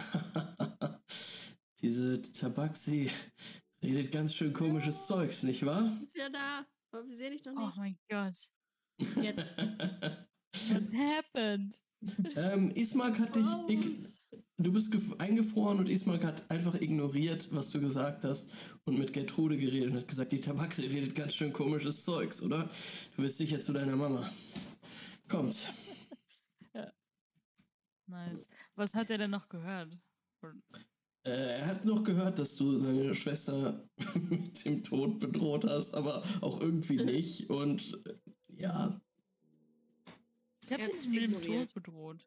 diese Tabaxi redet ganz schön komisches Zeugs, nicht wahr? Ist wieder da, aber wir sehen dich noch Oh nicht. mein Gott. Jetzt. What happened? Ismark hat dich... Du bist eingefroren und Ismark hat einfach ignoriert, was du gesagt hast und mit Gertrude geredet und hat gesagt, die Tabaxi redet ganz schön komisches Zeugs, oder? Du willst sicher zu deiner Mama. Kommt. Ja. Nice. Was hat er denn noch gehört? Er hat noch gehört, dass du seine Schwester mit dem Tod bedroht hast, aber auch irgendwie nicht und ja. Ich hab ihn nicht mit dem Tod bedroht.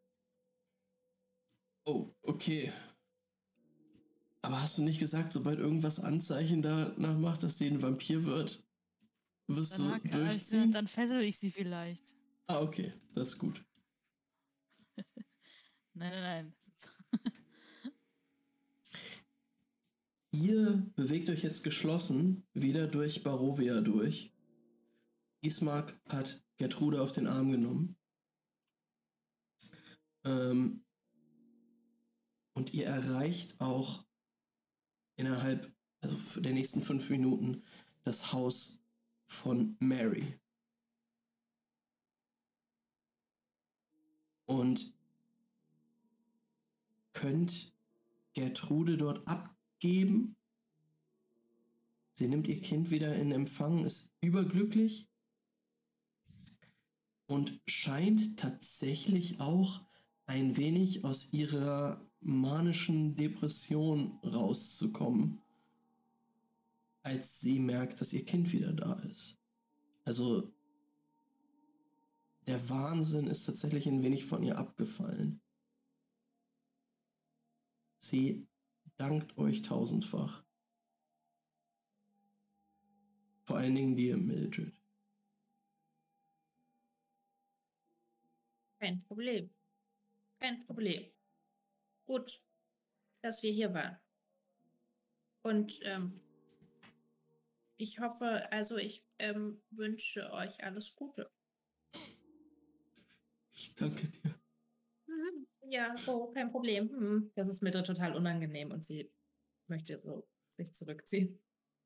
Oh, okay. Aber hast du nicht gesagt, sobald irgendwas Anzeichen danach macht, dass sie ein Vampir wird, wirst du durchziehen? Dann fessel ich sie vielleicht. Ah, okay. Das ist gut. Nein. Ihr bewegt euch jetzt geschlossen wieder durch Barovia durch. Ismark hat Gertrude auf den Arm genommen. Und ihr erreicht auch innerhalb der nächsten 5 Minuten das Haus von Mary. Und könnt Gertrude dort abgeben. Sie nimmt ihr Kind wieder in Empfang, ist überglücklich und scheint tatsächlich auch ein wenig aus ihrer manischen Depression rauszukommen, als sie merkt, dass ihr Kind wieder da ist. Also der Wahnsinn ist tatsächlich ein wenig von ihr abgefallen. Sie dankt euch tausendfach. Vor allen Dingen dir, Mildred. Kein Problem. Kein Problem. Gut, dass wir hier waren. Und ich hoffe, ich wünsche euch alles Gute. Ich danke dir. Ja, kein Problem. Das ist Mildred total unangenehm und sie möchte so sich zurückziehen.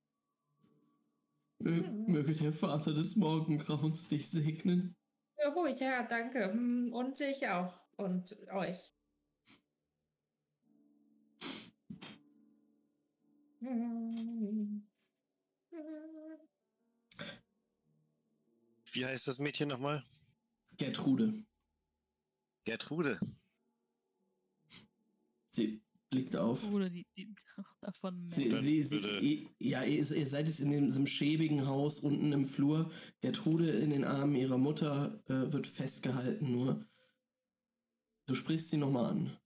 Möge der Vater des Morgengrauens dich segnen. Ja, gut, ja, danke. Und ich auch. Und euch. Wie heißt das Mädchen nochmal? Gertrude. Gertrude. Sie blickt auf. Oder die davon. Ihr seid jetzt in diesem schäbigen Haus unten im Flur. Gertrude in den Armen ihrer Mutter wird festgehalten nur. Du sprichst sie nochmal an.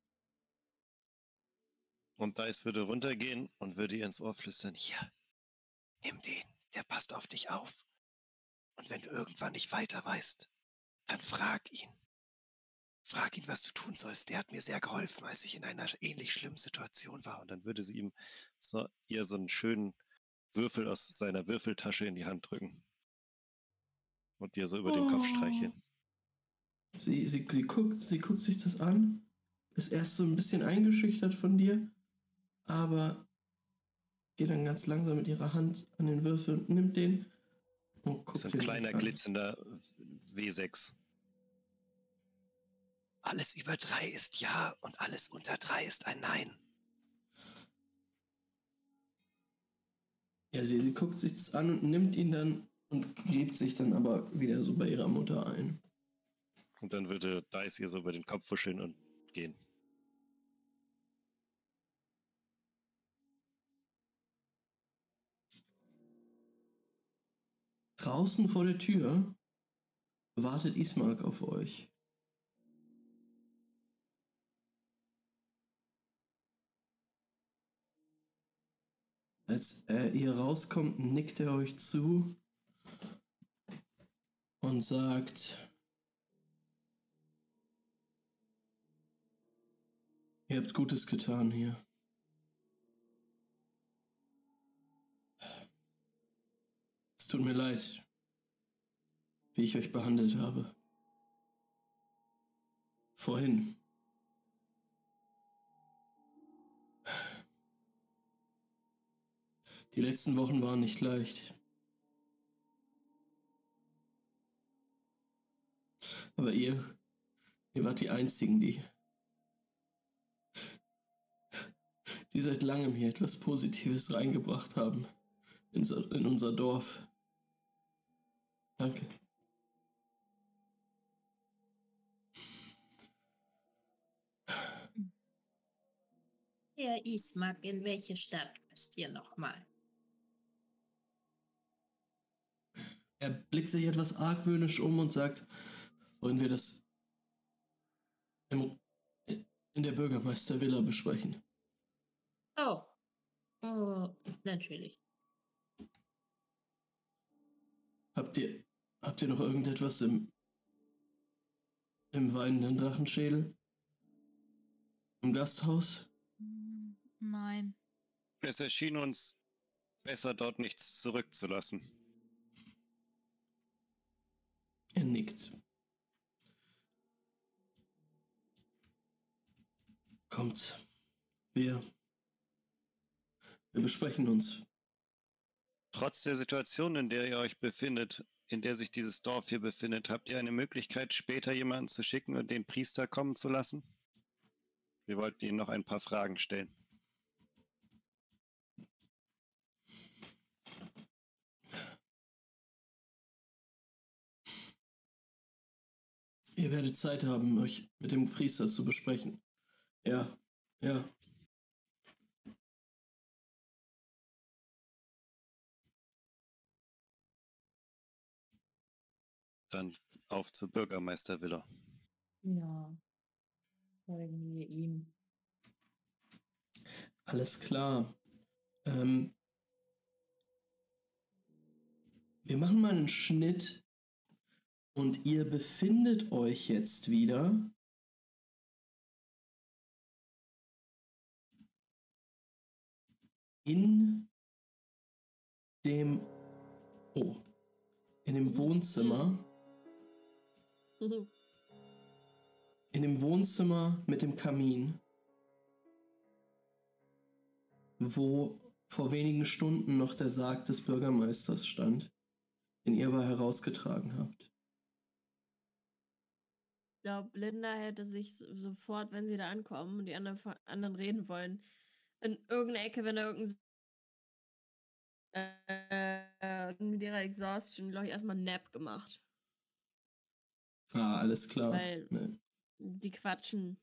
Und Dice würde runtergehen und würde ihr ins Ohr flüstern, hier, nimm den, der passt auf dich auf. Und wenn du irgendwann nicht weiter weißt, dann frag ihn. Frag ihn, was du tun sollst. Der hat mir sehr geholfen, als ich in einer ähnlich schlimmen Situation war. Und dann würde sie ihr so einen schönen Würfel aus seiner Würfeltasche in die Hand drücken. Und ihr so über den Kopf streicheln. Sie guckt sich das an. Ist erst so ein bisschen eingeschüchtert von dir. Aber geht dann ganz langsam mit ihrer Hand an den Würfel und nimmt den und guckt so ein kleiner glitzernder W6. Alles über 3 ist Ja und alles unter 3 ist ein Nein. Ja, sie guckt sich das an und nimmt ihn dann und gräbt sich dann aber wieder so bei ihrer Mutter ein. Und dann würde Dice ihr so über den Kopf wuscheln und gehen. Draußen vor der Tür wartet Ismark auf euch. Als ihr rauskommt, nickt er euch zu und sagt, Ihr habt Gutes getan hier. Es tut mir leid, wie ich euch behandelt habe. Vorhin. Die letzten Wochen waren nicht leicht. Aber ihr wart die Einzigen, die seit langem hier etwas Positives reingebracht haben in unser Dorf. Danke. Herr Ismark, in welche Stadt müsst ihr nochmal? Er blickt sich etwas argwöhnisch um und sagt, wollen wir das in der Bürgermeistervilla besprechen? Oh, natürlich. Habt ihr noch irgendetwas im weinenden Drachenschädel? Im Gasthaus? Nein. Es erschien uns besser, dort nichts zurückzulassen. Er nickt. Kommt, wir besprechen uns. Trotz der Situation, in der ihr euch befindet, in der sich dieses Dorf hier befindet, habt ihr eine Möglichkeit, später jemanden zu schicken und den Priester kommen zu lassen? Wir wollten Ihnen noch ein paar Fragen stellen. Ihr werdet Zeit haben, euch mit dem Priester zu besprechen. Ja. Dann auf zur Bürgermeistervilla. Ja. Folgen wir ihm. Alles klar. Wir machen mal einen Schnitt und ihr befindet euch jetzt wieder in dem Wohnzimmer. In dem Wohnzimmer mit dem Kamin, wo vor wenigen Stunden noch der Sarg des Bürgermeisters stand, den ihr aber herausgetragen habt. Ich glaube, Linda hätte sich sofort, wenn sie da ankommen und die anderen reden wollen, in irgendeiner Ecke, wenn da irgendein mit ihrer Exhaustion, glaube ich, erstmal einen Nap gemacht. Ah, alles klar. Weil die quatschen.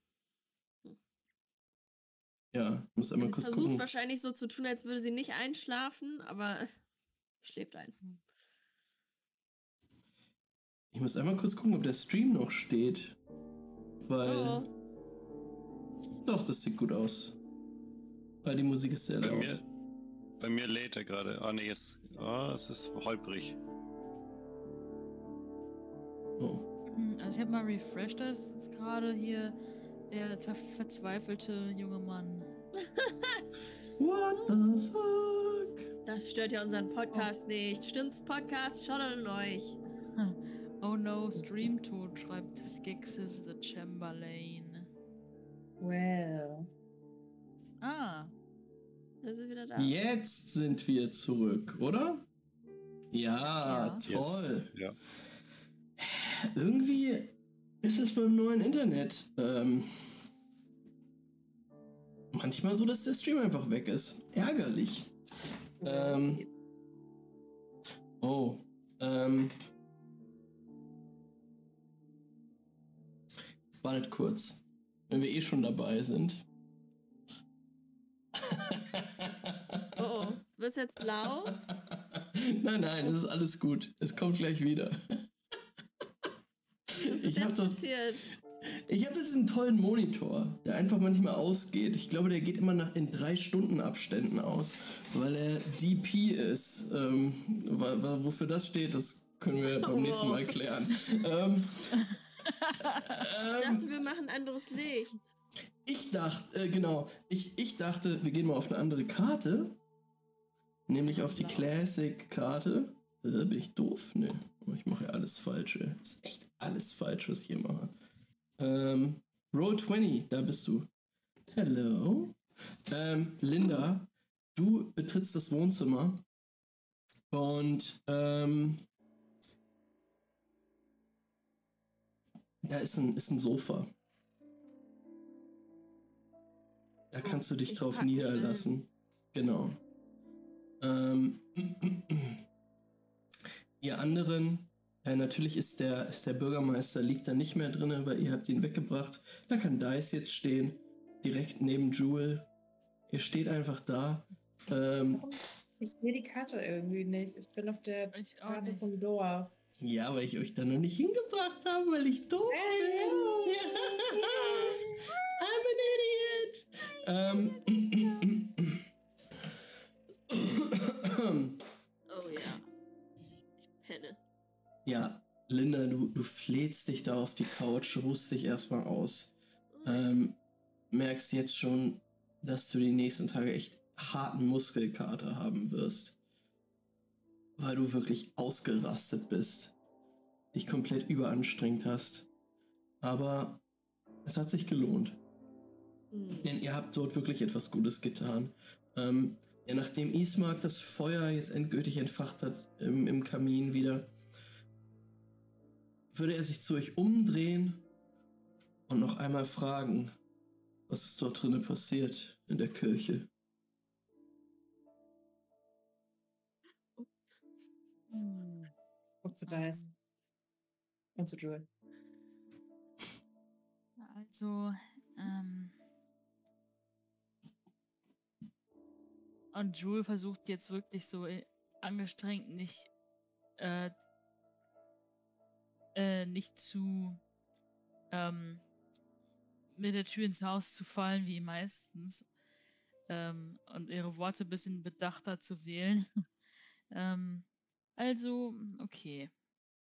Ja, muss einmal kurz versucht gucken. wahrscheinlich so zu tun, als würde sie nicht einschlafen, aber schläft ein. Ich muss einmal kurz gucken, ob der Stream noch steht. Weil... Doch, das sieht gut aus. Weil die Musik ist sehr laut. Bei mir lädt er gerade. Ah, nee, es ist holprig. Oh. Also ich habe mal refreshed, das ist jetzt gerade hier der verzweifelte junge Mann. What the fuck? Das stört ja unseren Podcast nicht. Stimmt's, Podcast? Schaut an euch. Oh no, Streamtod, schreibt Skixis the Chamberlain. Well. Ah. Da sind wir wieder da. Jetzt sind wir zurück, oder? Ja, toll. Yes. Ja. Irgendwie ist es beim neuen Internet manchmal so, dass der Stream einfach weg ist. Ärgerlich. Wartet kurz. Wenn wir schon dabei sind. Oh, wird's jetzt blau? Nein, es ist alles gut. Es kommt gleich wieder. Was ist jetzt passiert? Ich habe diesen tollen Monitor, der einfach manchmal ausgeht. Ich glaube, der geht immer in 3 Stunden Abständen aus, weil er DP ist. Wofür das steht, das können wir beim nächsten Mal klären. Ich dachte, wir machen anderes Licht. Ich dachte, genau, ich dachte, wir gehen mal auf eine andere Karte. Nämlich auf die Classic-Karte. Bin ich doof? Nee, ich mache ja alles falsch, ey. Das ist echt alles falsch, was ich hier mache. Roll 20, da bist du. Hello. Linda, du betrittst das Wohnzimmer und da ist ein Sofa. Da kannst du dich drauf niederlassen. Genau. Ihr anderen, natürlich ist der Bürgermeister liegt da nicht mehr drin, weil ihr habt ihn weggebracht. Da kann Dice jetzt stehen, direkt neben Jewel. Ihr steht einfach da. Ich sehe die Karte irgendwie nicht. Ich bin auf der Karte vom Dorf. Ja, weil ich euch da noch nicht hingebracht habe, weil ich doof bin. I'm an idiot. Oh ja. Ich penne. Ja, Linda, du flätst dich da auf die Couch, ruhst dich erstmal aus. Merkst jetzt schon, dass du die nächsten Tage echt harten Muskelkater haben wirst. Weil du wirklich ausgerastet bist. Dich komplett überanstrengt hast. Aber es hat sich gelohnt. Denn ihr habt dort wirklich etwas Gutes getan. Ja, nachdem Ismark das Feuer jetzt endgültig entfacht hat im Kamin wieder, würde er sich zu euch umdrehen und noch einmal fragen, was ist dort drinnen passiert in der Kirche. Guck zu Dice. Und zu Jewel. Also, und Jewel versucht jetzt wirklich so angestrengt nicht zu mit der Tür ins Haus zu fallen, wie meistens. Und ihre Worte ein bisschen bedachter zu wählen. Also, okay.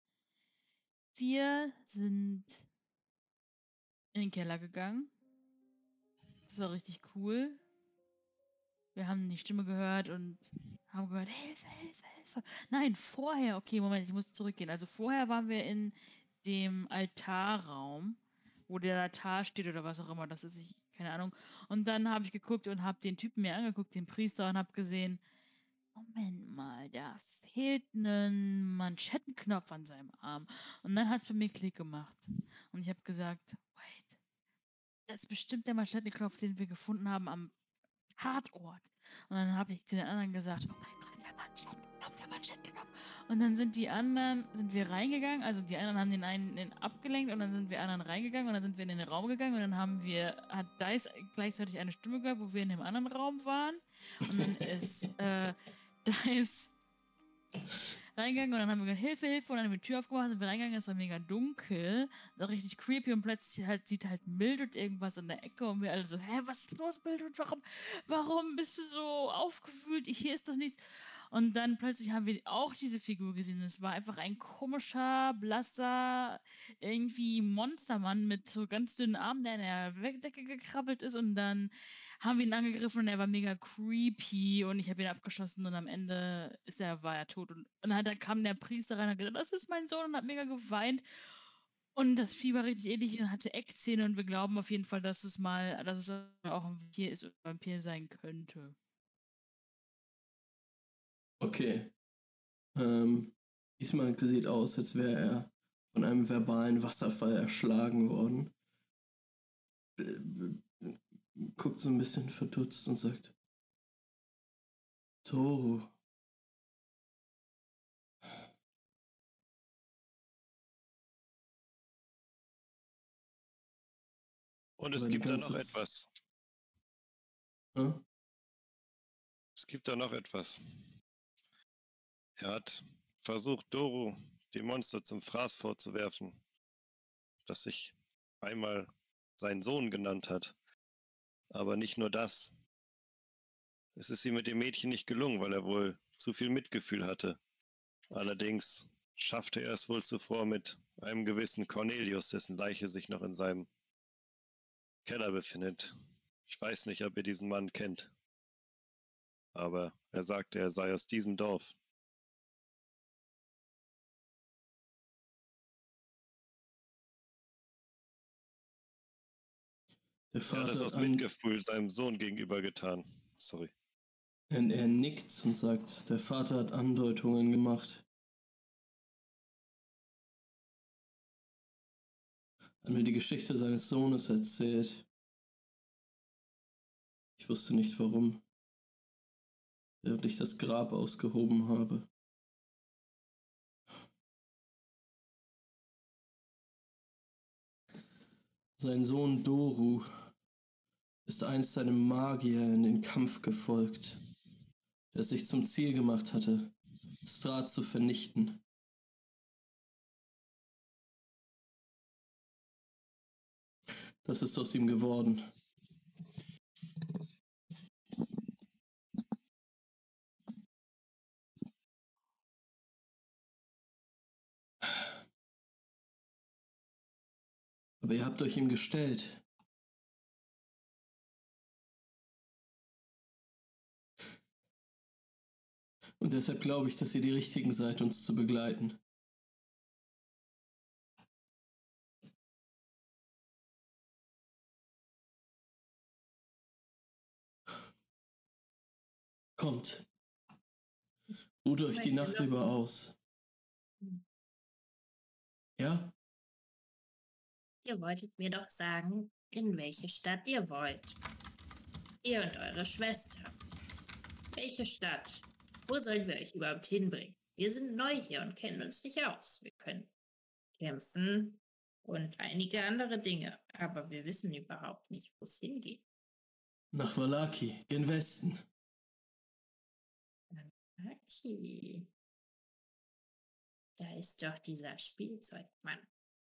Wir sind in den Keller gegangen. Das war richtig cool. Wir haben die Stimme gehört und haben gehört, Hilfe, Hilfe, Hilfe. Nein, vorher, okay, Moment, ich muss zurückgehen. Also vorher waren wir in dem Altarraum, wo der Altar steht oder was auch immer, das ist, keine Ahnung. Und dann habe ich geguckt und habe den Typen mir angeguckt, den Priester, und habe gesehen, Moment mal, da fehlt ein Manschettenknopf an seinem Arm. Und dann hat es bei mir Klick gemacht. Und ich habe gesagt, wait, das ist bestimmt der Manschettenknopf, den wir gefunden haben am Tatort. Und dann habe ich zu den anderen gesagt, oh mein Gott, der Manschettenknopf. Und dann sind wir reingegangen, also die anderen haben den einen abgelenkt und dann sind wir anderen reingegangen und dann sind wir in den Raum gegangen und dann hat Dice gleichzeitig eine Stimme gehört, wo wir in dem anderen Raum waren. Und dann ist Dice reingegangen und dann haben wir gesagt, Hilfe, Hilfe, und dann haben wir die Tür aufgemacht, sind wir reingegangen, es war mega dunkel, war richtig creepy und plötzlich sieht halt Mildred irgendwas in der Ecke und wir alle so, hä, was ist los, Mildred, warum bist du so aufgewühlt, hier ist doch nichts. Und dann plötzlich haben wir auch diese Figur gesehen. Es war einfach ein komischer, blasser, irgendwie Monstermann mit so ganz dünnen Armen, der in der Decke gekrabbelt ist. Und dann haben wir ihn angegriffen und er war mega creepy. Und ich habe ihn abgeschossen und am Ende war er tot. Und dann kam der Priester rein und hat gesagt, das ist mein Sohn, und hat mega geweint. Und das Vieh war richtig ähnlich und hatte Eckzähne. Und wir glauben auf jeden Fall, dass es auch ein Vampir ist oder ein Vampir sein könnte. Okay. Ismark sieht aus, als wäre er von einem verbalen Wasserfall erschlagen worden. Guckt so ein bisschen verdutzt und sagt, Toru. Und es gibt da noch etwas. Hm? Es gibt da noch etwas. Er hat versucht, Doru, die Monster, zum Fraß vorzuwerfen, das sich einmal seinen Sohn genannt hat. Aber nicht nur das. Es ist ihm mit dem Mädchen nicht gelungen, weil er wohl zu viel Mitgefühl hatte. Allerdings schaffte er es wohl zuvor mit einem gewissen Cornelius, dessen Leiche sich noch in seinem Keller befindet. Ich weiß nicht, ob ihr diesen Mann kennt. Aber er sagte, er sei aus diesem Dorf. Der Er hat es Vater aus Mitgefühl seinem Sohn gegenüber getan. Sorry. er nickt und sagt, der Vater hat Andeutungen gemacht. Hat mir die Geschichte seines Sohnes erzählt. Ich wusste nicht warum, während ich das Grab ausgehoben habe. Sein Sohn Doru ist einst einem Magier in den Kampf gefolgt, der es sich zum Ziel gemacht hatte, Strahd zu vernichten. Das ist aus ihm geworden. Aber ihr habt euch ihm gestellt. Und deshalb glaube ich, dass ihr die Richtigen seid, uns zu begleiten. Kommt. Ruht euch die Nacht über aus. Ja? Ihr wolltet mir doch sagen, in welche Stadt ihr wollt. Ihr und eure Schwester. Welche Stadt? Wo sollen wir euch überhaupt hinbringen? Wir sind neu hier und kennen uns nicht aus. Wir können kämpfen und einige andere Dinge, aber wir wissen überhaupt nicht, wo es hingeht. Nach Vallaki, gen Westen. Okay. Da ist doch dieser Spielzeugmann.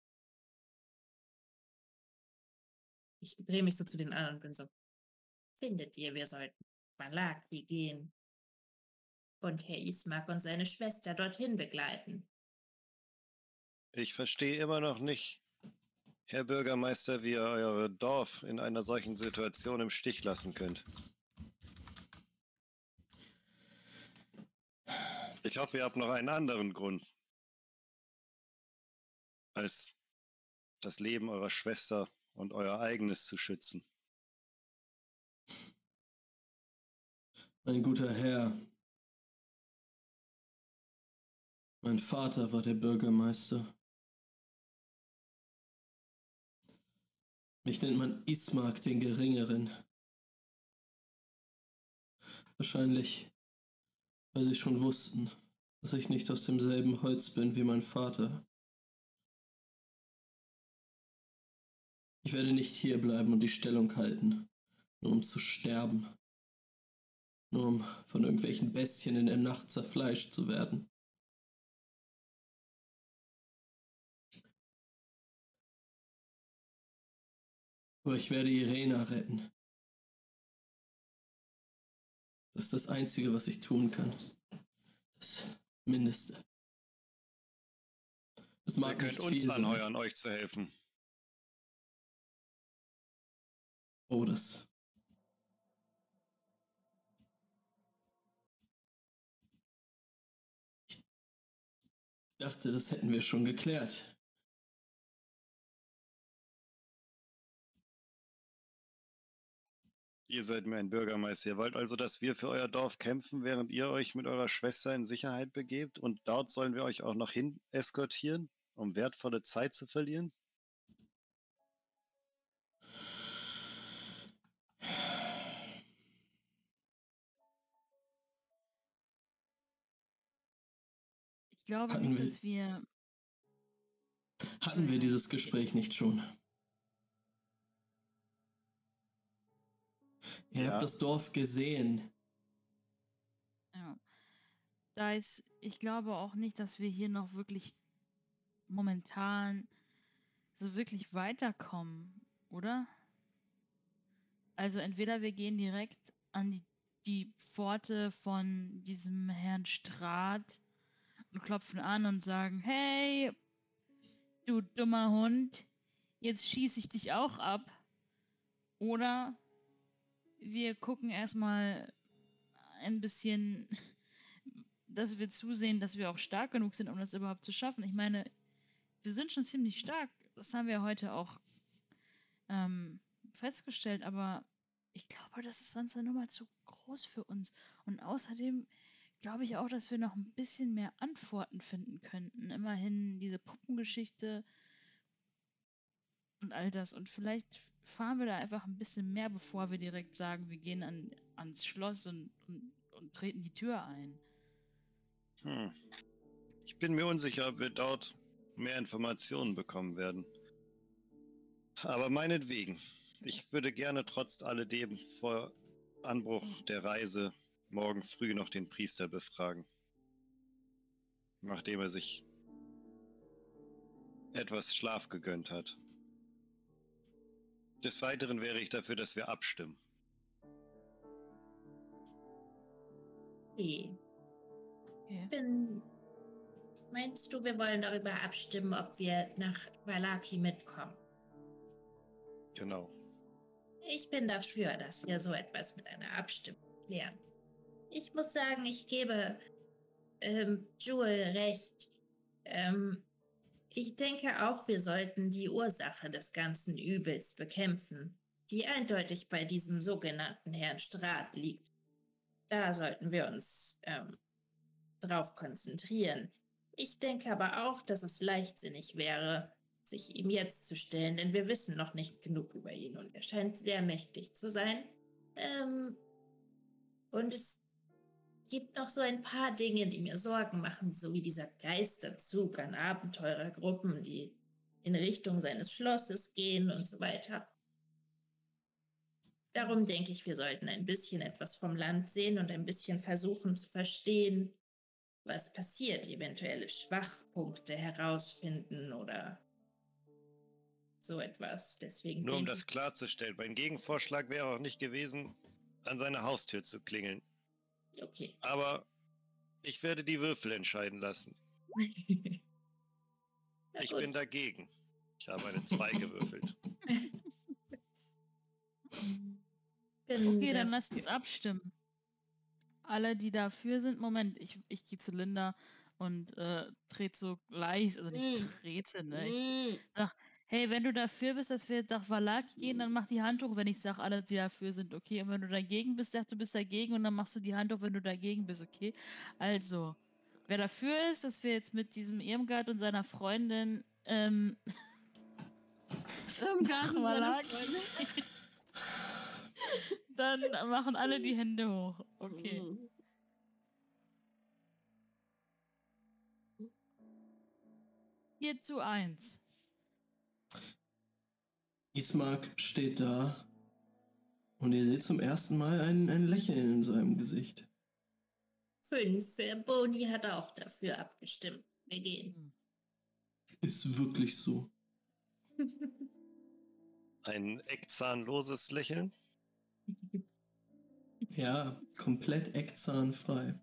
Ich drehe mich so zu den anderen und bin so, findet ihr, wir sollten Vallaki gehen und Herr Ismark und seine Schwester dorthin begleiten? Ich verstehe immer noch nicht, Herr Bürgermeister, wie ihr euer Dorf in einer solchen Situation im Stich lassen könnt. Ich hoffe, ihr habt noch einen anderen Grund, als das Leben eurer Schwester und euer eigenes zu schützen. Mein guter Herr, mein Vater war der Bürgermeister. Mich nennt man Ismark den Geringeren. Wahrscheinlich, weil sie schon wussten, dass ich nicht aus demselben Holz bin wie mein Vater. Ich werde nicht hierbleiben und die Stellung halten, nur um zu sterben. Nur um von irgendwelchen Bestien in der Nacht zerfleischt zu werden. Aber ich werde Irena retten. Das ist das Einzige, was ich tun kann. Das Mindeste. Es mag Ihr nicht könnt uns viel sein. anheuern, euch zu helfen. Oh, das... Ich dachte, das hätten wir schon geklärt. Ihr seid mir ein Bürgermeister. Ihr wollt also, dass wir für euer Dorf kämpfen, während ihr euch mit eurer Schwester in Sicherheit begebt? Und dort sollen wir euch auch noch hin eskortieren, um wertvolle Zeit zu verlieren? Ich glaube Hatten nicht, wir- dass wir... Hatten wir dieses Gespräch nicht schon? Ihr habt das Dorf gesehen. Ja. Ich glaube auch nicht, dass wir hier noch wirklich momentan so wirklich weiterkommen, oder? Also entweder wir gehen direkt an die Pforte von diesem Herrn Strahd und klopfen an und sagen, hey, du dummer Hund, jetzt schieße ich dich auch ab. Oder wir gucken erstmal ein bisschen, dass wir zusehen, dass wir auch stark genug sind, um das überhaupt zu schaffen. Ich meine, wir sind schon ziemlich stark. Das haben wir heute auch festgestellt, aber ich glaube, das ist sonst eine Nummer zu groß für uns. Und außerdem glaube ich auch, dass wir noch ein bisschen mehr Antworten finden könnten. Immerhin diese Puppengeschichte und all das. Und vielleicht fahren wir da einfach ein bisschen mehr, bevor wir direkt sagen, wir gehen ans Schloss und treten die Tür ein. Ich bin mir unsicher, ob wir dort mehr Informationen bekommen werden. Aber meinetwegen. Ich würde gerne trotz alledem vor Anbruch der Reise morgen früh noch den Priester befragen. Nachdem er sich etwas Schlaf gegönnt hat. Des Weiteren wäre ich dafür, dass wir abstimmen. Okay. Meinst du, wir wollen darüber abstimmen, ob wir nach Vallaki mitkommen? Genau. Ich bin dafür, dass wir so etwas mit einer Abstimmung klären. Ich muss sagen, ich gebe Jewel recht. Ich denke auch, wir sollten die Ursache des ganzen Übels bekämpfen, die eindeutig bei diesem sogenannten Herrn Strath liegt. Da sollten wir uns drauf konzentrieren. Ich denke aber auch, dass es leichtsinnig wäre, sich ihm jetzt zu stellen, denn wir wissen noch nicht genug über ihn und er scheint sehr mächtig zu sein. Und es gibt noch so ein paar Dinge, die mir Sorgen machen, so wie dieser Geisterzug an Abenteurergruppen, die in Richtung seines Schlosses gehen und so weiter. Darum denke ich, wir sollten ein bisschen etwas vom Land sehen und ein bisschen versuchen zu verstehen, was passiert, eventuelle Schwachpunkte herausfinden oder so etwas. Deswegen Nur um das klarzustellen, mein Gegenvorschlag wäre auch nicht gewesen, an seine Haustür zu klingeln. Okay. Aber ich werde die Würfel entscheiden lassen. Ich bin dagegen. Ich habe eine 2 gewürfelt. Okay, dann lasst uns abstimmen. Alle, die dafür sind, Moment, ich gehe zu Linda und trete so leicht, also nicht trete, ne? Ich sag, hey, wenn du dafür bist, dass wir nach Vallaki gehen, dann mach die Hand hoch, wenn ich sage, alle, die dafür sind, okay? Und wenn du dagegen bist, sag, du bist dagegen und dann machst du die Hand hoch, wenn du dagegen bist, okay? Also, wer dafür ist, dass wir jetzt mit diesem Irmgard und seiner Freundin Irmgard und seiner Freundin. Dann machen alle die Hände hoch. Okay. 4:1. Ismark steht da und ihr seht zum ersten Mal ein Lächeln in seinem Gesicht. 5. Boni hat auch dafür abgestimmt. Wir gehen. Ist wirklich so. Ein eckzahnloses Lächeln? Ja, komplett eckzahnfrei.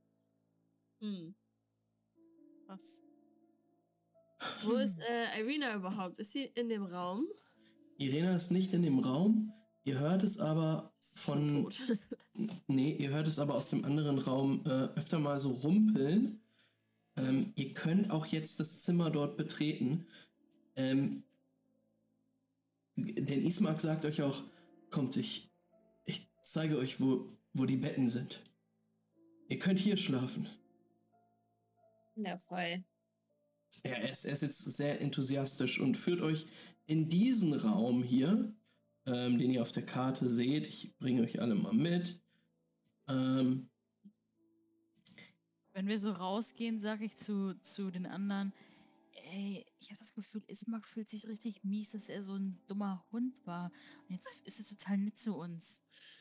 Was? Wo ist Irina überhaupt? Ist sie in dem Raum? Irina ist nicht in dem Raum. Ihr hört es aber von... Nee, ihr hört es aber aus dem anderen Raum öfter mal so rumpeln. Ihr könnt auch jetzt das Zimmer dort betreten. Denn Ismark sagt euch auch, kommt, ich zeige euch, wo die Betten sind. Ihr könnt hier schlafen. Wundervoll. Ja, er ist jetzt sehr enthusiastisch und führt euch in diesen Raum hier, den ihr auf der Karte seht. Ich bringe euch alle mal mit. Wenn wir so rausgehen, sage ich zu den anderen, ey, ich habe das Gefühl, Ismark fühlt sich richtig mies, dass er so ein dummer Hund war. Und jetzt ist er total nett zu uns.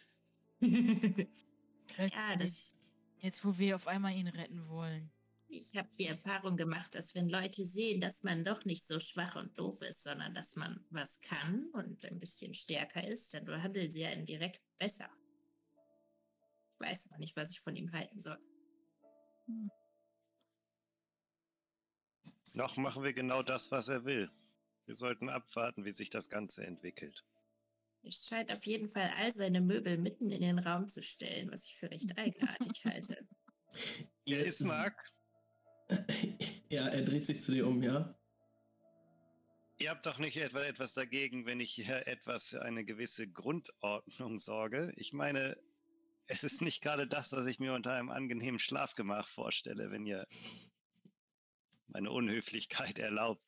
Plötzlich. Jetzt, wo wir auf einmal ihn retten wollen. Ich habe die Erfahrung gemacht, dass wenn Leute sehen, dass man doch nicht so schwach und doof ist, sondern dass man was kann und ein bisschen stärker ist, dann behandeln sie einen direkt besser. Ich weiß noch nicht, was ich von ihm halten soll. Noch machen wir genau das, was er will. Wir sollten abwarten, wie sich das Ganze entwickelt. Er scheint auf jeden Fall all seine Möbel mitten in den Raum zu stellen, was ich für recht eigenartig halte. Ismark? Ja, er dreht sich zu dir um, ja? Ihr habt doch nicht etwa etwas dagegen, wenn ich hier etwas für eine gewisse Grundordnung sorge? Ich meine, es ist nicht gerade das, was ich mir unter einem angenehmen Schlafgemach vorstelle, wenn ihr meine Unhöflichkeit erlaubt.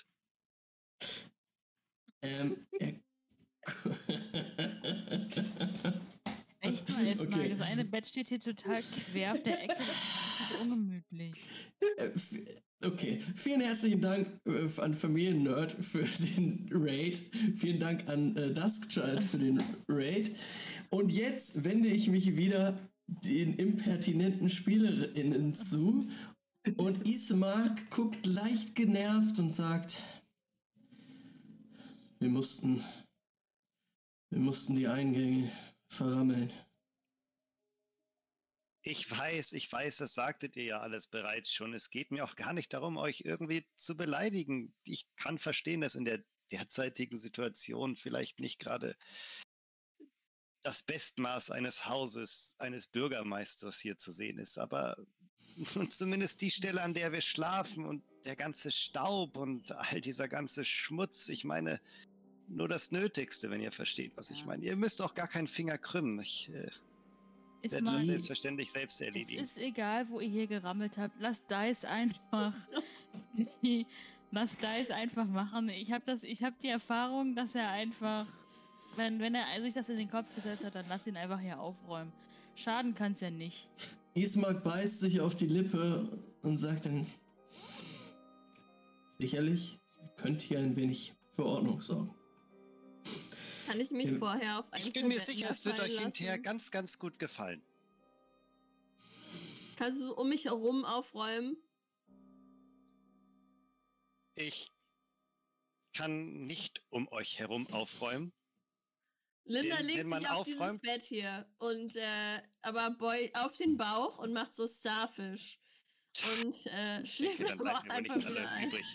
Echt mal, Ismark, Okay. das eine Bett steht hier total quer auf der Ecke. Das ist ungemütlich. Okay, vielen herzlichen Dank an Familiennerd für den Raid. Vielen Dank an Duskchild für den Raid. Und jetzt wende ich mich wieder den impertinenten SpielerInnen zu. Und Ismark guckt leicht genervt und sagt, wir mussten die Eingänge verrammeln. Ich weiß, das sagtet ihr ja alles bereits schon. Es geht mir auch gar nicht darum, euch irgendwie zu beleidigen. Ich kann verstehen, dass in der derzeitigen Situation vielleicht nicht gerade das Bestmaß eines Hauses, eines Bürgermeisters hier zu sehen ist, aber zumindest die Stelle, an der wir schlafen und der ganze Staub und all dieser ganze Schmutz, ich meine, nur das Nötigste, wenn ihr versteht, was ich meine. Ihr müsst auch gar keinen Finger krümmen. Ich werde das selbstverständlich selbst erledigen. Es ist egal, wo ihr hier gerammelt habt. Lasst Dice einfach. Lasst Dice einfach machen. Ich hab die Erfahrung, dass er einfach, wenn er sich das in den Kopf gesetzt hat, dann lass ihn einfach hier aufräumen. Schaden kann's ja nicht. Ismark beißt sich auf die Lippe und sagt dann, sicherlich, ihr könnt hier ein wenig für Ordnung sorgen. Kann ich mich vorher auf ein Ich bin mir sicher, es wird euch hinterher ganz, ganz gut gefallen. Kannst du so um mich herum aufräumen? Ich kann nicht um euch herum aufräumen. Linda legt sich auf dieses Bett hier und aber Boy auf den Bauch und macht so Starfish. Und schläft dann bleibt mir aber nichts anderes ein. übrig.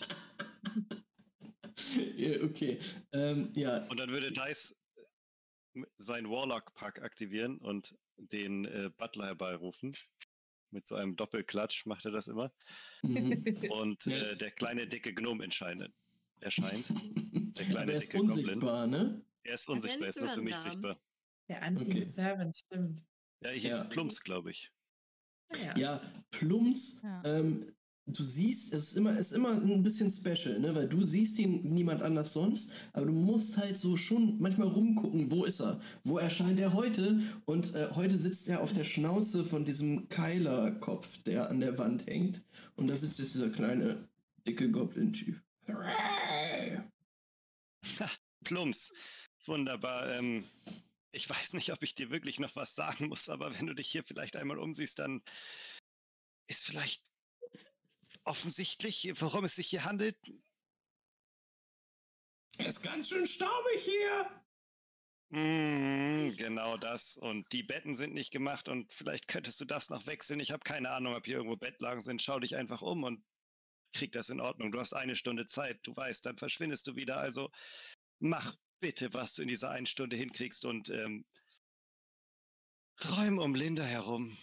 Ja, okay. Ja. Und dann würde Dice sein Warlock-Pack aktivieren und den Butler herbeirufen. Mit so einem Doppelklatsch macht er das immer. Und der kleine, dicke Gnome erscheint. Der kleine, aber er ist dicke unsichtbar, Goblin. ne? Er ist unsichtbar, er ist nur für mich sichtbar. Der Unseen Servant, stimmt. Ja, ich hieß Plumps, glaube ich. Ja, Plumps, du siehst, es ist immer ein bisschen special, ne? Weil du siehst ihn niemand anders sonst, aber du musst halt so schon manchmal rumgucken, wo ist er? Wo erscheint er heute? Und heute sitzt er auf der Schnauze von diesem Keilerkopf, der an der Wand hängt. Und da sitzt jetzt dieser kleine, dicke Goblin-Typ. Plumps, wunderbar. Ich weiß nicht, ob ich dir wirklich noch was sagen muss, aber wenn du dich hier vielleicht einmal umsiehst, dann ist vielleicht offensichtlich, worum es sich hier handelt. Es ist ganz schön staubig hier. Genau das. Und die Betten sind nicht gemacht und vielleicht könntest du das noch wechseln. Ich habe keine Ahnung, ob hier irgendwo Bettlagen sind. Schau dich einfach um und krieg das in Ordnung. Du hast 1 Stunde Zeit. Du weißt, dann verschwindest du wieder. Also mach bitte, was du in dieser 1 Stunde hinkriegst und räum um Linda herum.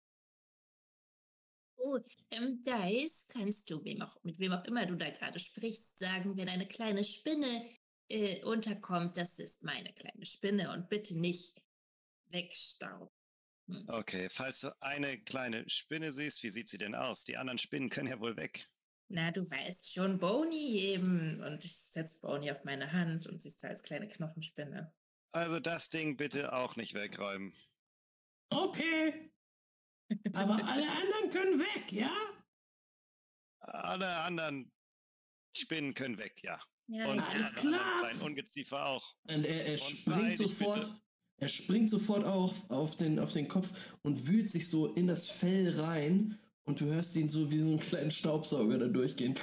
Oh, Dice, kannst du mit wem auch immer du da gerade sprichst, sagen, wenn eine kleine Spinne unterkommt, das ist meine kleine Spinne und bitte nicht wegstauben. Okay, falls du eine kleine Spinne siehst, wie sieht sie denn aus? Die anderen Spinnen können ja wohl weg. Na, du weißt schon, Boney eben. Und ich setze Boney auf meine Hand und sie ist da als kleine Knochenspinne. Also das Ding bitte auch nicht wegräumen. Okay. Aber alle anderen können weg, ja? Alle anderen Spinnen können weg, ja. Ja, und alles klar. Ein Ungeziefer auch. Und er springt sofort. Bitte. Er springt sofort auf den Kopf und wühlt sich so in das Fell rein und du hörst ihn so wie so einen kleinen Staubsauger da durchgehen.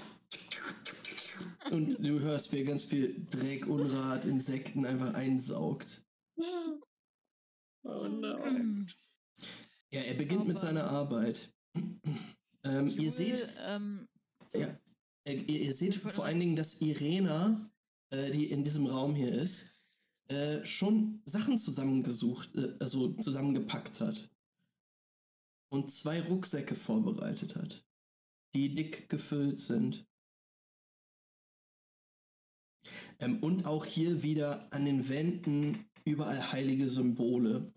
Und du hörst, wie er ganz viel Dreck, Unrat, Insekten einfach einsaugt. Oh no. Ja, er beginnt mit seiner Arbeit. Ihr seht, ihr seht vor allen Dingen, dass Irena, die in diesem Raum hier ist, schon Sachen zusammengesucht, also zusammengepackt hat. Und 2 Rucksäcke vorbereitet hat, die dick gefüllt sind. Und auch hier wieder an den Wänden überall heilige Symbole.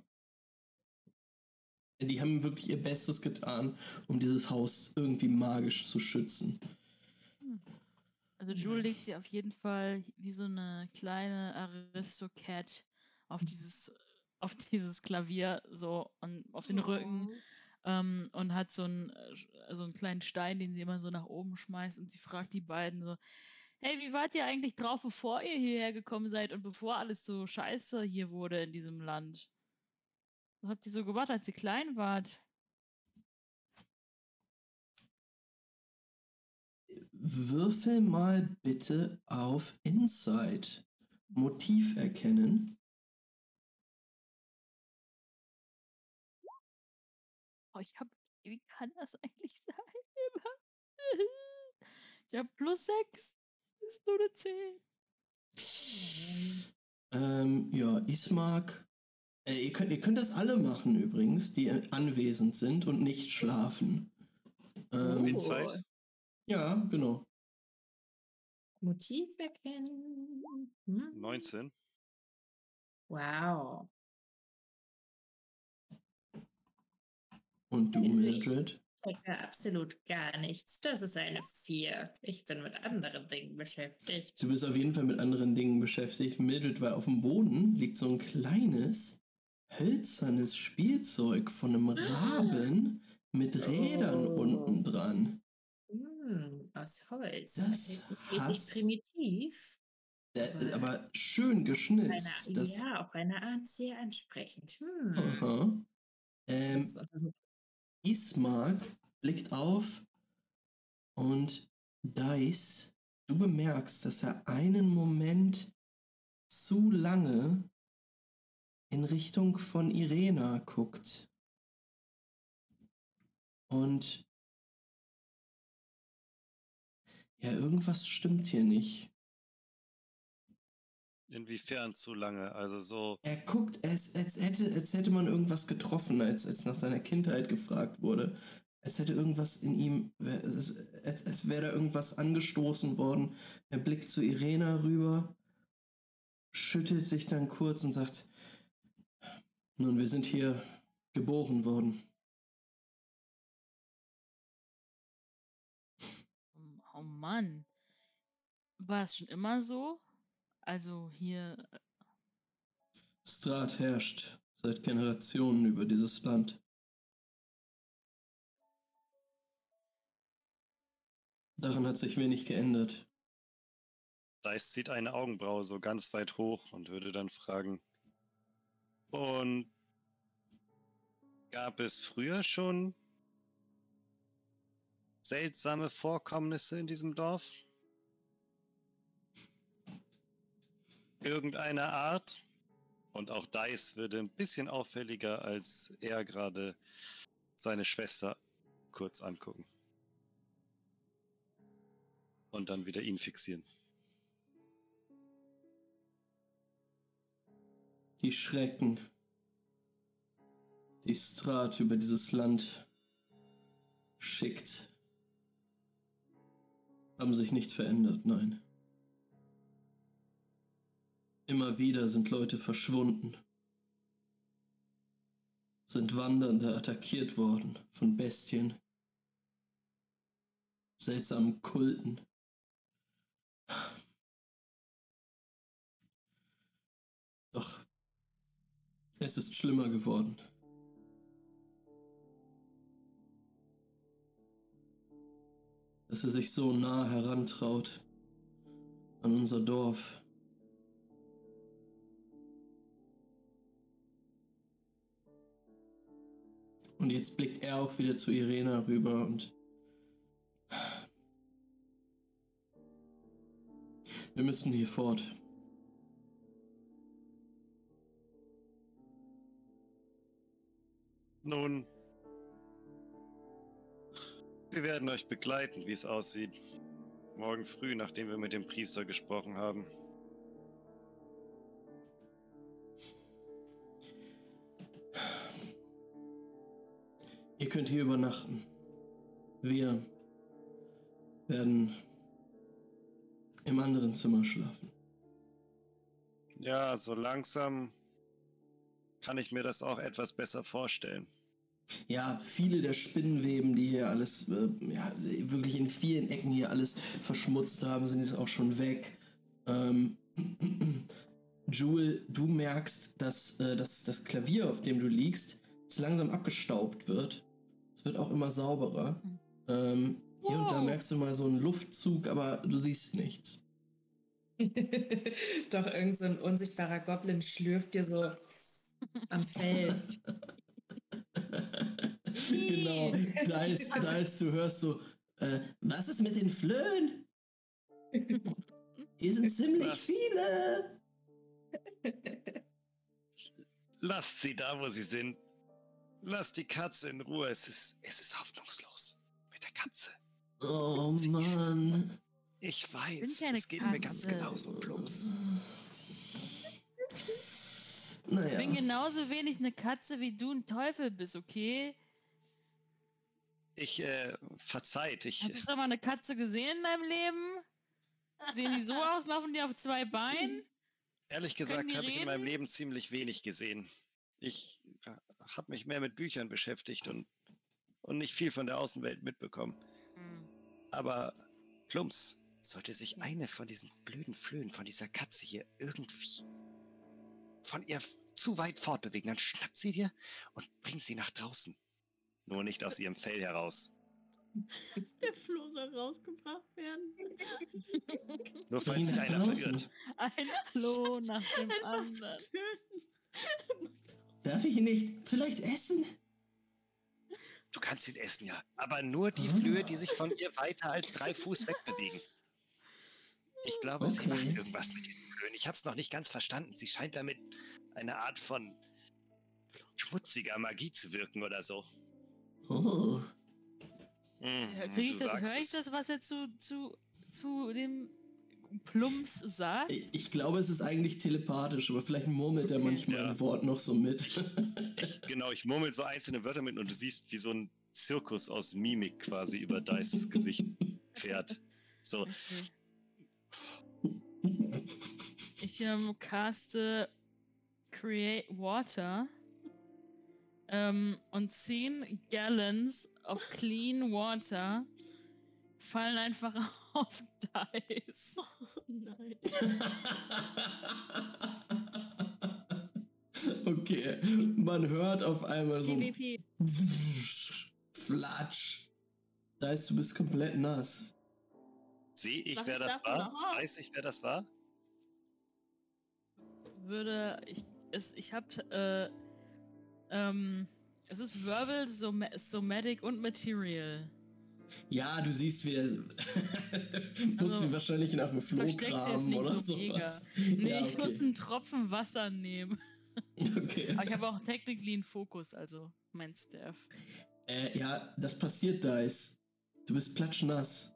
Die haben wirklich ihr Bestes getan, um dieses Haus irgendwie magisch zu schützen. Also Jule legt sie auf jeden Fall wie so eine kleine Aristocat auf dieses Klavier so und auf den Rücken und hat so einen kleinen Stein, den sie immer so nach oben schmeißt und sie fragt die beiden so, hey, wie wart ihr eigentlich drauf, bevor ihr hierher gekommen seid und bevor alles so scheiße hier wurde in diesem Land? Was habt ihr so gemacht, als ihr klein wart? Würfel mal bitte auf Insight. Motiv erkennen. Oh, wie kann das eigentlich sein? Ich habe +6. Das ist nur eine 10. Ja, Ismark. Ihr könnt das alle machen übrigens, die anwesend sind und nicht schlafen. Insight? Ja, genau. Motiv erkennen. 19. Wow. Und du, Mildred? Ich checke absolut gar nichts. Das ist eine 4. Ich bin mit anderen Dingen beschäftigt. Du bist auf jeden Fall mit anderen Dingen beschäftigt. Mildred, weil auf dem Boden liegt so ein kleines, hölzernes Spielzeug von einem Raben mit Rädern unten dran. Aus Holz. Das ist richtig primitiv. Aber schön geschnitzt. Auf eine Art sehr ansprechend. Aha. Ismark blickt auf und Dice, du bemerkst, dass er einen Moment zu lange in Richtung von Irena guckt. Und ja, irgendwas stimmt hier nicht. Inwiefern zu lange? Also so. Er guckt, als hätte man irgendwas getroffen, als nach seiner Kindheit gefragt wurde. Als hätte irgendwas in ihm, als wäre da irgendwas angestoßen worden. Er blickt zu Irena rüber, schüttelt sich dann kurz und sagt, nun, wir sind hier geboren worden. Oh Mann. War das schon immer so? Also hier. Strahd herrscht seit Generationen über dieses Land. Daran hat sich wenig geändert. Dice zieht eine Augenbraue so ganz weit hoch und würde dann fragen, und gab es früher schon seltsame Vorkommnisse in diesem Dorf? Irgendeiner Art? Und auch Dice würde ein bisschen auffälliger, als er gerade seine Schwester kurz angucken. Und dann wieder ihn fixieren. Die Schrecken, die Strahd über dieses Land schickt, haben sich nicht verändert, nein. Immer wieder sind Leute verschwunden, sind Wandernde attackiert worden von Bestien, seltsamen Kulten. Doch es ist schlimmer geworden. Dass er sich so nah herantraut an unser Dorf. Und jetzt blickt er auch wieder zu Irena rüber und wir müssen hier fort. Nun, wir werden euch begleiten, wie es aussieht. Morgen früh, nachdem wir mit dem Priester gesprochen haben. Ihr könnt hier übernachten. Wir werden im anderen Zimmer schlafen. Ja, so langsam kann ich mir das auch etwas besser vorstellen. Ja, viele der Spinnenweben, die hier alles, wirklich in vielen Ecken hier alles verschmutzt haben, sind jetzt auch schon weg. Jewel, du merkst, dass das Klavier, auf dem du liegst, jetzt langsam abgestaubt wird. Es wird auch immer sauberer. Hier und da merkst du mal so einen Luftzug, aber du siehst nichts. Doch irgend so ein unsichtbarer Goblin schlürft dir so am Fell. Genau, da ist, du hörst so, was ist mit den Flöhen? Hier sind ziemlich viele. Lasst sie da, wo sie sind. Lasst die Katze in Ruhe. Es ist hoffnungslos. Mit der Katze. Oh Mann. Ich weiß, Bin es geht mir ganz genauso, Plumps. Naja. Ich bin genauso wenig eine Katze, wie du ein Teufel bist, okay? Verzeiht, Hast du schon mal eine Katze gesehen in deinem Leben? Sehen die so aus? Laufen die auf zwei Beinen? Ehrlich gesagt habe ich in meinem Leben ziemlich wenig gesehen. Ich habe mich mehr mit Büchern beschäftigt und nicht viel von der Außenwelt mitbekommen. Aber Plumps, sollte sich eine von diesen blöden Flöhen von dieser Katze hier irgendwie von ihr zu weit fortbewegen, dann schnapp sie dir und bring sie nach draußen. Nur nicht aus ihrem Fell heraus. Der Floh soll rausgebracht werden. Nur falls sich einer verirrt. Ein Floh nach dem anderen. Darf ich ihn nicht vielleicht essen? Du kannst ihn essen, ja. Aber nur die Flöhe, die sich von ihr weiter als 3 Fuß wegbewegen. Ich glaube, sie macht irgendwas mit diesen Flöhen. Ich habe es noch nicht ganz verstanden. Sie scheint damit eine Art von schmutziger Magie zu wirken oder so. Oh. Höre ich das, was er zu dem Plumps sagt? Ich glaube, es ist eigentlich telepathisch, aber vielleicht murmelt er manchmal ein Wort noch so mit. Ich murmel so einzelne Wörter mit und du siehst, wie so ein Zirkus aus Mimik quasi über Dices Gesicht fährt. So. Okay. Ich caste Create Water und 10 Gallons of Clean Water fallen einfach auf Dice. Oh nein. Okay, man hört auf einmal so PvP. Flatsch. Dice, du bist komplett nass. Sehe ich, wer das war? Weiß ich, wer das war? Es ist Verbal, Somatic und Material. Ja, du siehst, wie er muss wie wahrscheinlich nach dem Floh kramen oder so. Nee, ja, ich muss einen Tropfen Wasser nehmen. Okay. Aber ich habe auch technically einen Fokus, also mein Staff. Ja, das passiert, Dice. Du bist platschnass.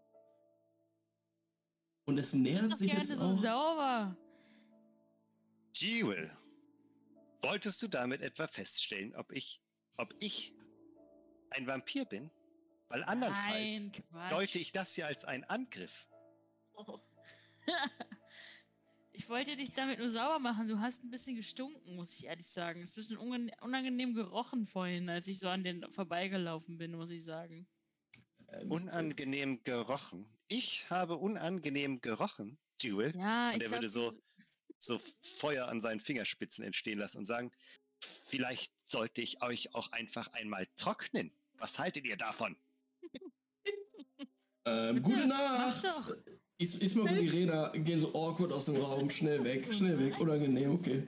Und es nähert sich jetzt so auch... sauber. Jewel, wolltest du damit etwa feststellen, ob ich ein Vampir bin? Weil andernfalls deute ich das hier als einen Angriff. Oh. Ich wollte dich damit nur sauber machen. Du hast ein bisschen gestunken, muss ich ehrlich sagen. Es ist ein bisschen unangenehm gerochen vorhin, als ich so an den vorbeigelaufen bin, muss ich sagen. Unangenehm gerochen? Ich habe unangenehm gerochen, Jewel. Ja, und er würde so Feuer an seinen Fingerspitzen entstehen lassen und sagen, vielleicht sollte ich euch auch einfach einmal trocknen. Was haltet ihr davon? Gute Nacht! Isma und Irena gehen so awkward aus dem Raum. Schnell weg, unangenehm, okay.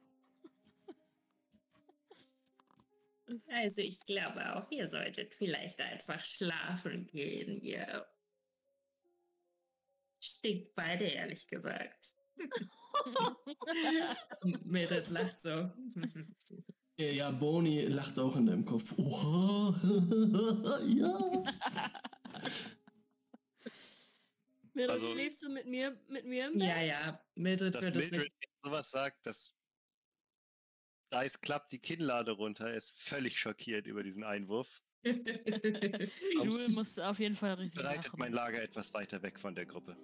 Also ich glaube auch, ihr solltet vielleicht einfach schlafen gehen. Ihr stinkt beide, ehrlich gesagt. Mildred lacht so. Ja, Boni lacht auch in deinem Kopf. Oha, ja. Mildred, schläfst du mit mir im Bett? Ja. Mildred würde es nicht. Sowas sagt, dass Dice klappt die Kinnlade runter, er ist völlig schockiert über diesen Einwurf Jule muss auf jeden Fall richtig Bereitet lachen. mein Lager etwas weiter weg von der Gruppe.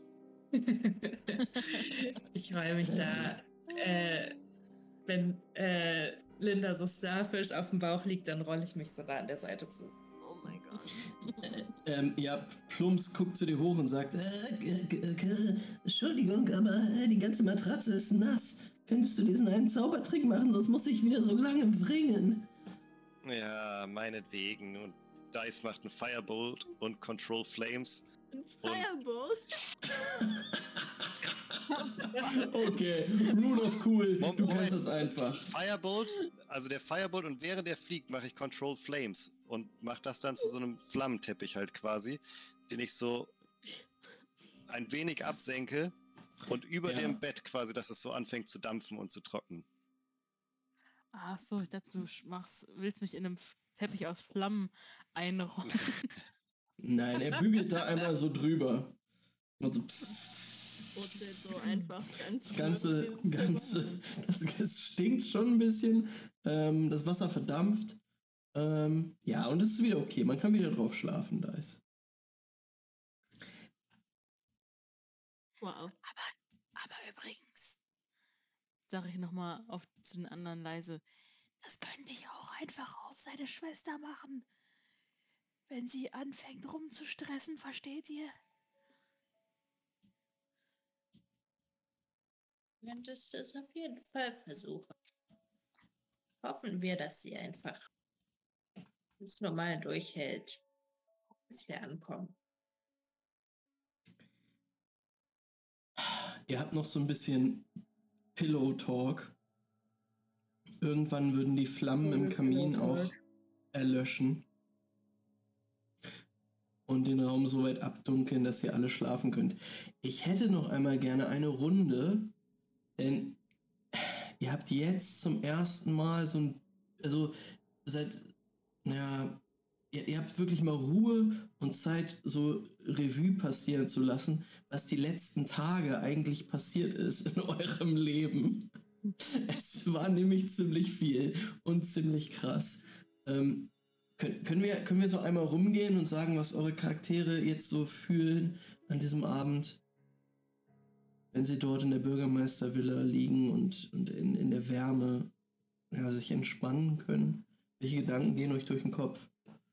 Ich freue mich da, wenn Linda so Starfish auf dem Bauch liegt, dann rolle ich mich so da an der Seite zu. Oh mein Gott. Ja, Plumps guckt zu dir hoch und sagt, Entschuldigung, aber die ganze Matratze ist nass. Könntest du diesen einen Zaubertrick machen, sonst muss ich wieder so lange bringen. Ja, meinetwegen. Und Dice macht einen Firebolt und Control Flames. Ein Firebolt? Okay, Rune of Cool, du kannst es einfach. Firebolt, also der Firebolt, und während er fliegt, mache ich Control Flames und mache das dann zu so einem Flammenteppich halt quasi, den ich so ein wenig absenke und über dem Bett quasi, dass es so anfängt zu dampfen und zu trocknen. Ach so, ich dachte, du willst mich in einem Teppich aus Flammen einrollen. Nein, er bügelt da einmal so drüber. Und so, So einfach das das stinkt schon ein bisschen. Das Wasser verdampft. Ja, und es ist wieder okay. Man kann wieder drauf schlafen, Dice. Wow. Aber übrigens, sage ich nochmal zu den anderen leise, das könnte ich auch einfach auf seine Schwester machen. Wenn sie anfängt rumzustressen, versteht ihr? Könntest es auf jeden Fall versuchen. Hoffen wir, dass sie einfach ganz normal durchhält, bis wir ankommen. Ihr habt noch so ein bisschen Pillow-Talk. Irgendwann würden die Flammen im Kamin auch erlöschen und den Raum so weit abdunkeln, dass ihr alle schlafen könnt. Ich hätte noch einmal gerne eine Runde, denn ihr habt jetzt zum ersten Mal ihr habt wirklich mal Ruhe und Zeit, so Revue passieren zu lassen, was die letzten Tage eigentlich passiert ist in eurem Leben. Es war nämlich ziemlich viel und ziemlich krass. Können wir so einmal rumgehen und sagen, was eure Charaktere jetzt so fühlen an diesem Abend, wenn sie dort in der Bürgermeistervilla liegen und in der Wärme sich entspannen können? Welche Gedanken gehen euch durch den Kopf?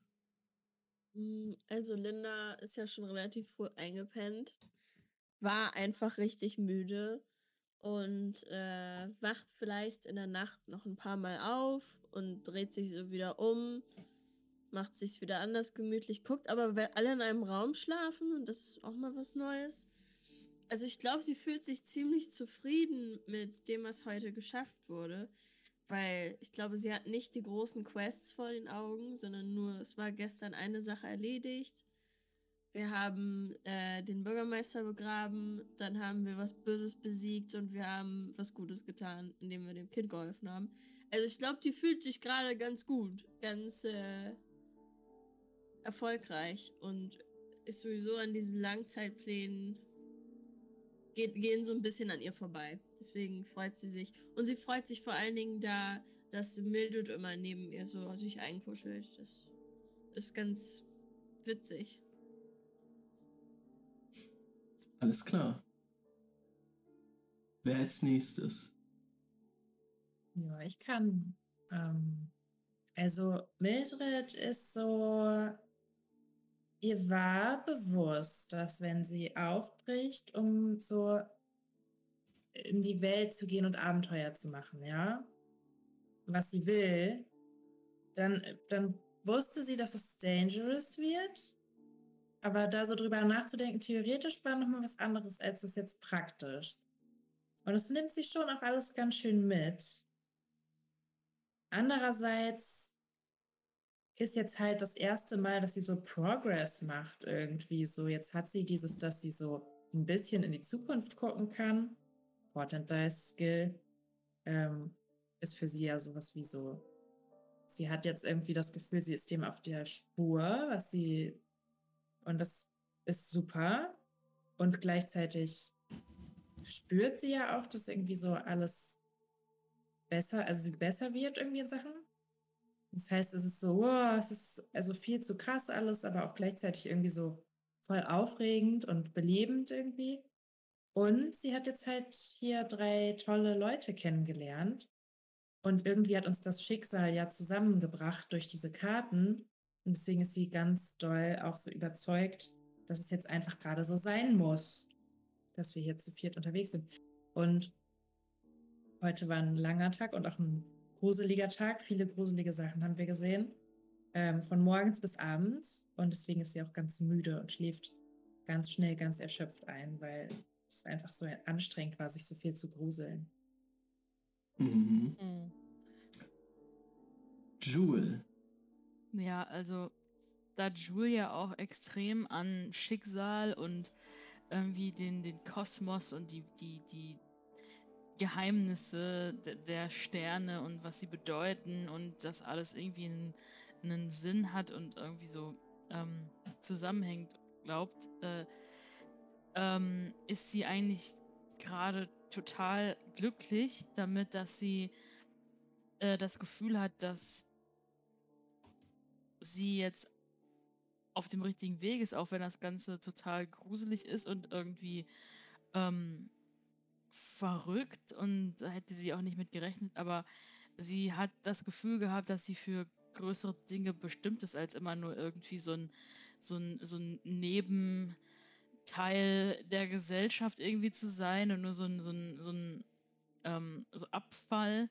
Also Linda ist ja schon relativ früh eingepennt, war einfach richtig müde und wacht vielleicht in der Nacht noch ein paar Mal auf und dreht sich so wieder um, macht sich wieder anders gemütlich, guckt aber, weil alle in einem Raum schlafen und das ist auch mal was Neues. Also ich glaube, sie fühlt sich ziemlich zufrieden mit dem, was heute geschafft wurde, weil ich glaube, sie hat nicht die großen Quests vor den Augen, sondern nur, es war gestern eine Sache erledigt. Wir haben den Bürgermeister begraben, dann haben wir was Böses besiegt und wir haben was Gutes getan, indem wir dem Kind geholfen haben. Also ich glaube, die fühlt sich gerade ganz gut, ganz erfolgreich und ist sowieso an diesen Langzeitplänen, gehen so ein bisschen an ihr vorbei. Deswegen freut sie sich. Und sie freut sich vor allen Dingen da, dass Mildred immer neben ihr so sich einkuschelt. Das ist ganz witzig. Alles klar. Wer als nächstes? Ja, ich kann. Also Mildred ist so, ihr war bewusst, dass wenn sie aufbricht, um so in die Welt zu gehen und Abenteuer zu machen, ja, was sie will, dann wusste sie, dass es dangerous wird, aber da so drüber nachzudenken, theoretisch war nochmal was anderes, als es jetzt praktisch. Und es nimmt sie schon auch alles ganz schön mit. Andererseits ist jetzt halt das erste Mal, dass sie so Progress macht irgendwie. So, jetzt hat sie dieses, dass sie so ein bisschen in die Zukunft gucken kann. Portent Dice Skill ist für sie ja sowas wie so. Sie hat jetzt irgendwie das Gefühl, sie ist dem auf der Spur, und das ist super. Und gleichzeitig spürt sie ja auch, dass irgendwie so alles besser wird irgendwie in Sachen. Das heißt, es ist so, es ist also viel zu krass alles, aber auch gleichzeitig irgendwie so voll aufregend und belebend irgendwie. Und sie hat jetzt halt hier 3 tolle Leute kennengelernt. Und irgendwie hat uns das Schicksal ja zusammengebracht durch diese Karten. Und deswegen ist sie ganz doll auch so überzeugt, dass es jetzt einfach gerade so sein muss, dass wir hier zu viert unterwegs sind. Und heute war ein langer Tag und auch ein gruseliger Tag. Viele gruselige Sachen haben wir gesehen. Von morgens bis abends. Und deswegen ist sie auch ganz müde und schläft ganz schnell, ganz erschöpft ein, weil es einfach so anstrengend war, sich so viel zu gruseln. Mhm. Jewel. Ja, also da Jewel ja auch extrem an Schicksal und irgendwie den Kosmos und die Geheimnisse der Sterne und was sie bedeuten und das alles irgendwie einen Sinn hat und irgendwie so zusammenhängt, glaubt, ist sie eigentlich gerade total glücklich damit, dass sie das Gefühl hat, dass sie jetzt auf dem richtigen Weg ist, auch wenn das Ganze total gruselig ist und irgendwie verrückt und da hätte sie auch nicht mit gerechnet, aber sie hat das Gefühl gehabt, dass sie für größere Dinge bestimmt ist, als immer nur irgendwie so ein Nebenteil der Gesellschaft irgendwie zu sein und nur so Abfall.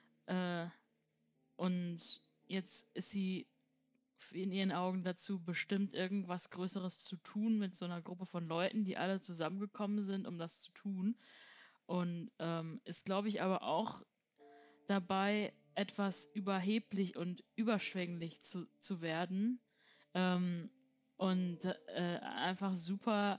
Und jetzt ist sie in ihren Augen dazu bestimmt, irgendwas Größeres zu tun mit so einer Gruppe von Leuten, die alle zusammengekommen sind, um das zu tun. Und ist, glaube ich, aber auch dabei, etwas überheblich und überschwänglich zu werden. Und einfach super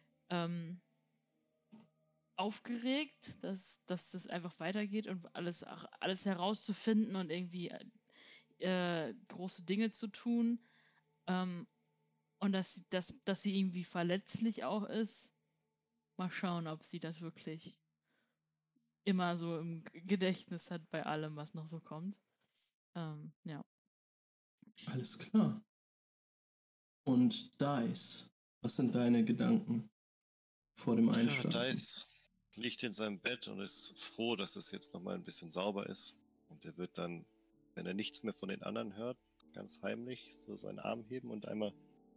aufgeregt, dass das einfach weitergeht und alles herauszufinden und irgendwie große Dinge zu tun. Und dass sie irgendwie verletzlich auch ist. Mal schauen, ob sie das wirklich immer so im Gedächtnis hat bei allem, was noch so kommt. Ja. Alles klar. Und Dice, was sind deine Gedanken vor dem Einschlafen? Ja, Dice liegt in seinem Bett und ist froh, dass es jetzt nochmal ein bisschen sauber ist. Und er wird dann, wenn er nichts mehr von den anderen hört, ganz heimlich so seinen Arm heben und einmal...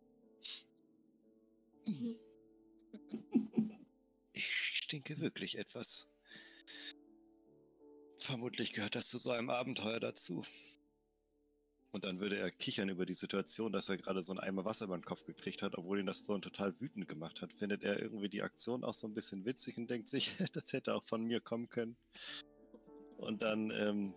Ich stinke wirklich etwas. Vermutlich gehört das zu so einem Abenteuer dazu. Und dann würde er kichern über die Situation, dass er gerade so einen Eimer Wasser über den Kopf gekriegt hat, obwohl ihn das vorhin total wütend gemacht hat. Findet er irgendwie die Aktion auch so ein bisschen witzig und denkt sich, das hätte auch von mir kommen können. Und dann,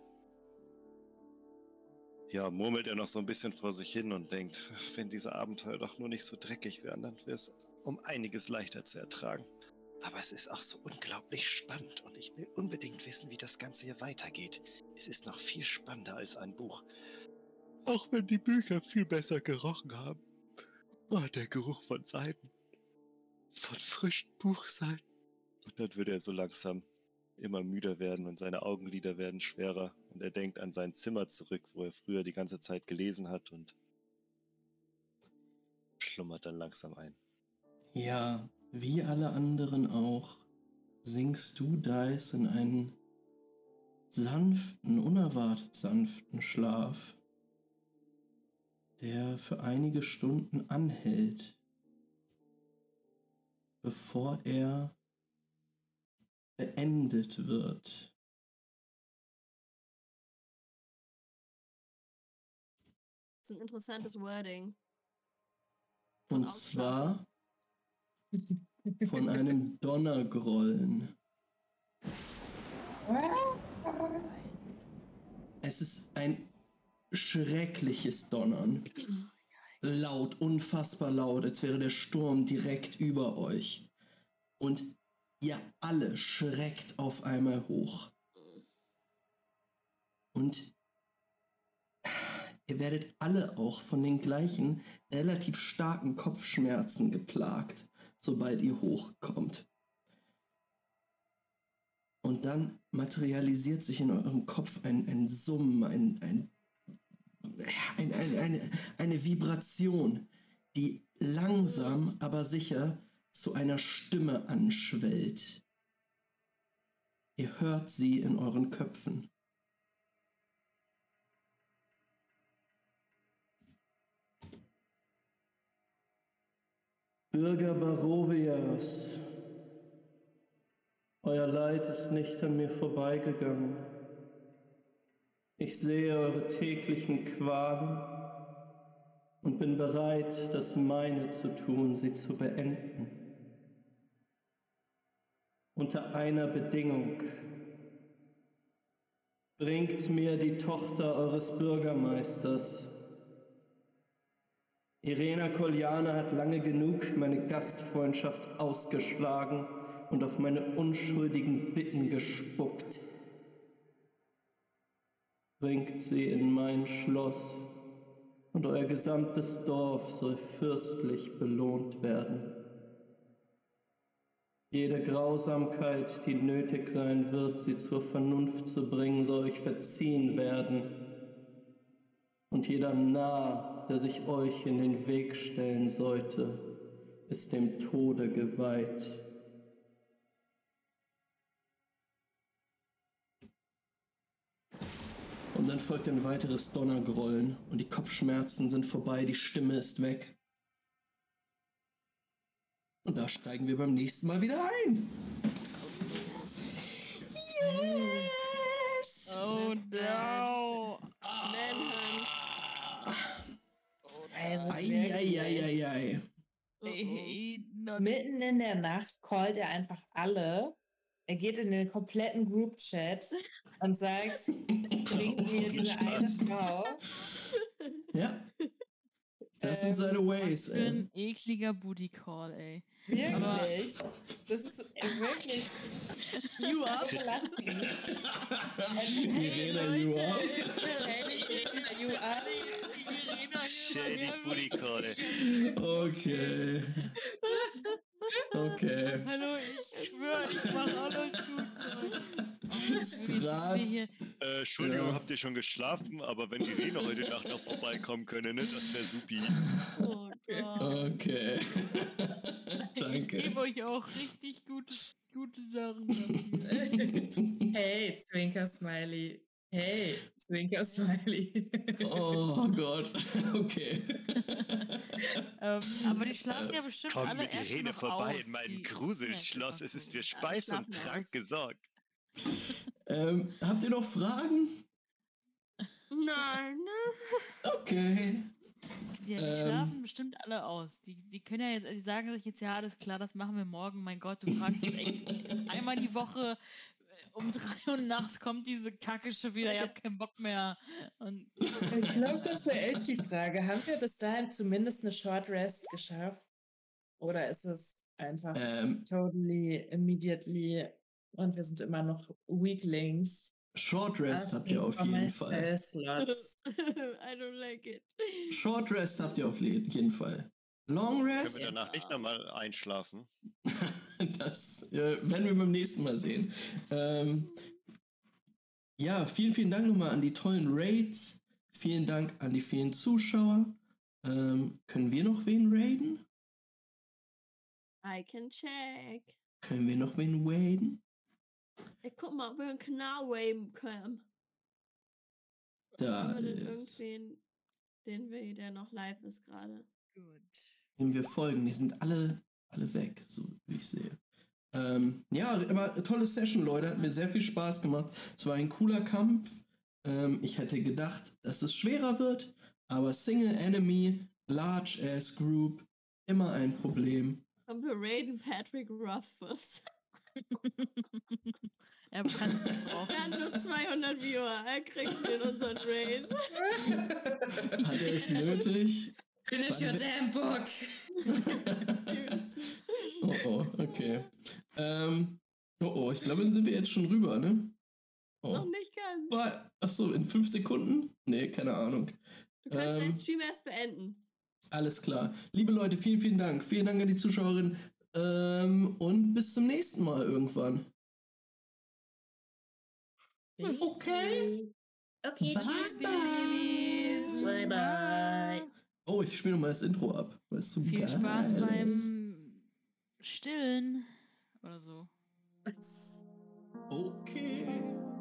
murmelt er noch so ein bisschen vor sich hin und denkt, wenn diese Abenteuer doch nur nicht so dreckig wären, dann wäre es um einiges leichter zu ertragen. Aber es ist auch so unglaublich spannend und ich will unbedingt wissen, wie das Ganze hier weitergeht. Es ist noch viel spannender als ein Buch. Auch wenn die Bücher viel besser gerochen haben. Oh, der Geruch von Seiten. Von frischen Buchseiten. Und dann würde er so langsam immer müder werden und seine Augenlider werden schwerer. Und er denkt an sein Zimmer zurück, wo er früher die ganze Zeit gelesen hat und schlummert dann langsam ein. Ja, wie alle anderen auch, sinkst du, Dice, in einen sanften, unerwartet sanften Schlaf, der für einige Stunden anhält, bevor er beendet wird. Das ist ein interessantes Wording. Und zwar von einem Donnergrollen. Es ist ein schreckliches Donnern. Laut, unfassbar laut, als wäre der Sturm direkt über euch. Und ihr alle schreckt auf einmal hoch. Und ihr werdet alle auch von den gleichen relativ starken Kopfschmerzen geplagt, sobald ihr hochkommt. Und dann materialisiert sich in eurem Kopf ein Summen, ein eine Vibration, die langsam, aber sicher zu einer Stimme anschwellt. Ihr hört sie in euren Köpfen. Bürger Barovias, euer Leid ist nicht an mir vorbeigegangen. Ich sehe eure täglichen Qualen und bin bereit, das meine zu tun, sie zu beenden. Unter einer Bedingung. Bringt mir die Tochter eures Bürgermeisters. Irena Koljana hat lange genug meine Gastfreundschaft ausgeschlagen und auf meine unschuldigen Bitten gespuckt. Bringt sie in mein Schloss und euer gesamtes Dorf soll fürstlich belohnt werden. Jede Grausamkeit, die nötig sein wird, sie zur Vernunft zu bringen, soll euch verziehen werden. Und jeder Narr, der sich euch in den Weg stellen sollte, ist dem Tode geweiht. Und dann folgt ein weiteres Donnergrollen und die Kopfschmerzen sind vorbei, die Stimme ist weg. Und da steigen wir beim nächsten Mal wieder ein. Yes! Oh no! Manhunt. Also Ei. mitten in der Nacht callt er einfach alle. Er geht in den kompletten Group-Chat und sagt, bringt mir diese eine Frau. Ja. Das sind seine Ways, Was für ein ekliger Booty-Call, ey. Wirklich? Das ist wirklich. You are belastend. Irena, you are. You are. Shady Booty Call. Okay. Hallo, ich schwöre, ich mache alles gut für euch. Strat. Entschuldigung, Ja. habt ihr schon geschlafen? Aber wenn Irene heute Nacht noch vorbeikommen könne, ne, das wäre supi. Oh Gott. Okay. Ich Danke. gebe euch auch richtig gute Sachen dafür. Hey, Zwinker-Smiley. Hey, Zwinker-Smiley. Oh Gott. Okay. Aber die schlafen ja bestimmt Komm alle mit erst Irene noch vorbei aus, in mein die- Gruselschloss. Ja, Es ist für alle Speis und schlafen Trank aus. gesorgt. Habt ihr noch Fragen? Nein. Okay. Die schlafen bestimmt alle aus. Die können ja jetzt, die sagen sich jetzt, ja, alles klar, das machen wir morgen. Mein Gott, du fragst es echt einmal die Woche um 3 Uhr nachts kommt diese Kacke schon wieder, ihr habt keinen Bock mehr. Und Ich glaube, das wäre echt die Frage. Haben wir bis dahin zumindest eine Short Rest geschafft? Oder ist es einfach totally, immediately und wir sind immer noch Weaklings? Short Rest habt ihr auf jeden Fall. Slots. I don't like it. Short Rest habt ihr auf jeden Fall. Long Können Rest, wir danach nicht nochmal einschlafen? das werden wir beim nächsten Mal sehen. Ja, vielen Dank nochmal an die tollen Raids. Vielen Dank an die vielen Zuschauer. Können wir noch wen raiden? I can check. Können wir noch wen raiden? Ich guck mal, ob wir einen Kanal waven können. Da Haben wir denn irgendwen, der noch live ist gerade? gut. dem wir folgen. Die sind alle weg, so wie ich sehe. Ja, aber tolle Session, Leute. Hat mir sehr viel Spaß gemacht. Es war ein cooler Kampf. Ich hätte gedacht, dass es schwerer wird, aber Single Enemy, Large Ass Group, immer ein Problem. Und wir raiden Patrick Rothfuss. Er kann es nicht brauchen. Er hat nur 200 Viewer. Er kriegt in unseren Raid. Hat er es nötig? Finish your damn book. Oh, okay. Ich glaube, dann sind wir jetzt schon rüber, ne? Noch nicht ganz. Achso, in 5 Sekunden? Nee, keine Ahnung. Du kannst deinen Stream erst beenden. Alles klar. Liebe Leute, vielen Dank. Vielen Dank an die Zuschauerin. Und bis zum nächsten Mal irgendwann. Okay. Okay, tschüss. Bye. Bye. Bye, bye. Oh, ich spiele nochmal das Intro ab. Weil es so Viel geil Spaß ist. beim Stillen oder so. Okay.